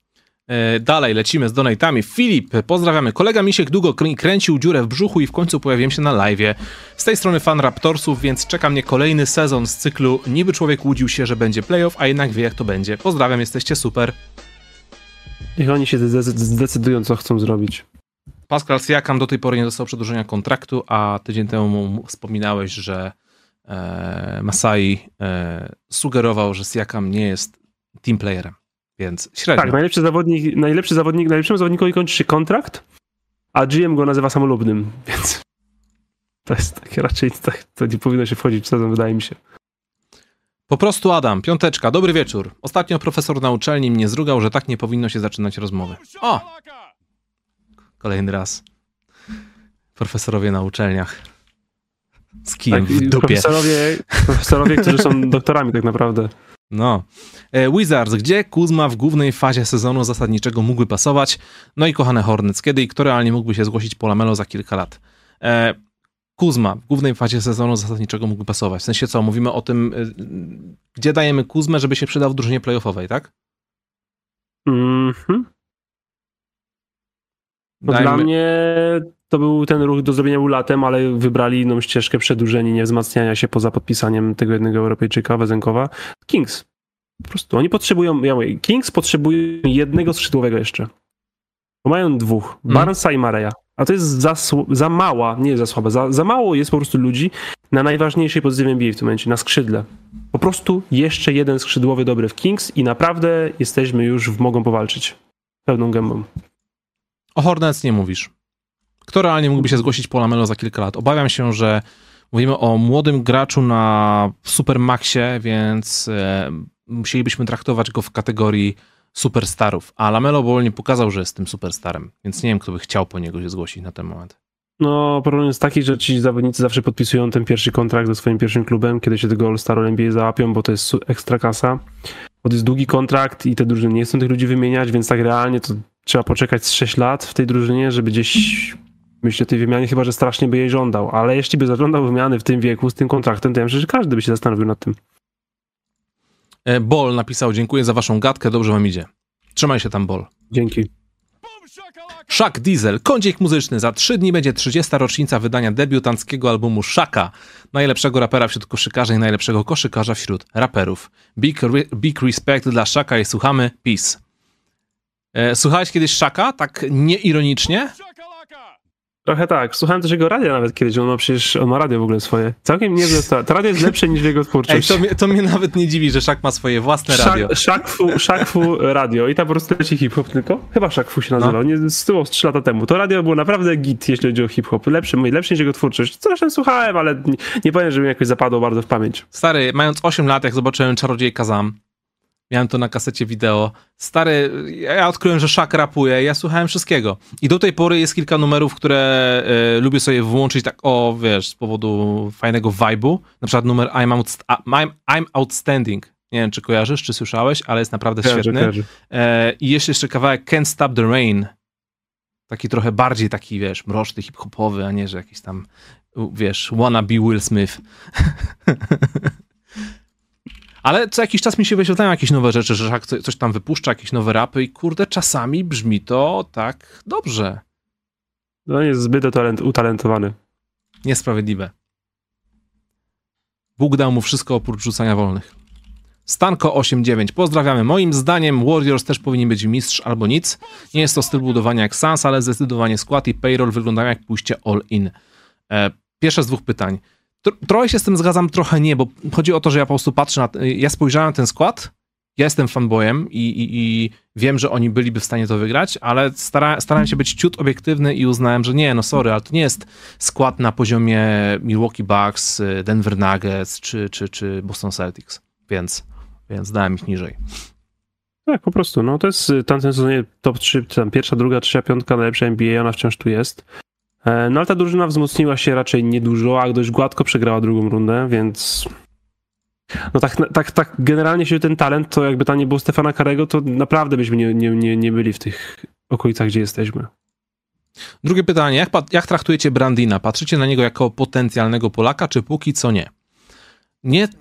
Dalej lecimy z donate'ami. Filip, pozdrawiamy. Kolega Misiek długo kręcił dziurę w brzuchu i w końcu pojawiłem się na live'ie. Z tej strony fan Raptorsów, więc czeka mnie kolejny sezon z cyklu Niby człowiek łudził się, że będzie playoff, a jednak wie jak to będzie. Pozdrawiam, jesteście super. Niech oni się zdecydują, co chcą zrobić. Pascal Siakam do tej pory nie dostał przedłużenia kontraktu, a tydzień temu wspominałeś, że e, Masai e, sugerował, że Siakam nie jest team playerem. Więc średnio. Tak, najlepszy zawodnik, najlepszy zawodnik, najlepszym zawodnikowi kończy się kontrakt, a G M go nazywa samolubnym, więc to jest takie raczej, tak, to nie powinno się wchodzić w sezon, wydaje mi się. Po prostu Adam, piąteczka, dobry wieczór. Ostatnio profesor na uczelni mnie zrugał, że tak nie powinno się zaczynać rozmowy. O! Kolejny raz. Profesorowie na uczelniach. Z kijem tak, w dupie. Profesorowie, profesorowie, którzy są doktorami tak naprawdę. No. Wizards, gdzie Kuzma w głównej fazie sezonu zasadniczego mógłby pasować? No i kochane Hornets, kiedy i kto realnie mógłby się zgłosić po Lamelo za kilka lat? E, Kuzma w głównej fazie sezonu zasadniczego mógłby pasować. W sensie co? Mówimy o tym, gdzie dajemy Kuzmę, żeby się przydał w drużynie playoffowej, tak? Mhm. No Dajmy... Dla mnie to był ten ruch do zrobienia był latem, ale wybrali inną ścieżkę przedłużenia, nie wzmacniania się poza podpisaniem tego jednego Europejczyka, Wezenkowa. Kings. Po prostu oni potrzebują, ja mówię, Kings potrzebują jednego skrzydłowego jeszcze. Bo mają dwóch, hmm. Barnesa i Mareya. A to jest za, za mała, nie za słabe, za, za mało jest po prostu ludzi na najważniejszej pozycji w N B A w tym momencie, na skrzydle. Po prostu jeszcze jeden skrzydłowy dobry w Kings i naprawdę jesteśmy już, w, mogą powalczyć pełną gębą. O Hornets nie mówisz. Kto realnie mógłby się zgłosić po Lamelo za kilka lat? Obawiam się, że mówimy o młodym graczu na Supermaxie, więc e, musielibyśmy traktować go w kategorii superstarów. A Lamelo Ball nie pokazał, że jest tym superstarem, więc nie wiem, kto by chciał po niego się zgłosić na ten moment. No, problem jest taki, że ci zawodnicy zawsze podpisują ten pierwszy kontrakt ze swoim pierwszym klubem, kiedy się tego All-Star N B A załapią, bo to jest ekstra kasa. Bo to jest długi kontrakt i te drużyny nie chcą tych ludzi wymieniać, więc tak realnie to trzeba poczekać z sześć lat w tej drużynie, żeby gdzieś myśleć o tej wymianie, chyba że strasznie by jej żądał. Ale jeśli by zażądał wymiany w tym wieku, z tym kontraktem, to ja myślę, że każdy by się zastanowił nad tym. Ball napisał, dziękuję za waszą gadkę, dobrze wam idzie. Trzymaj się tam, Ball. Dzięki. Shaq Diesel, kącik muzyczny. Za trzy dni będzie trzydziesta rocznica wydania debiutanckiego albumu Shaqa, najlepszego rapera wśród koszykarzy i najlepszego koszykarza wśród raperów. Big, big respect dla Shaqa i słuchamy. Peace. E, słuchałeś kiedyś Shaqa? Tak nieironicznie? Trochę tak. Słuchałem też jego radia nawet kiedyś. On ma przecież, on ma radio w ogóle swoje. Całkiem niezłe. To radio jest lepsze niż jego twórczość. Ej, to, mnie, to mnie nawet nie dziwi, że Shaq ma swoje własne radio. Shaq Fu radio i tam po prostu leci hip-hop tylko. Chyba Shaq Fu się nazywał. No. Nie, z tyłu, z trzy lata temu. To radio było naprawdę git, jeśli chodzi o hip-hop. Lepszy, lepszy niż jego twórczość. Zresztą słuchałem, ale nie, nie powiem, że mi jakoś zapadło bardzo w pamięć. Stary, mając osiem lat, jak zobaczyłem Czarodziejka Zam, miałem to na kasecie wideo. Stary, ja odkryłem, że Shaq rapuje, ja słuchałem wszystkiego. I do tej pory jest kilka numerów, które y, lubię sobie włączyć tak, o, wiesz, z powodu fajnego vibe'u. Na przykład numer I'm, out, I'm, I'm Outstanding. Nie wiem, czy kojarzysz, czy słyszałeś, ale jest naprawdę kojarzy, świetny. Kojarzy. E, I jest jeszcze kawałek Can't Stop the Rain. Taki trochę bardziej taki, wiesz, mroczny, hip-hopowy, a nie, że jakiś tam, wiesz, wanna be Will Smith. Ale co jakiś czas mi się wyświetlają jakieś nowe rzeczy, że Shaq coś tam wypuszcza, jakieś nowe rapy i kurde, czasami brzmi to tak dobrze. No jest zbyt utalentowany. Niesprawiedliwe. Bóg dał mu wszystko oprócz rzucania wolnych. Stanko osiem dziewięć. Pozdrawiamy. Moim zdaniem Warriors też powinien być mistrz albo nic. Nie jest to styl budowania jak Suns, ale zdecydowanie skład i payroll wyglądają jak pójście all in. E, pierwsze z dwóch pytań. Trochę się z tym zgadzam, trochę nie, bo chodzi o to, że ja po prostu patrzę na... Ja spojrzałem na ten skład, ja jestem fanboyem i, i, i wiem, że oni byliby w stanie to wygrać, ale stara, starałem się być ciut obiektywny i uznałem, że nie, no sorry, ale to nie jest skład na poziomie Milwaukee Bucks, Denver Nuggets czy, czy, czy Boston Celtics, więc, więc dałem ich niżej. Tak, po prostu, no to jest tamten sezonie top trzy, tam pierwsza, druga, trzecia, piątka najlepsza N B A, ona wciąż tu jest. No ale ta drużyna wzmocniła się raczej niedużo, a dość gładko przegrała drugą rundę, więc no tak, tak, tak generalnie się ten talent, to jakby tam nie było Stefana Curry'ego, to naprawdę byśmy nie, nie, nie, nie byli w tych okolicach, gdzie jesteśmy. Drugie pytanie, jak, jak traktujecie Brandina? Patrzycie na niego jako potencjalnego Polaka, czy póki co nie? Nie,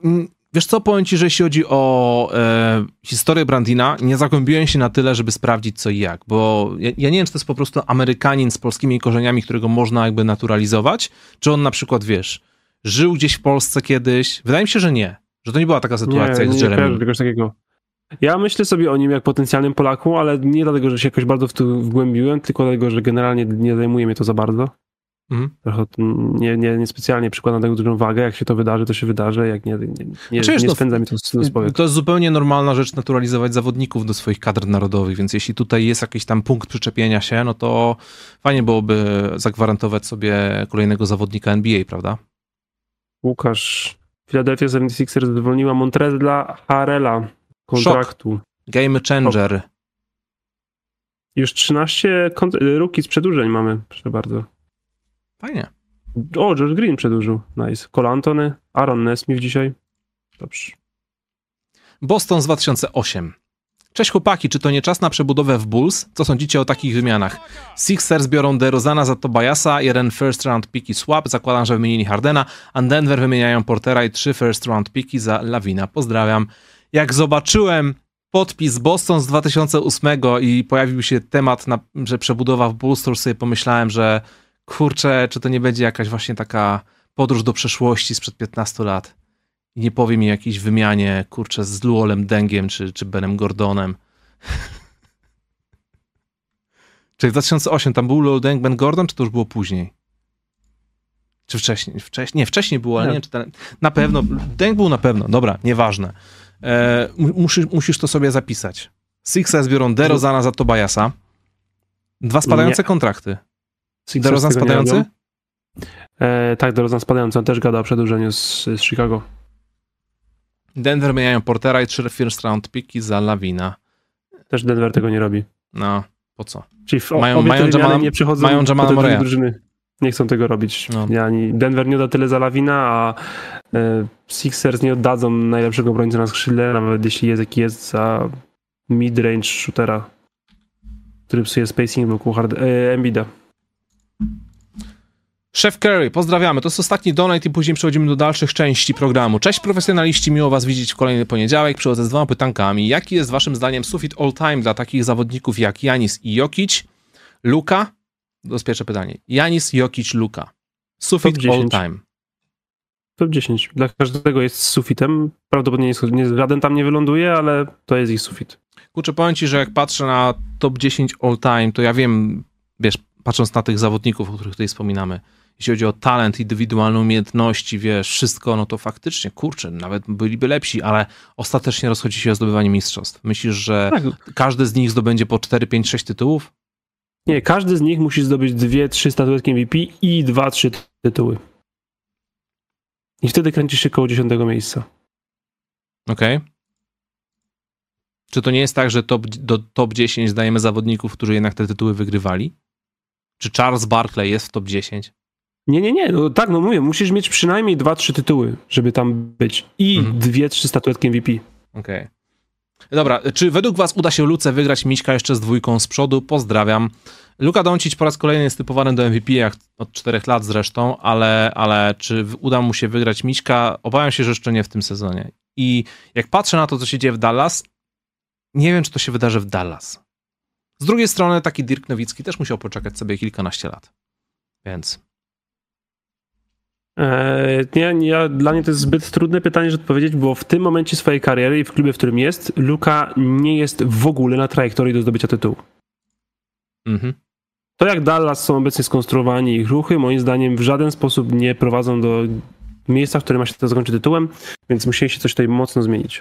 wiesz co, powiem ci, że jeśli chodzi o e, historię Brandina, nie zagłębiłem się na tyle, żeby sprawdzić co i jak, bo ja, ja nie wiem, czy to jest po prostu Amerykanin z polskimi korzeniami, którego można jakby naturalizować, czy on na przykład, wiesz, żył gdzieś w Polsce kiedyś. Wydaje mi się, że nie, że to nie była taka sytuacja nie, jak z nie Jeremy. czegoś takiego. Ja myślę sobie o nim jak potencjalnym Polaku, ale nie dlatego, że się jakoś bardzo w to wgłębiłem, tylko dlatego, że generalnie nie zajmuje mnie to za bardzo. Mhm. Trochę nie, nie, nie specjalnie przykładam tego dużą wagę, jak się to wydarzy, to się wydarzy, jak nie, nie, nie, znaczy, nie no, spędza mi to z powiek. To jest zupełnie normalna rzecz naturalizować zawodników do swoich kadr narodowych, więc jeśli tutaj jest jakiś tam punkt przyczepienia się, no to fajnie byłoby zagwarantować sobie kolejnego zawodnika N B A, prawda? Łukasz, Philadelphia seventy-sixers zwolniła Montrezla Harrella kontraktu. Szok. Game changer. Szok. Już trzynaście kont- rookies przedłużeń mamy, proszę bardzo. Fajnie. O, Josh Green przedłużył. Nice. Cole Antony, Aaron Nesmith dzisiaj. Dobrze. Boston z dwa tysiące osiem. Cześć chłopaki, czy to nie czas na przebudowę w Bulls? Co sądzicie o takich wymianach? Sixers biorą DeRozana za Tobiasa, jeden first round pick i swap, zakładam, że wymienili Hardena, a Denver wymieniają Portera i trzy first round picki za Lavina. Pozdrawiam. Jak zobaczyłem podpis Boston z dwa tysiące ósmego i pojawił się temat, na, że przebudowa w Bulls, to już sobie pomyślałem, że kurczę, czy to nie będzie jakaś właśnie taka podróż do przeszłości sprzed piętnastu lat. I nie powie mi o jakiejś wymianie, kurczę, z Luolem Dengiem czy, czy Benem Gordonem. Czyli w dwa tysiące ósmym tam był Luol Deng, Ben Gordon, czy to już było później? Czy wcześniej? wcześniej? Nie, wcześniej było, ale nie, nie czy ten, na pewno. Deng był na pewno, dobra, nieważne. E, musisz, musisz to sobie zapisać. Sixers biorą DeRozana za Tobiasa. Dwa spadające nie. kontrakty. DeRozan spadający? E, tak, DeRozan spadający. On też gada o przedłużeniu z, z Chicago. Denver wymieniają Portera i trzy first round picki za Lavina. Też Denver tego nie robi. No, po co? Czyli w, mają, mają, Jamala, nie przychodzą mają Jamala Moreya. Drużyny. Nie chcą tego robić. No. Ani Denver nie odda tyle za Lavina, a e, Sixers nie oddadzą najlepszego obrońcy na skrzydle, nawet jeśli jest jaki jest, za mid-range shootera, który psuje spacing wokół hard, e, Embida. Szef Curry, pozdrawiamy. To jest ostatni donate i później przechodzimy do dalszych części programu. Cześć profesjonaliści, miło was widzieć w kolejny poniedziałek. Przychodzę z dwoma pytankami. Jaki jest waszym zdaniem sufit all time dla takich zawodników jak Giannis i Jokic? Luka? To jest pierwsze pytanie. Giannis, Jokic, Luka. Sufit all time. Top dziesięć. Dla każdego jest sufitem. Prawdopodobnie jest, nie, żaden tam nie wyląduje, ale to jest ich sufit. Kurczę, powiem ci, że jak patrzę na top dziesięć all time, to ja wiem, wiesz, patrząc na tych zawodników, o których tutaj wspominamy, jeśli chodzi o talent, indywidualne umiejętności, wiesz, wszystko, no to faktycznie, kurczę, nawet byliby lepsi, ale ostatecznie rozchodzi się o zdobywanie mistrzostw. Myślisz, że tak. każdy z nich zdobędzie po cztery, pięć, sześć tytułów? Nie, każdy z nich musi zdobyć dwie, trzy statuetki M V P i dwa, trzy tytuły. I wtedy kręcisz się koło dziesiątego miejsca. Okej. Okay. Czy to nie jest tak, że top, do top dziesięć dajemy zawodników, którzy jednak te tytuły wygrywali? Czy Charles Barkley jest w top dziesięć? Nie, nie, nie. No tak, no mówię, musisz mieć przynajmniej dwa, trzy tytuły, żeby tam być. I mhm. dwie, trzy statuetki M V P. Okej. Okay. Dobra, czy według was uda się Luce wygrać Miśka jeszcze z dwójką z przodu? Pozdrawiam. Luka Doncic po raz kolejny jest typowany do M V P, jak od czterech lat zresztą, ale, ale czy uda mu się wygrać Miśka? Obawiam się, że jeszcze nie w tym sezonie. I jak patrzę na to, co się dzieje w Dallas, nie wiem, czy to się wydarzy w Dallas. Z drugiej strony taki Dirk Nowicki też musiał poczekać sobie kilkanaście lat. Więc... Eee, nie, nie, dla mnie to jest zbyt trudne pytanie, żeby odpowiedzieć, bo w tym momencie swojej kariery i w klubie, w którym jest, Luka nie jest w ogóle na trajektorii do zdobycia tytułu. Mhm. To jak Dallas są obecnie skonstruowani ich ruchy, moim zdaniem w żaden sposób nie prowadzą do miejsca, w którym ma się to zakończyć tytułem, więc musieli się coś tutaj mocno zmienić.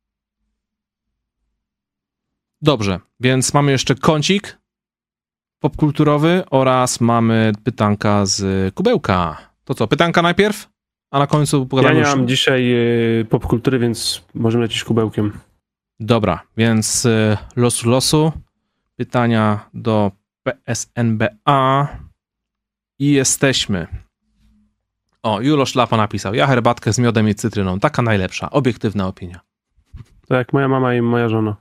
Dobrze, więc mamy jeszcze kącik popkulturowy oraz mamy pytanka z kubełka. To co, pytanka najpierw, a na końcu pogadamy. Ja nie mam dzisiaj y, popkultury, więc możemy lecieć kubełkiem. Dobra, więc y, losu losu, pytania do P S N B A i jesteśmy. O, Julo Szlapa napisał, ja herbatkę z miodem i cytryną, taka najlepsza, obiektywna opinia. To jak moja mama i moja żona.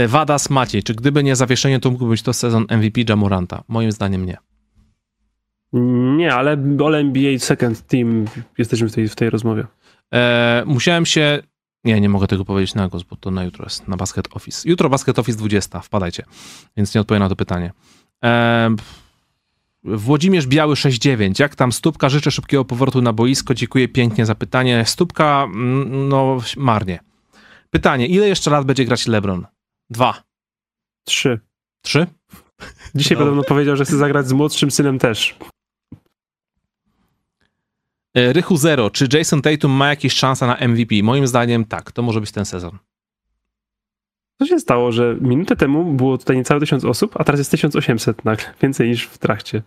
Wadas Maciej, czy gdyby nie zawieszenie, to mógłby być to sezon M V P Ja Moranta? Moim zdaniem nie. Nie, ale All N B A Second Team jesteśmy w tej, w tej rozmowie. E, musiałem się... Nie, nie mogę tego powiedzieć na głos, bo to na jutro jest, na Basket Office. Jutro Basket Office dwudziesta, wpadajcie, więc nie odpowiem na to pytanie. E, Włodzimierz Biały sześć dziewięć. Jak tam Stópka? Życzę szybkiego powrotu na boisko. Dziękuję pięknie za pytanie. Stópka, no marnie. Pytanie, ile jeszcze lat będzie grać LeBron? Dwa. Trzy. Trzy? Dzisiaj no. podobno powiedział, że chce zagrać z młodszym synem też. Rychu Zero. Czy Jason Tatum ma jakieś szanse na M V P? Moim zdaniem tak. To może być ten sezon. Co się stało, że minutę temu było tutaj niecałe tysiąc osób, a teraz jest tysiąc osiemset nagle. Więcej niż w trakcie.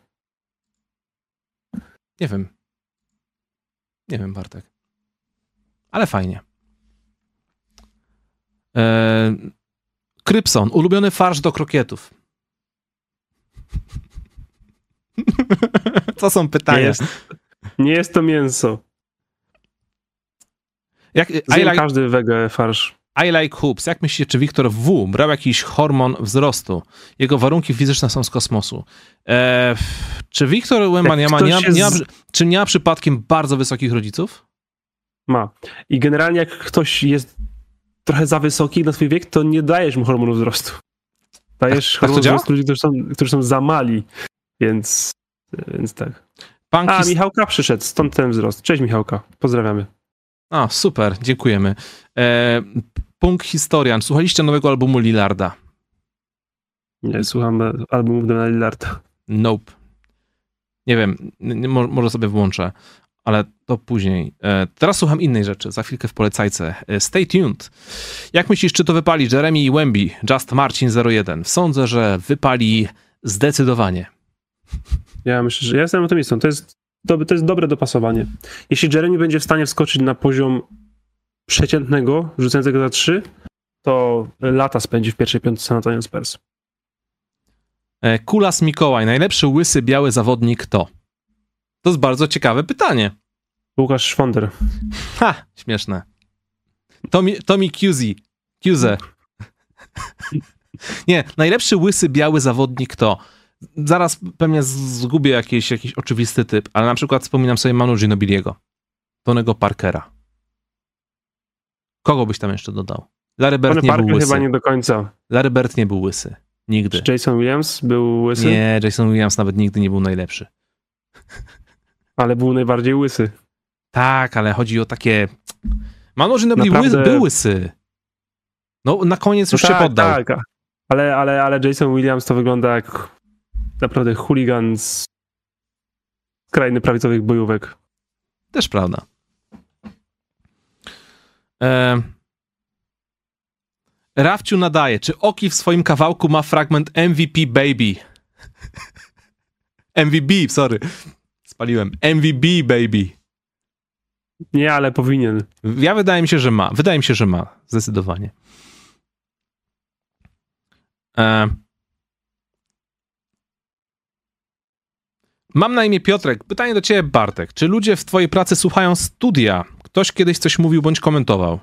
Nie wiem. Nie wiem, Bartek. Ale fajnie. Eee, Krypson. Ulubiony farsz do krokietów. To są pytania. Nie jest, nie jest to mięso. Jak, I Zjem like, każdy wege farsz. I like hoops. Jak myślicie, czy Wiktor W. brał jakiś hormon wzrostu? Jego warunki fizyczne są z kosmosu. Eee, czy Wiktor Wembanyama nie, nie, nie, czy nie ma przypadkiem bardzo wysokich rodziców? Ma. I generalnie jak ktoś jest trochę za wysoki na swój wiek, to nie dajesz mu hormonu wzrostu. Dajesz tak, hormon tak wzrostu ludzi, którzy są, którzy są za mali. Więc, więc tak. Pan A, his... Michałka przyszedł, stąd ten wzrost. Cześć Michałka, pozdrawiamy. A, super, dziękujemy. Eee, Punkt Historian. Słuchaliście nowego albumu Lillarda? Nie, słucham albumów Damiana Lillarda. Nope. Nie wiem, nie, może sobie włączę, ale to później. E, teraz słucham innej rzeczy, za chwilkę w polecajce. E, stay tuned. Jak myślisz, czy to wypali Jeremy i Wemby? Just Marcin zero jeden. Sądzę, że wypali zdecydowanie. Ja myślę, że ja jestem optymistą. To jest, to, to jest dobre dopasowanie. Jeśli Jeremy będzie w stanie wskoczyć na poziom przeciętnego, rzucającego za trzy, to lata spędzi w pierwszej piątce San Antonio Spurs. E, Kulas Mikołaj. Najlepszy łysy biały zawodnik to? To jest bardzo ciekawe pytanie. Łukasz Szwonder. Ha, śmieszne. Tommy, Tommy Cuse. Cuse. Nie, najlepszy łysy biały zawodnik to? Zaraz pewnie zgubię jakiś, jakiś oczywisty typ, ale na przykład wspominam sobie Manu Ginobiliego, Tonego Parkera. Kogo byś tam jeszcze dodał? Larry Bird nie Parker był łysy. chyba nie do końca. Larry Bird nie był łysy. Nigdy. Czy Jason Williams był łysy? Nie, Jason Williams nawet nigdy nie był najlepszy. Ale był najbardziej łysy. Tak, ale chodzi o takie... Manu Ginobili Naprawdę... był łysy. No na koniec już no się tak, poddał. Tak, ale, ale, ale Jason Williams to wygląda jak naprawdę chuligan z krainy prawicowych bojówek. Też prawda. E... Rafciu nadaje. Czy Oki w swoim kawałku ma fragment M V P Baby? M V B, sorry. Spaliłem. M V B Baby. Nie, ale powinien. Ja wydaje mi się, że ma. Wydaje mi się, że ma. Zdecydowanie. E... Mam na imię Piotrek. Pytanie do ciebie, Bartek. Czy ludzie w twojej pracy słuchają studia? Ktoś kiedyś coś mówił bądź komentował?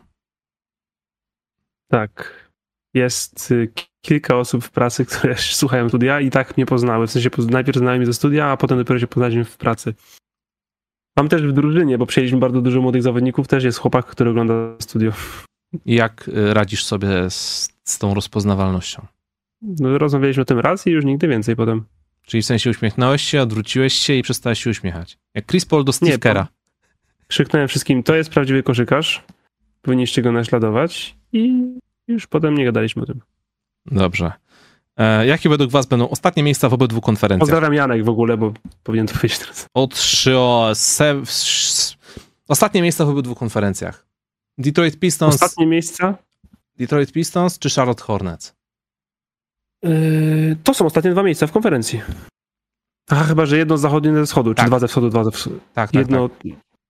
Tak. Jest y, kilka osób w pracy, które słuchają studia i tak mnie poznały. W sensie najpierw znałem je ze studia, a potem dopiero się poznaliśmy w pracy. Mam też w drużynie, bo przyjęliśmy bardzo dużo młodych zawodników. Też jest chłopak, który ogląda studio. I jak radzisz sobie z, z tą rozpoznawalnością? No, rozmawialiśmy o tym raz i już nigdy więcej potem. Czyli w sensie uśmiechnąłeś się, odwróciłeś się i przestałeś się uśmiechać. Jak Chris Paul do Steve Nie, Kerra. Krzyknąłem wszystkim, to jest prawdziwy koszykarz. Powinniście go naśladować i już potem nie gadaliśmy o tym. Dobrze. E, jakie według was będą ostatnie miejsca w obydwu konferencjach? Pozdrawiam Janek w ogóle, bo powinien to powiedzieć teraz. O trzy, o se, ostatnie miejsca w obydwu konferencjach. Detroit Pistons. Ostatnie miejsca? Detroit Pistons czy Charlotte Hornets? Yy, to są ostatnie dwa miejsca w konferencji. A chyba, że jedno z zachodu, jedno ze wschodu. Tak. Czy dwa ze wschodu, dwa ze wschodu. Tak, tak, jedno... tak.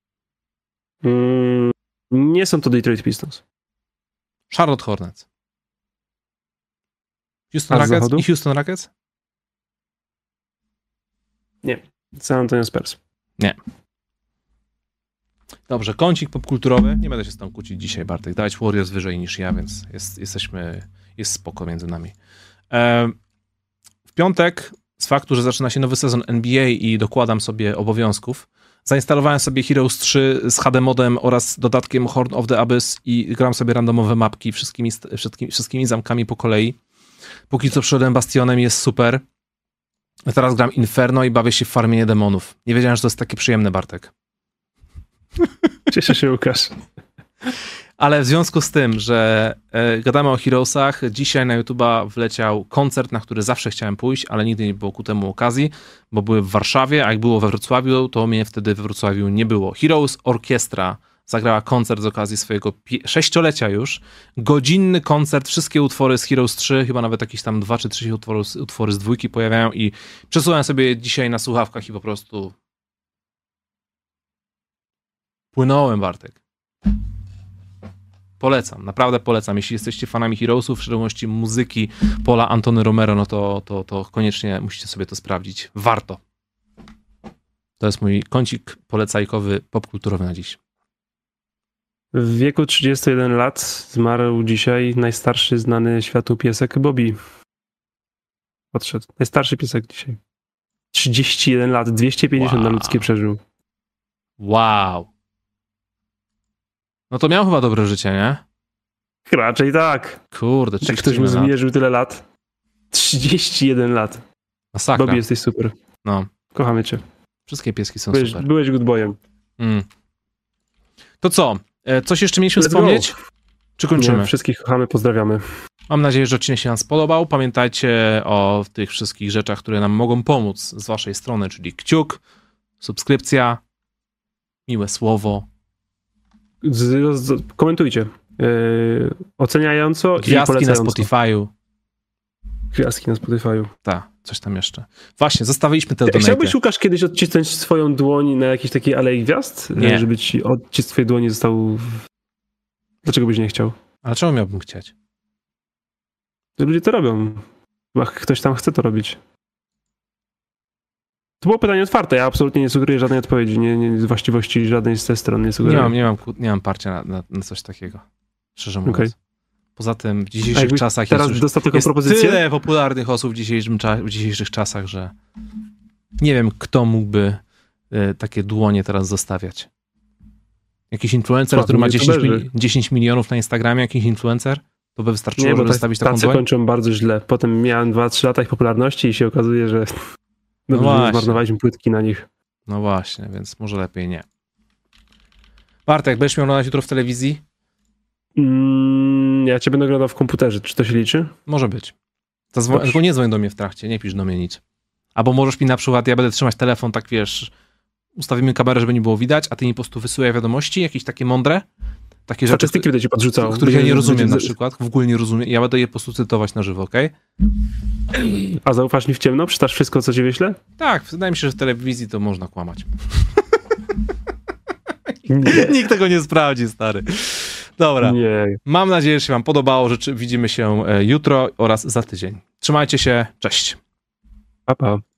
Yy, nie są to Detroit Pistons. Charlotte Hornets. Houston A z Rockets zachodu? i Houston Rockets? Nie. San Antonio Spurs. Nie. Dobrze, kącik popkulturowy. Nie będę się z tą kłócić dzisiaj, Bartek. Dałeś Warriors wyżej niż ja, więc jest, jesteśmy, jest spoko między nami. E, w piątek z faktu, że zaczyna się nowy sezon N B A i dokładam sobie obowiązków, zainstalowałem sobie Heroes trzy z H D modem oraz dodatkiem Horn of the Abyss i gram sobie randomowe mapki wszystkimi, wszystkimi, wszystkimi zamkami po kolei. Póki co przyszedłem Bastionem, jest super. A teraz gram Inferno i bawię się w farmienie demonów. Nie wiedziałem, że to jest takie przyjemne, Bartek. Cieszę się, Łukasz. Ale w związku z tym, że e, gadamy o Heroesach, dzisiaj na YouTube'a wleciał koncert, na który zawsze chciałem pójść, ale nigdy nie było ku temu okazji, bo były w Warszawie, a jak było we Wrocławiu, to mnie wtedy we Wrocławiu nie było. Heroes Orkiestra zagrała koncert z okazji swojego pi- sześciolecia już. Godzinny koncert, wszystkie utwory z Heroes trzy, chyba nawet jakieś tam dwa czy trzy utwory, utwory z dwójki pojawiają i przesłuchałem sobie dzisiaj na słuchawkach i po prostu płynąłem, Bartek. Polecam, naprawdę polecam. Jeśli jesteście fanami Heroesów, w szczególności muzyki Paula Antony Romero, no to, to, to koniecznie musicie sobie to sprawdzić. Warto. To jest mój kącik polecajkowy popkulturowy na dziś. W wieku trzydziestu jeden lat zmarł dzisiaj najstarszy znany światu piesek Bobby. Odszedł. Najstarszy piesek dzisiaj. trzydzieści jeden lat, dwieście pięćdziesiąt Wow. na ludzkie przeżył. Wow. No to miał chyba dobre życie, nie? Raczej tak. Kurde, Jak ktoś mu zmierzył tyle lat. trzydzieści jeden lat. Masakra. Bobby, jesteś super. No. Kochamy cię. Wszystkie pieski są Byłeś, super. byłeś good boyem. Mm. To co? E, Coś jeszcze mieliśmy Let's wspomnieć? go. Czy kończymy? Nie, wszystkich kochamy, pozdrawiamy. Mam nadzieję, że odcinek się wam spodobał. Pamiętajcie o tych wszystkich rzeczach, które nam mogą pomóc z waszej strony, czyli kciuk, subskrypcja, miłe słowo, Z, z, komentujcie. Yy, oceniająco i gwiazdki na polecająco. Spotify'u. Gwiazdki na Spotify'u. Tak, coś tam jeszcze. Właśnie, zostawiliśmy te Ja, donaty. chciałbyś, Łukasz, kiedyś odcisnąć swoją dłoń na jakiejś takiej alei gwiazd? Nie. Żeby ci odcisk twojej dłoni został... Dlaczego byś nie chciał? Ale czemu miałbym chcieć? Ludzie to robią. Chyba ktoś tam chce to robić. To było pytanie otwarte. Ja absolutnie nie sugeruję żadnej odpowiedzi. Nie, nie, właściwości żadnej z tej strony nie Nie sugeruję. mam, nie mam, ku- nie mam parcia na, na, na coś takiego. Szczerze mówiąc. Okej. Poza tym w A dzisiejszych jakbyś czasach teraz jest, już, dostał taką jest propozycję? tyle popularnych osób w, dzisiejszym cza- w dzisiejszych czasach, że nie wiem, kto mógłby y, takie dłonie teraz zostawiać. Jakiś influencer, Sławni który ma dziesięć, youtuberzy. mil- dziesięć milionów na Instagramie, jakiś influencer, to by wystarczyło, Nie, bo żeby tak, zostawić taką tacy dłoń? kończą bardzo źle. Potem miałem dwa trzy lata ich popularności i się okazuje, że No dobrze, że właśnie. zmarnowaliśmy płytki na nich. No właśnie, więc może lepiej nie. Bartek, będziesz miał oglądać jutro w telewizji? Mm, ja cię będę oglądał w komputerze. Czy to się liczy? Może być. Zadzwo- Dobrze. tylko nie dzwoń do mnie w trakcie, nie pisz do mnie nic. Albo możesz mi na przykład, ja będę trzymać telefon, tak wiesz, ustawimy kamerę, żeby nie było widać, a ty mi po prostu wysyłaj wiadomości, jakieś takie mądre, takie rzeczy, Statystyki będę ci podrzucał. których ja nie Będzie- rozumiem na będzie- przykład, w ogóle nie rozumiem, ja będę je po prostu cytować na żywo, okej? A zaufasz mi w ciemno? Przeczytasz wszystko, co ci wyślę? Tak, wydaje mi się, że w telewizji to można kłamać. Nie. Nikt tego nie sprawdzi, stary. Dobra. Nie. Mam nadzieję, że się wam podobało, że widzimy się e, jutro oraz za tydzień. Trzymajcie się, cześć. Pa, pa.